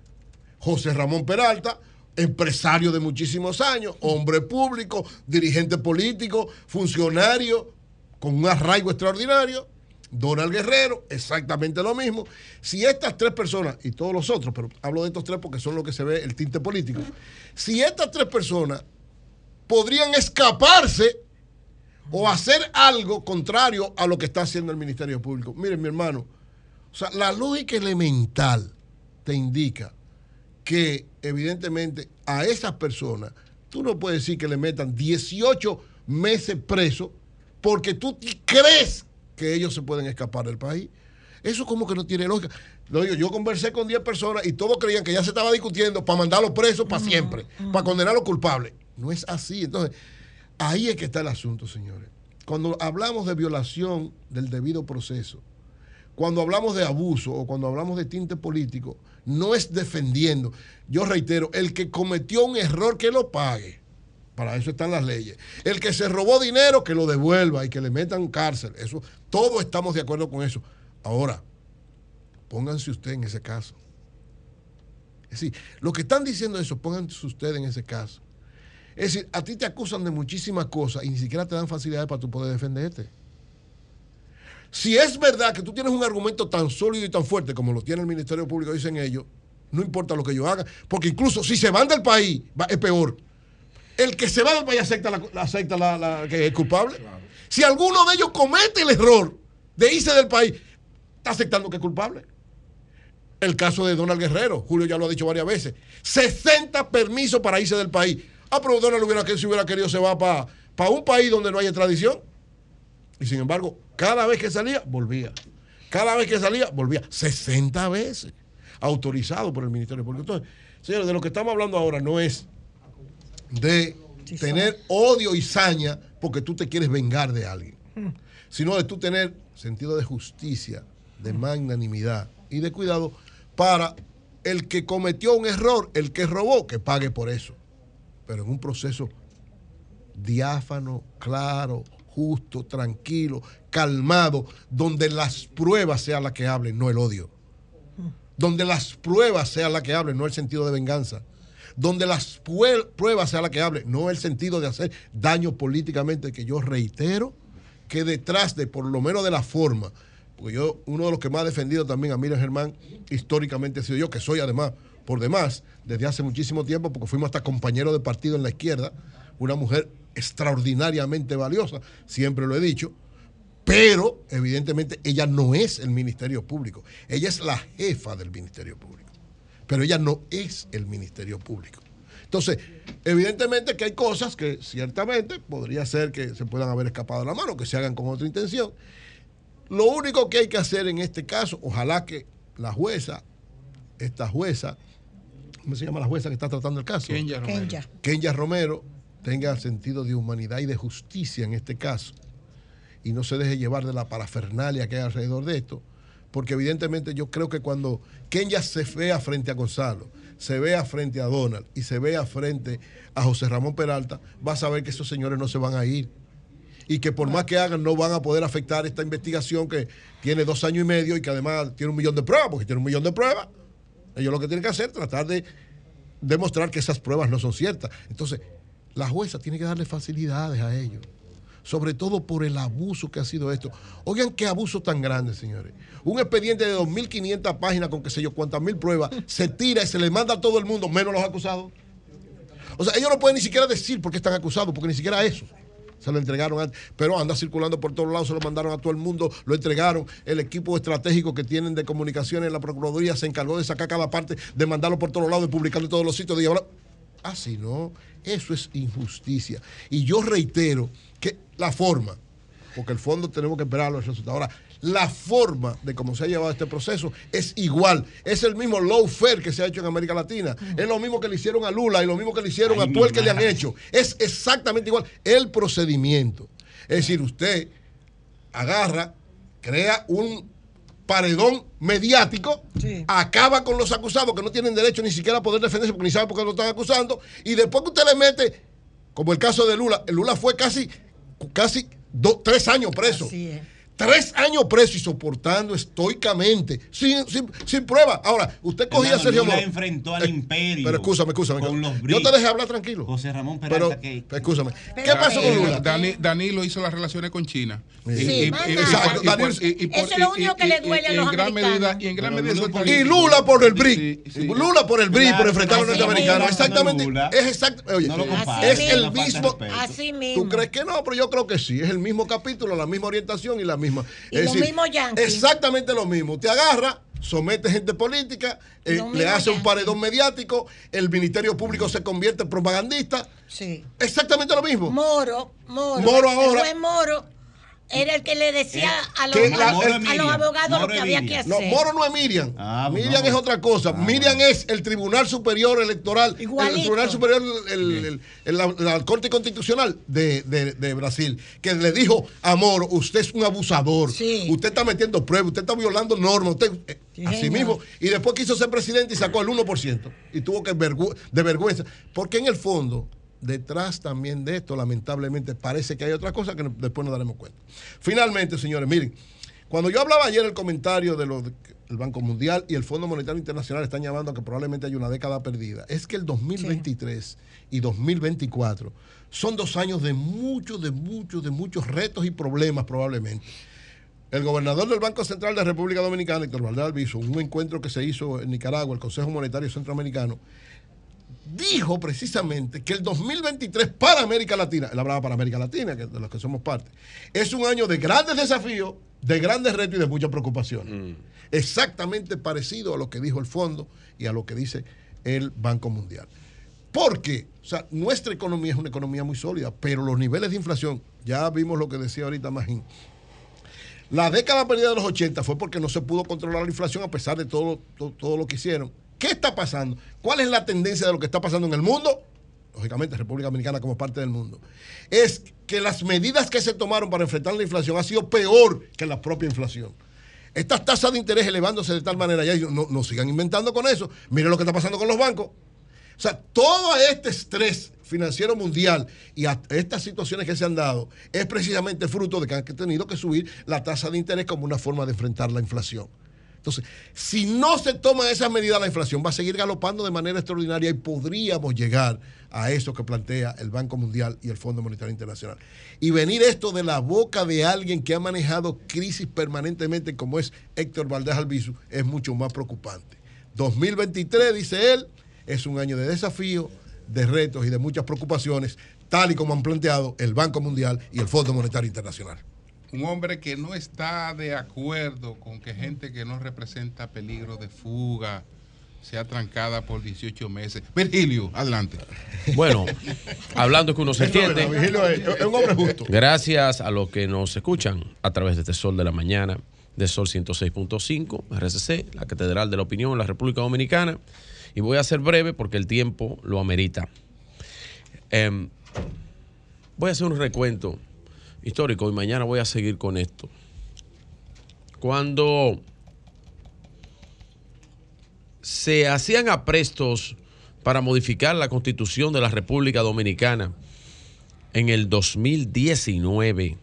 José Ramón Peralta, empresario de muchísimos años, hombre público, dirigente político, funcionario con un arraigo extraordinario. Donald Guerrero, exactamente lo mismo. Si estas tres personas, y todos los otros, pero hablo de estos tres porque son los que se ve el tinte político, si estas tres personas podrían escaparse o hacer algo contrario a lo que está haciendo el Ministerio Público. Miren, mi hermano, o sea, la lógica elemental te indica que evidentemente a esas personas tú no puedes decir que le metan dieciocho meses preso porque tú crees que ellos se pueden escapar del país. Eso como que no tiene lógica. Lo digo, yo conversé con diez personas y todos creían que ya se estaba discutiendo para mandarlos presos para siempre, para condenar a los culpables. No es así. Entonces, ahí es que está el asunto, señores. Cuando hablamos de violación del debido proceso, cuando hablamos de abuso o cuando hablamos de tinte político, no es defendiendo. Yo reitero, el que cometió un error que lo pague. Para eso están las leyes. El que se robó dinero, que lo devuelva y que le metan cárcel. Eso, todos estamos de acuerdo con eso. Ahora, pónganse usted en ese caso. Es decir, lo que están diciendo eso, pónganse usted en ese caso. Es decir, a ti te acusan de muchísimas cosas y ni siquiera te dan facilidades para tú poder defenderte. Si es verdad que tú tienes un argumento tan sólido y tan fuerte como lo tiene el Ministerio Público, dicen ellos, no importa lo que yo haga, porque incluso si se van del país, va, es peor. El que se va del país acepta la, acepta la, la que es culpable. Claro. Si alguno de ellos comete el error de irse del país, está aceptando que es culpable. El caso de Donald Guerrero, Julio ya lo ha dicho varias veces, sesenta permisos para irse del país. Ah, pero Donald hubiera, si hubiera querido se va para pa un país donde no hay extradición. Y sin embargo, cada vez que salía, volvía. Cada vez que salía, volvía. sesenta veces. Autorizado por el Ministerio Público. Entonces, señores, de lo que estamos hablando ahora no es de sí, tener son. odio y saña porque tú te quieres vengar de alguien, mm. sino de tú tener sentido de justicia, de magnanimidad y de cuidado para el que cometió un error, el que robó, que pague por eso. Pero en un proceso diáfano, claro, justo, tranquilo, calmado, donde las pruebas sean las que hablen, no el odio. Donde las pruebas sean las que hablen, no el sentido de venganza. Donde las pruebas sean las que hablen, no el sentido de hacer daño políticamente, que yo reitero que detrás de, por lo menos de la forma, porque yo, uno de los que más ha defendido también a Miriam Germán, históricamente he sido yo, que soy además, por demás, desde hace muchísimo tiempo, porque fuimos hasta compañeros de partido en la izquierda, una mujer extraordinariamente valiosa, siempre lo he dicho, pero evidentemente ella no es el Ministerio Público, ella es la jefa del Ministerio Público, pero ella no es el Ministerio Público. Entonces, evidentemente que hay cosas que ciertamente podría ser que se puedan haber escapado de la mano, que se hagan con otra intención. Lo único que hay que hacer en este caso, ojalá que la jueza, esta jueza, ¿cómo se llama la jueza que está tratando el caso? Kenya Romero. Kenya, Kenya Romero tenga sentido de humanidad y de justicia en este caso y no se deje llevar de la parafernalia que hay alrededor de esto, porque evidentemente yo creo que cuando Kenya se vea frente a Gonzalo, se vea frente a Donald y se vea frente a José Ramón Peralta, va a saber que esos señores no se van a ir y que por más que hagan no van a poder afectar esta investigación que tiene dos años y medio y que además tiene un millón de pruebas, porque tiene un millón de pruebas. Ellos lo que tienen que hacer es tratar de demostrar que esas pruebas no son ciertas. Entonces, la jueza tiene que darle facilidades a ellos, sobre todo por el abuso que ha sido esto. Oigan qué abuso tan grande, señores. Un expediente de dos mil quinientas páginas con qué sé yo cuántas mil pruebas se tira y se le manda a todo el mundo, menos los acusados. O sea, ellos no pueden ni siquiera decir por qué están acusados, porque ni siquiera eso se lo entregaron antes, pero anda circulando por todos lados, se lo mandaron a todo el mundo, lo entregaron. El equipo estratégico que tienen de comunicaciones en la Procuraduría se encargó de sacar cada parte, de mandarlo por todos lados, de publicarlo en todos los sitios, de llevarlo. Así no, eso es injusticia. Y yo reitero que la forma, porque el fondo tenemos que esperar los resultados. Ahora, la forma de cómo se ha llevado este proceso es igual. Es el mismo lawfare que se ha hecho en América Latina. Uh-huh. Es lo mismo que le hicieron a Lula y lo mismo que le hicieron Ay, a todo el que le han hecho. Es exactamente igual. El procedimiento. Es decir, usted agarra, crea un paredón mediático, sí. acaba con los acusados que no tienen derecho ni siquiera a poder defenderse porque ni saben por qué lo están acusando, y después que usted le mete, como el caso de Lula, el Lula fue casi, casi do, tres años preso. Así es. Tres años preso y soportando estoicamente, sin, sin, sin prueba. Ahora, usted cogía a Sergio Moro. enfrentó al eh, imperio. Pero escúchame, escúchame. Con los yo te dejé hablar tranquilo. José Ramón Peralta. Pero, que... escúchame. Pero, ¿Qué pasó con Lula? Dani, Danilo hizo las relaciones con China. Sí, y, y, y, exacto. Y, Danilo, y, y, y, eso es lo único que le duele a los americanos. Y en gran medida eso es Y Lula por el B R I. Sí, sí. Lula por el B R I, claro, por enfrentar a los norteamericanos. Exactamente. Es exacto. Oye, no es el mismo. Así mismo. ¿Tú crees que no? Pero yo creo que sí. Es el mismo capítulo, la misma orientación y la misma. Y lo mismo Yankee. Exactamente lo mismo. Te agarra, somete gente política, eh, le hace un paredón mediático, el Ministerio Público se convierte en propagandista. Sí. Exactamente lo mismo. Moro, Moro. Moro ahora. El juez Moro era el que le decía eh, a, los, la, a, los, el, a los abogados Moro lo que había que hacer. No, Moro no es Miriam. Ah, Miriam no. es otra cosa. Ah, Miriam bueno. es el Tribunal Superior Electoral. Igualito. El Tribunal Superior, el, el, el, el, la, la Corte Constitucional de, de, de Brasil, que le dijo a Moro, usted es un abusador. Sí. Usted está metiendo pruebas, usted está violando normas. Usted, eh, sí, así señor. mismo. Y después quiso ser presidente y sacó el uno por ciento. Y tuvo que vergü de vergüenza. Porque en el fondo, detrás también de esto, lamentablemente, parece que hay otra cosa que después nos daremos cuenta. Finalmente, señores, miren, cuando yo hablaba ayer el comentario de los el Banco Mundial y el Fondo Monetario Internacional están llamando a que probablemente hay una década perdida, es que el dos mil veintitrés sí. y dos mil veinticuatro son dos años de muchos, de muchos, de muchos retos y problemas probablemente. El gobernador del Banco Central de la República Dominicana, Héctor Valdés Albizu, en un encuentro que se hizo en Nicaragua, el Consejo Monetario Centroamericano, dijo precisamente que el dos mil veintitrés para América Latina, él hablaba para América Latina, que de los que somos parte, es un año de grandes desafíos, de grandes retos y de muchas preocupaciones. Mm. Exactamente parecido a lo que dijo el Fondo y a lo que dice el Banco Mundial. Porque, o sea, nuestra economía es una economía muy sólida, pero los niveles de inflación, ya vimos lo que decía ahorita Magín, la década perdida de los ochenta fue porque no se pudo controlar la inflación a pesar de todo, todo, todo lo que hicieron. ¿Qué está pasando? ¿Cuál es la tendencia de lo que está pasando en el mundo? Lógicamente, República Dominicana como parte del mundo. Es que las medidas que se tomaron para enfrentar la inflación han sido peor que la propia inflación. Estas tasas de interés elevándose de tal manera, ya no, no sigan inventando con eso. Miren lo que está pasando con los bancos. O sea, todo este estrés financiero mundial y a estas situaciones que se han dado es precisamente fruto de que han tenido que subir la tasa de interés como una forma de enfrentar la inflación. Entonces, si no se toman esas medidas, la inflación va a seguir galopando de manera extraordinaria y podríamos llegar a eso que plantea el Banco Mundial y el Fondo Monetario Internacional. Y venir esto de la boca de alguien que ha manejado crisis permanentemente como es Héctor Valdés Albizu es mucho más preocupante. dos mil veintitrés, dice él, es un año de desafío, de retos y de muchas preocupaciones, tal y como han planteado el Banco Mundial y el Fondo Monetario Internacional. Un hombre que no está de acuerdo con que gente que no representa peligro de fuga sea trancada por dieciocho meses. Virgilio, adelante. Bueno, hablando que uno se entiende. Virgilio es, es un hombre justo. Gracias a los que nos escuchan a través de este Sol de la Mañana, de Sol ciento seis punto cinco, R C C, la Catedral de la Opinión en la República Dominicana. Y voy a ser breve porque el tiempo lo amerita. Eh, voy a hacer un recuento histórico y mañana voy a seguir con esto. Cuando se hacían aprestos para modificar la Constitución de la República Dominicana en el dos mil diecinueve,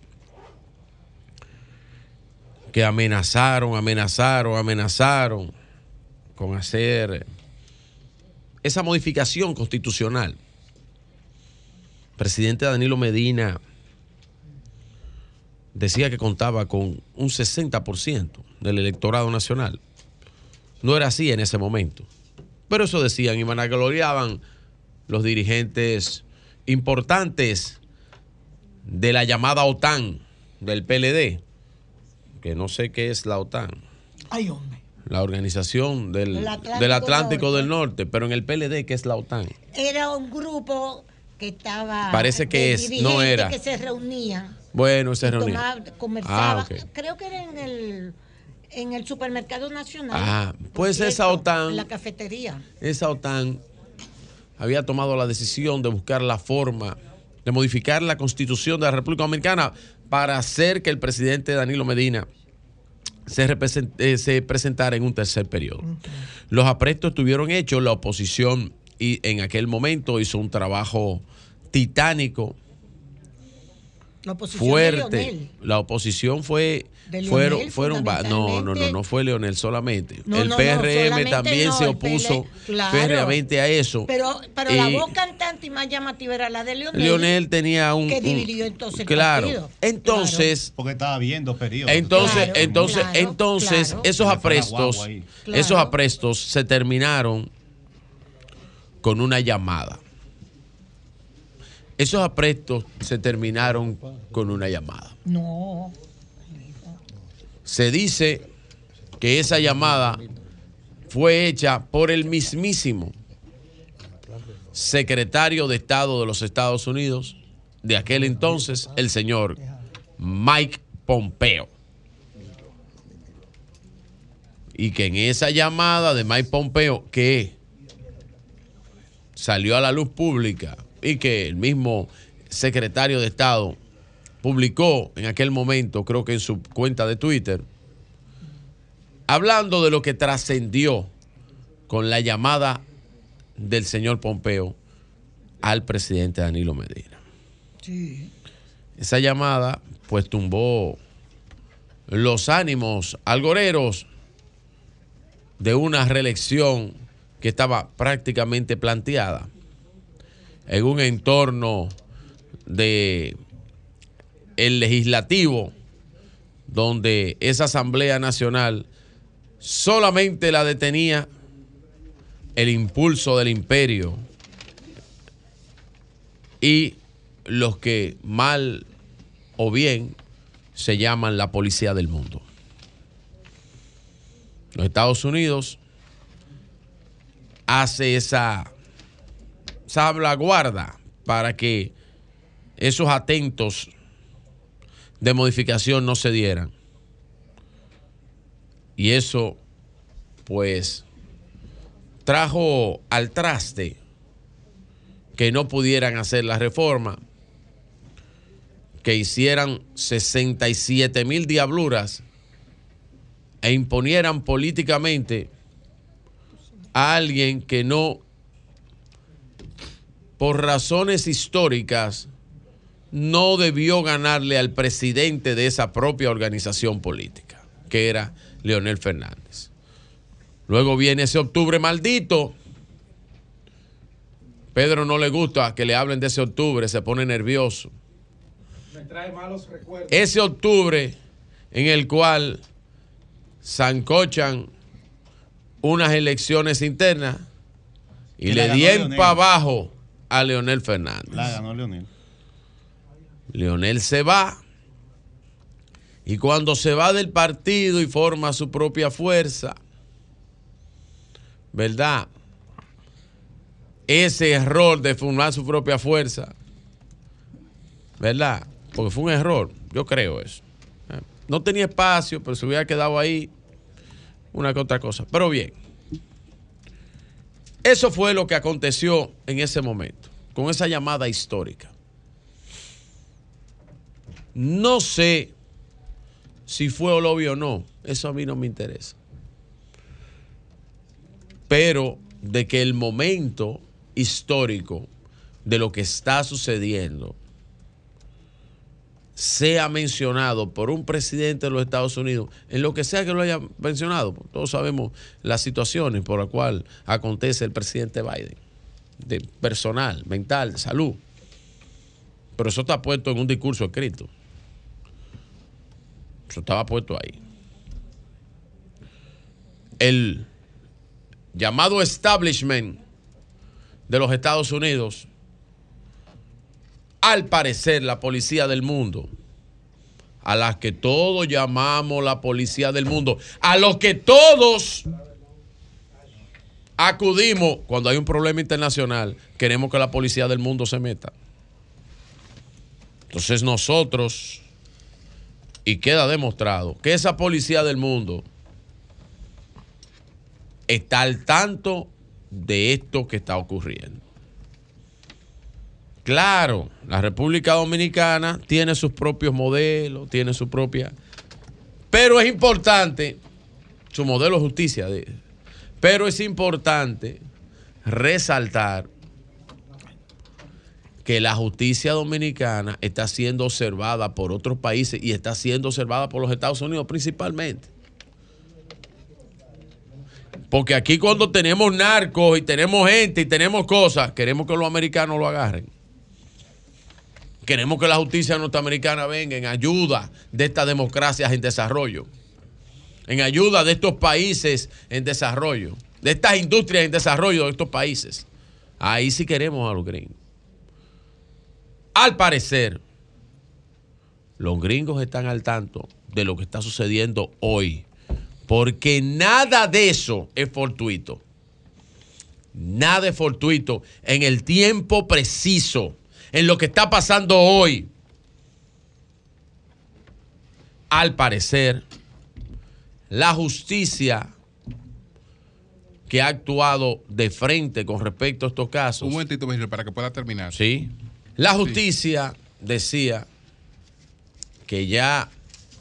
que amenazaron, amenazaron, amenazaron con hacer esa modificación constitucional, el presidente Danilo Medina decía que contaba con un sesenta por ciento del electorado nacional. No era así en ese momento. Pero eso decían y vanagloriaban los dirigentes importantes de la llamada OTAN, del P L D, que no sé qué es la OTAN. Ay, hombre. La organización del, del Atlántico, del, Atlántico del Norte, pero en el P L D, ¿qué es la OTAN? Era un grupo que estaba... Parece que es, no era. Que se reunían. Bueno, se reunía. Tomaba, conversaba. Ah, okay. Creo que era en el, en el supermercado nacional. Ah, pues cierto, esa OTAN. En la cafetería. Esa OTAN había tomado la decisión de buscar la forma de modificar la Constitución de la República Dominicana para hacer que el presidente Danilo Medina se, eh, se presentara en un tercer periodo. Uh-huh. Los aprestos estuvieron hechos, la oposición y en aquel momento hizo un trabajo titánico. La oposición fuerte. De Leonel. La oposición fue de fueron Leonel, fueron no, no, no, no fue Leonel solamente. No, el no, P R M no, también no, se opuso claro, férreamente a eso. Pero, pero y la voz cantante y más llamativa era la de Leonel. Leonel tenía un que dividió entonces el claro. partido. Entonces, claro. Porque estaba viendo periodos. Entonces, claro, entonces, claro, entonces claro. esos aprestos, claro. esos aprestos se terminaron con una llamada. Esos aprestos se terminaron con una llamada. No. Se dice que esa llamada fue hecha por el mismísimo secretario de Estado de los Estados Unidos de aquel entonces, el señor Mike Pompeo. Y que en esa llamada de Mike Pompeo, que salió a la luz pública y que el mismo secretario de Estado publicó en aquel momento, creo que en su cuenta de Twitter, hablando de lo que trascendió con la llamada del señor Pompeo, al presidente Danilo Medina. Sí. Esa llamada pues tumbó los ánimos algoreros de una reelección que estaba prácticamente planteada en un entorno de el legislativo, donde esa Asamblea Nacional solamente la detenía el impulso del imperio y los que mal o bien se llaman la policía del mundo. Los Estados Unidos hace esa salvaguarda para que esos atentos de modificación no se dieran. Y eso, pues, trajo al traste que no pudieran hacer la reforma, que hicieran sesenta y siete mil diabluras e imponieran políticamente a alguien que no, por razones históricas, no debió ganarle al presidente de esa propia organización política, que era Leonel Fernández. Luego viene ese octubre maldito. Pedro no le gusta que le hablen de ese octubre, se pone nervioso. Me trae malos recuerdos. Ese octubre en el cual sancochan unas elecciones internas y le dieron para abajo a Leonel Fernández. La ganó Leonel. Leonel se va y cuando se va del partido y forma su propia fuerza, ¿verdad? Ese error de formar su propia fuerza, ¿verdad? Porque fue un error, yo creo eso. No tenía espacio, pero se hubiera quedado ahí una que otra cosa. Pero bien, eso fue lo que aconteció en ese momento, con esa llamada histórica. No sé si fue obvio o no, eso a mí no me interesa. Pero de que el momento histórico de lo que está sucediendo sea mencionado por un presidente de los Estados Unidos, en lo que sea que lo haya mencionado, todos sabemos las situaciones por las cuales acontece el presidente Biden, de personal, mental, de salud. Pero eso está puesto en un discurso escrito. Eso estaba puesto ahí. El llamado establishment de los Estados Unidos, al parecer la policía del mundo, a las que todos llamamos la policía del mundo, a los que todos acudimos cuando hay un problema internacional, queremos que la policía del mundo se meta. Entonces nosotros, y queda demostrado que esa policía del mundo está al tanto de esto que está ocurriendo. Claro, la República Dominicana tiene sus propios modelos, tiene su propia... Pero es importante, su modelo de justicia, de, pero es importante resaltar que la justicia dominicana está siendo observada por otros países y está siendo observada por los Estados Unidos principalmente. Porque aquí cuando tenemos narcos y tenemos gente y tenemos cosas, queremos que los americanos lo agarren. Queremos que la justicia norteamericana venga en ayuda de estas democracias en desarrollo, en ayuda de estos países en desarrollo, de estas industrias en desarrollo de estos países. Ahí sí queremos a los gringos. Al parecer, los gringos están al tanto de lo que está sucediendo hoy, porque nada de eso es fortuito. Nada es fortuito en el tiempo preciso, en lo que está pasando hoy. Al parecer, la justicia que ha actuado de frente con respecto a estos casos. Un momentito, para que pueda terminar. Sí. La justicia sí. decía que ya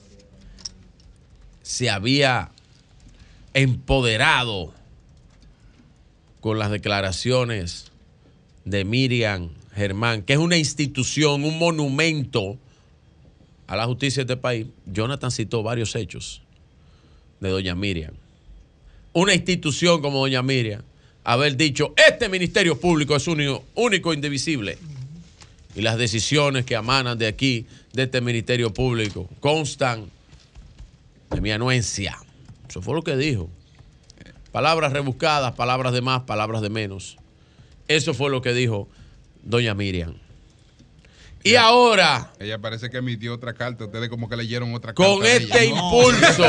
se había empoderado con las declaraciones de Miriam Germán, que es una institución, un monumento a la justicia de este país, Jonathan citó varios hechos de doña Miriam. Una institución como doña Miriam, haber dicho, este Ministerio Público es único, único e indivisible. Y las decisiones que emanan de aquí, de este Ministerio Público, constan de mi anuencia. Eso fue lo que dijo. Palabras rebuscadas, palabras de más, palabras de menos. Eso fue lo que dijo doña Miriam. Y ella, ahora... Ella parece que emitió otra carta. Ustedes como que leyeron otra con carta. Con este impulso.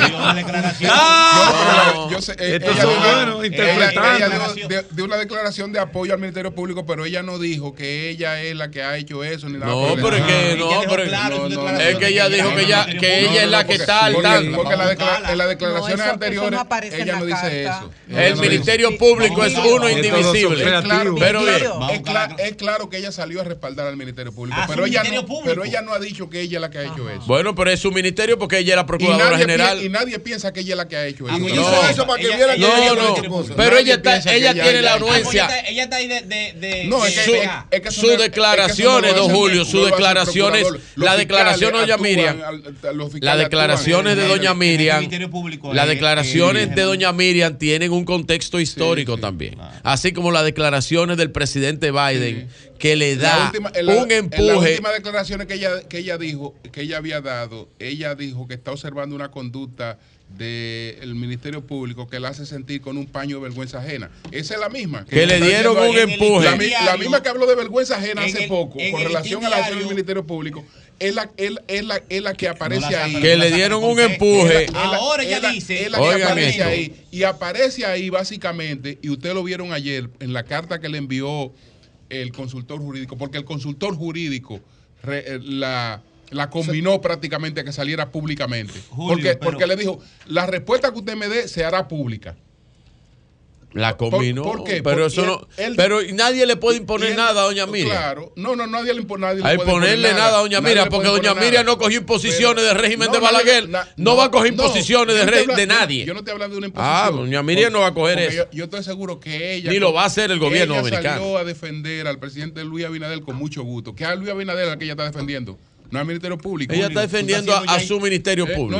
Esto es bueno, interpretando. De, de una declaración de apoyo al Ministerio Público, pero ella no dijo que ella es la que ha hecho eso. Ni nada no, pero es que no, pero claro, no, no, es que ella dijo que ella, que ella es la que está al tanto. Porque en las declaraciones anteriores ella no dice eso. El Ministerio Público es uno indivisible. Pero bien. Es claro que ella salió a respaldar al Ministerio Público. Público, pero, ella no, pero ella no ha dicho que ella es la que ha hecho eso. Bueno, pero es su ministerio porque ella es la procuradora y general. Pi- y nadie piensa que ella es la que ha hecho eso. No, no, eso para que ella, no, ella no, no. Pero nadie ella, está, ella, ella tiene la anuencia. Ella, ella está ahí de... de, de no, es que, su, es, es que sus declaraciones, don Julio, sus declaraciones, la declaración de doña Miriam, las declaraciones de doña Miriam, las declaraciones de doña Miriam tienen un contexto histórico también. Así como las declaraciones del presidente Biden, que le da última, la, un empuje. En las últimas declaraciones que ella, que ella dijo, que ella había dado, ella dijo que está observando una conducta del Ministerio Público que la hace sentir con un paño de vergüenza ajena. Esa es la misma. Que, que le dieron un empuje. La, la misma que habló de vergüenza ajena hace el, poco con relación a la acción del Ministerio Público. Es la, es, es, la, es la que aparece no ahí. Que no le dieron un empuje. Es la, es la, Ahora ella la, dice. Es la que aparece esto. ahí. Y aparece ahí básicamente, y ustedes lo vieron ayer en la carta que le envió el consultor jurídico, porque el consultor jurídico re, la, la combinó o sea, prácticamente a que saliera públicamente. Julio, porque, pero, porque le dijo, la respuesta que usted me dé se hará pública. La combinó. ¿Por, por qué? Pero Porque eso él, no. Él, pero nadie le puede imponer él, nada a doña Miriam. Claro. No, no, nadie le impone nadie. Hay ponerle nada, nada a doña Miriam, porque doña Miriam no cogió imposiciones pero, del régimen no, de Balaguer. No, no va a coger no, imposiciones de, re, habla, de nadie. Yo, yo no estoy hablando de una imposición. Ah, doña Miriam no va a coger eso. Yo, yo estoy seguro que ella. Ni lo va a hacer el gobierno ella dominicano. Salió a defender al presidente Luis Abinader con mucho gusto. Que a Luis Abinader es el que ella está defendiendo. No al Ministerio Público. Ella está defendiendo a, a su Ministerio eh, Público. No,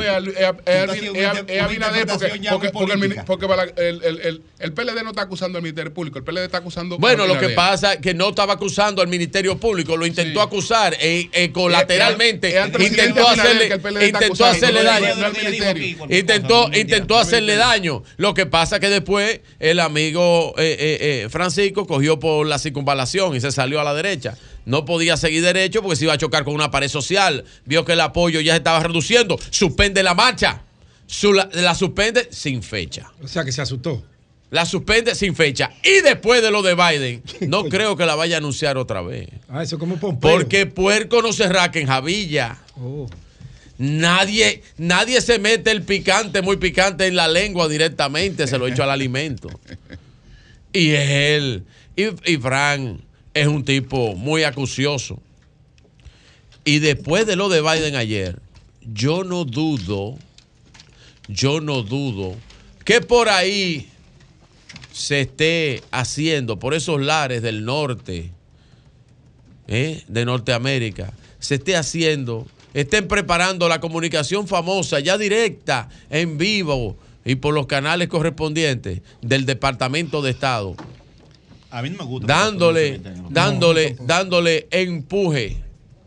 es Abinader porque, porque, porque, el, porque el, el, el, el P L D no está acusando al Ministerio Público. El P L D está acusando Bueno, lo que pasa es que no estaba acusando al Ministerio Público. Lo intentó sí. acusar eh, eh, colateralmente. Eh, eh, intentó hacerle, intentó hacerle daño. Intentó, intentó hacerle daño. Lo que pasa es que después el amigo eh, eh, eh, Francisco cogió por la circunvalación y se salió a la derecha. No podía seguir derecho porque se iba a chocar con una pared social. Vio que el apoyo ya se estaba reduciendo. Suspende la marcha. Su, la, la suspende sin fecha. O sea que se asustó. La suspende sin fecha. Y después de lo de Biden, no creo que la vaya a anunciar otra vez. Ah, eso como Pompeo. Porque puerco no se raca en Javilla. Oh. Nadie, nadie se mete el picante, muy picante en la lengua directamente. Se lo echa al alimento. Y él, y, y Fran... es un tipo muy acucioso. Y después de lo de Biden ayer, yo no dudo, yo no dudo que por ahí se esté haciendo, por esos lares del norte, ¿eh? de Norteamérica, se esté haciendo, estén preparando la comunicación famosa, ya directa, en vivo y por los canales correspondientes del Departamento de Estado. A mí no me gusta. Dándole, dándole, dándole empuje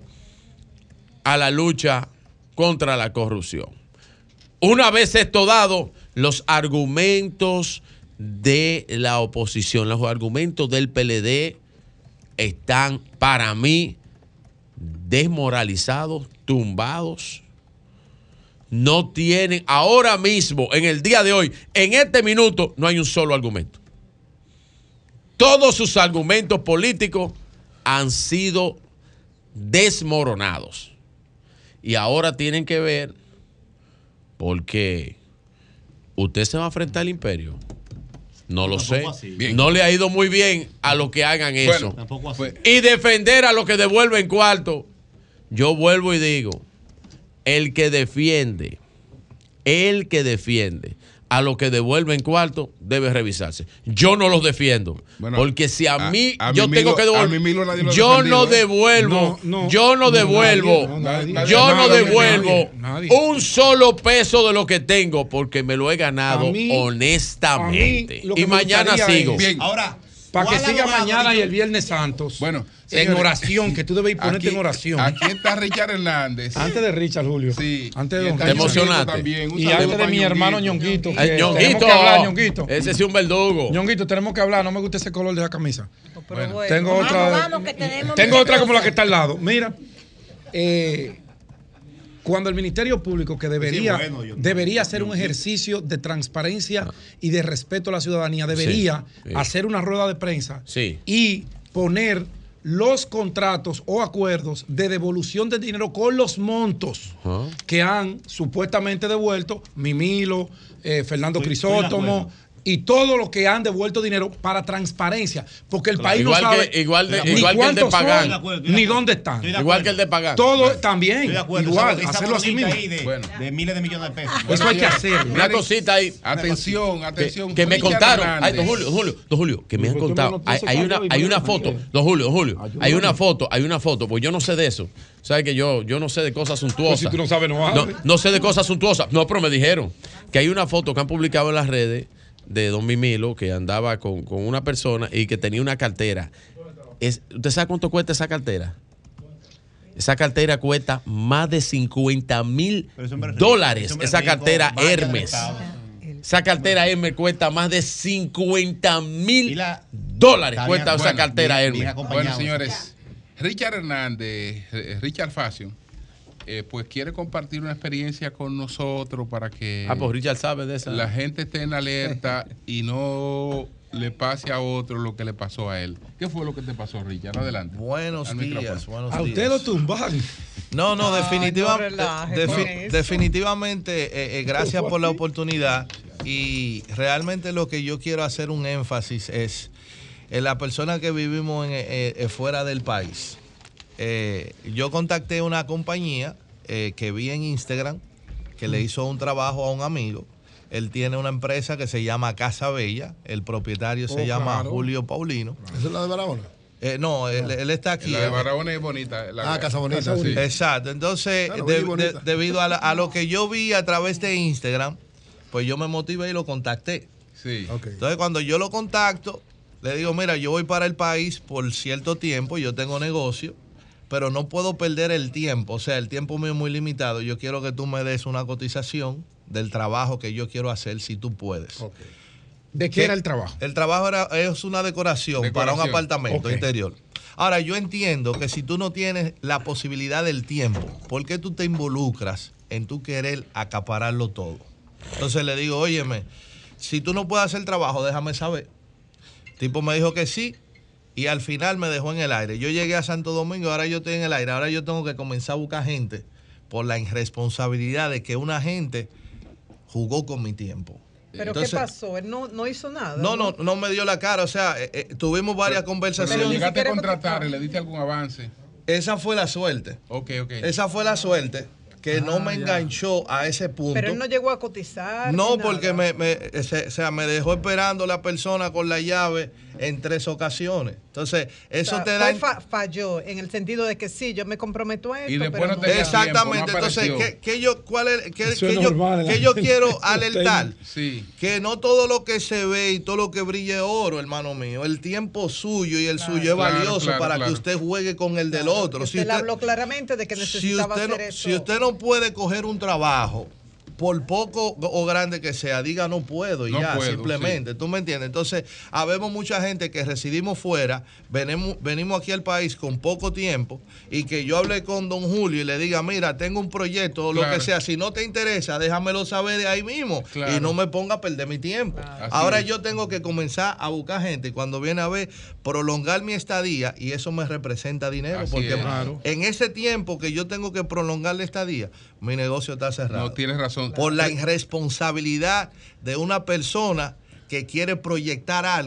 a la lucha contra la corrupción. Una vez esto dado, los argumentos de la oposición, los argumentos del P L D están para mí desmoralizados, tumbados. No tienen, ahora mismo, en el día de hoy, en este minuto, no hay un solo argumento. Todos sus argumentos políticos han sido desmoronados. Y ahora tienen que ver, porque usted se va a enfrentar al imperio. No lo sé. No le ha ido muy bien a los que hagan eso. Bueno, y defender a los que devuelven cuarto. Yo vuelvo y digo, el que defiende, el que defiende a lo que devuelven cuarto debe revisarse. Yo no los defiendo, Bueno, porque si a, a- mí a yo Mimilo- tengo que a devolver, Mimilo nadie lo ha yo defendido, no ¿eh? devuelvo, No, no, yo no no, devuelvo, nadie, nadie, nadie, yo no nadie, devuelvo nadie, nadie. un solo peso de lo que tengo porque me lo he ganado A mí- honestamente. a mí lo que Y me mañana gustaría sigo. es- Bien. Ahora, para que ¿cuál siga abogado mañana dijo? y el Viernes Santos. Bueno, en señores, oración, que tú debes ponerte aquí- en oración. Aquí está Richard Hernández. Antes de Richard, Julio. Sí. Antes de Y Don está Te Richard. emocionaste. también. Un Y saludo antes de para mi Ñonguito. hermano Ñonguito. Ay, que Ñonguito. tenemos que hablar, Ñonguito. Ese sí es un verdugo. Ñonguito, tenemos que hablar. No me gusta ese color de la camisa. Bueno. Tengo Vamos, otra. vamos, que tenemos tengo mucha otra como la cosa. que está al lado. Mira, eh, cuando el Ministerio Público, que debería, Sí, bueno, yo- debería hacer un ejercicio de transparencia y de respeto a la ciudadanía, debería Sí, sí. hacer una rueda de prensa Sí. y poner los contratos o acuerdos de devolución de dinero con los montos Ajá. que han supuestamente devuelto Mimilo, eh, Fernando Estoy- estoy de Crisóstomo acuerdo. y todo lo que han devuelto dinero para transparencia, porque el país Igual no sabe que- igual de- ni igual que el de cuántos Pagán. son, Estoy de acuerdo, estoy de ni acuerdo. dónde están. Estoy de Igual que el de Pagán. Todo también, Estoy de acuerdo. igual, Esa- esa hacerlo así bolita mismo. ahí de, Bueno. de miles de millones de pesos. Eso hay que hacerlo. Una cosita ahí. Atención, Que, atención. que me Richard contaron, Hernández. ay, don Julio, don Julio, don Julio, que me han Pero tú me contado. lo Hay, puse hay para una, allá y hay me una lo foto, expliqué. don Julio, don Julio, Ayúdame. hay una foto, hay una foto, pues yo no sé de eso. ¿Sabes que yo, yo no sé de cosas suntuosas? Pues si tú no sabes, no no, hables. no sé de cosas suntuosas. No, pero me dijeron que hay una foto que han publicado en las redes de don Mimilo que andaba con, con una persona y que tenía una cartera. Es, ¿Usted sabe cuánto cuesta esa cartera? Esa cartera cuesta más de cincuenta mil Pero eso me refiero- dólares. eso me Esa refiero cartera con banca de Hermes. Estado. Esa cartera Hermes cuesta más de cincuenta Y mil la- dólares. Está Cuesta bien, esa bueno, cartera bien, Hermes. bien acompañado. Bueno, señores, Richard Hernández, eh, Richard Fashion, eh, pues quiere compartir una experiencia con nosotros para que Ah, pues Richard sabe de esa. la gente esté en alerta y no le pase a otro lo que le pasó a él. ¿Qué fue lo que te pasó, Richard? Adelante. Buenos Al días, micrófono. buenos A días. usted lo tumban. No, no, Ay, definitiva- no relaje de- con defi- eso. definitivamente, eh, eh, gracias por la oportunidad. Y realmente lo que yo quiero hacer un énfasis es en la persona que vivimos en, eh, eh, fuera del país. Eh, yo contacté una compañía eh, que vi en Instagram que le hizo un trabajo a un amigo. Él tiene una empresa que se llama Casa Bella. El propietario se Oh, llama claro. Julio Paulino. ¿Esa es la de Barahona? Eh, no, él, él está aquí. La de Barahona es bonita. La- Ah, Casa Bonita, Casa sí. Exacto. Entonces, Claro, de- muy bonita. de- debido a, la- a lo que yo vi a través de Instagram, pues yo me motivé y lo contacté. Sí. Entonces, cuando yo lo contacto, le digo, mira, yo voy para el país por cierto tiempo, yo tengo negocio, pero no puedo perder el tiempo. O sea, el tiempo mío es muy limitado. Yo quiero que tú me des una cotización del trabajo que yo quiero hacer, si tú puedes. ¿De qué era el trabajo? El trabajo era, es una decoración, para un Decoración. apartamento Ok. interior. Ahora, yo entiendo que si tú no tienes la posibilidad del tiempo, ¿por qué tú te involucras en tú querer acapararlo todo? Entonces le digo, óyeme, si tú no puedes hacer el trabajo, déjame saber. El tipo me dijo que sí y al final me dejó en el aire. Yo llegué a Santo Domingo, ahora yo estoy en el aire. Ahora yo tengo que comenzar a buscar gente por la irresponsabilidad de que una gente jugó con mi tiempo. ¿Pero Entonces, qué pasó? Él no, no hizo nada. no, no, no me dio la cara. O sea, eh, eh, tuvimos varias Pero conversaciones. le llegaste a contratar y le diste algún avance. Esa fue la suerte. Ok, ok. Esa fue la suerte que no me enganchó a ese punto. Pero él no llegó a cotizar. No, ni nada. porque me, me- se, o sea, me dejó esperando la persona con la llave en tres ocasiones. Entonces, eso O sea, te fue da... fa- falló en el sentido de que sí, yo me comprometo a esto. Y después pero no te- Exactamente. tiempo, no Entonces, apareció. ¿qué, qué yo, cuál es, qué, Eso qué es yo, normal en la qué yo gente. quiero alertar? Sí. Que no todo lo que se ve y todo lo que brille es oro, hermano mío. El tiempo suyo y el suyo es Claro, valioso claro, para claro. que usted juegue con el del otro. Si Usted le usted, habló claramente de que si necesitaba usted, no, hacer eso. si usted no puede coger un trabajo, por poco o grande que sea, diga no puedo y No ya, puedo, simplemente. ¿Tú me entiendes? Entonces, habemos mucha gente que residimos fuera, venimos, venimos aquí al país con poco tiempo y que yo hable con don Julio y le diga, mira, tengo un proyecto o lo Claro. que sea, si no te interesa, déjamelo saber de ahí mismo Claro. y no me ponga a perder mi tiempo. Así Ahora es. yo tengo que comenzar a buscar gente y cuando viene a ver, prolongar mi estadía y eso me representa dinero Así porque es. Claro. en ese tiempo que yo tengo que prolongar la estadía, mi negocio está cerrado. No, tienes razón. Por la irresponsabilidad de una persona que quiere proyectar algo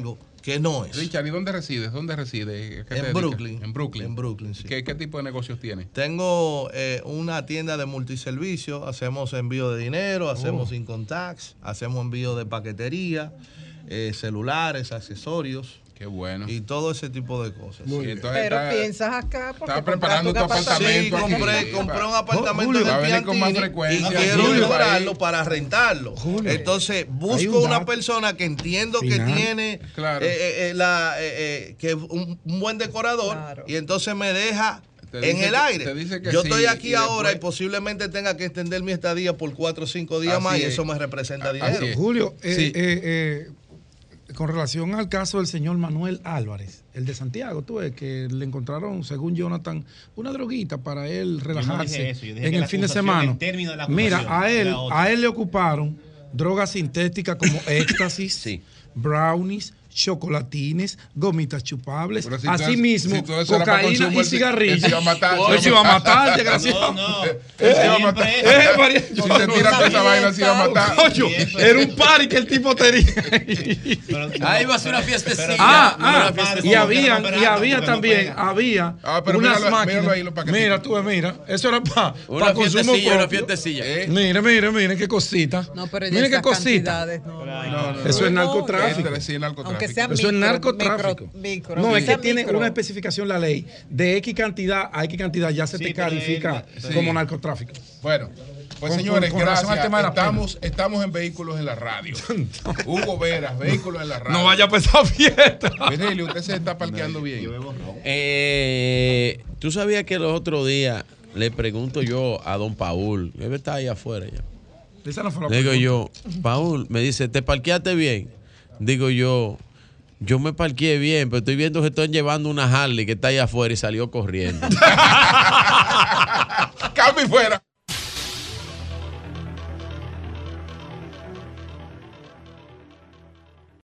que no es. Richard, ¿y dónde resides? ¿Dónde resides? En Brooklyn. En Brooklyn. En Brooklyn, sí. ¿Qué, qué tipo de negocios tienes? Tengo eh, una tienda de multiservicio, hacemos envío de dinero, hacemos Oh. income tax, hacemos envío de paquetería, eh, celulares, accesorios. Qué bueno. Y todo ese tipo de cosas. Muy Sí, bien. entonces Pero está- piensas acá porque Estaba preparando tu compraste un apartamento. Sí, compré, aquí. compré un apartamento Julio, en va a el venir con más Piantini frecuencia. y quiero Julio, mejorarlo ahí. para rentarlo. Julio, Entonces hay busco un una dato persona que entiendo final. que tiene Claro. eh, eh, eh, la, eh, eh, que es un, un buen decorador y entonces me deja Te en dice el que- aire. te dice que Yo sí, estoy aquí y ahora después- y posiblemente tenga que extender mi estadía por cuatro o cinco días Así más y es. eso me representa Así dinero. es. Julio, eh, Sí. eh, eh, con relación al caso del señor Manuel Álvarez, el de Santiago, tú ves que le encontraron, según Jonathan, una droguita para él relajarse dije eso, yo dije en que el la fin de acusación, semana. el término de la Mira, acusación a él, era otro. a él le ocuparon drogas sintéticas como éxtasis, brownies, chocolatines, gomitas chupables, Pero si todo eso- asimismo si todo eso era para cocaína consumo, y él se- cigarrillos. él se iba a matar, Él se iba a matar, desgraciado. No, no. Él se iba a matar. Eh, María- Si se tira toda esa vaina, se iba a matar. Coño, era un party que el tipo tenía. Ahí va a ser una fiestecilla. Ah, Una ah, fiestecilla. y había, y había también, había Ah, pero unas míralo- máquinas. míralo ahí, los paquetitos. Mira, tú ves, mira, eso era para Una consumo fiestecilla, una propio. fiestecilla. Mire, mire, mire qué cosita. No, pero ya Mire qué esas cosita. cantidades, no, no, No, no, Eso no. es narcotráfico. Este sí es narcotráfico. Aunque sea Eso es micro, narcotráfico. micro, micro, No, es sea que tiene micro. una especificación la ley de X cantidad a X cantidad ya se Sí, te pero califica él- sí. como narcótico. Bueno, pues Con- señores, con- con relación gracias. al tema de la estamos, estamos en Vehículos en la Radio. Hugo Veras, Vehículos en la Radio. No vaya a empezar fiesta. Virgilio, usted se está parqueando bien. Eh, Tú sabías que los otros días le pregunto yo a don Paul, él está ahí afuera ya. Esa no fue la Le digo pregunta. yo, Paul, me dice, ¿te parqueaste bien? Digo yo, yo me parqueé bien, pero estoy viendo que están llevando una Harley que está ahí afuera y salió corriendo. Cambio y fuera.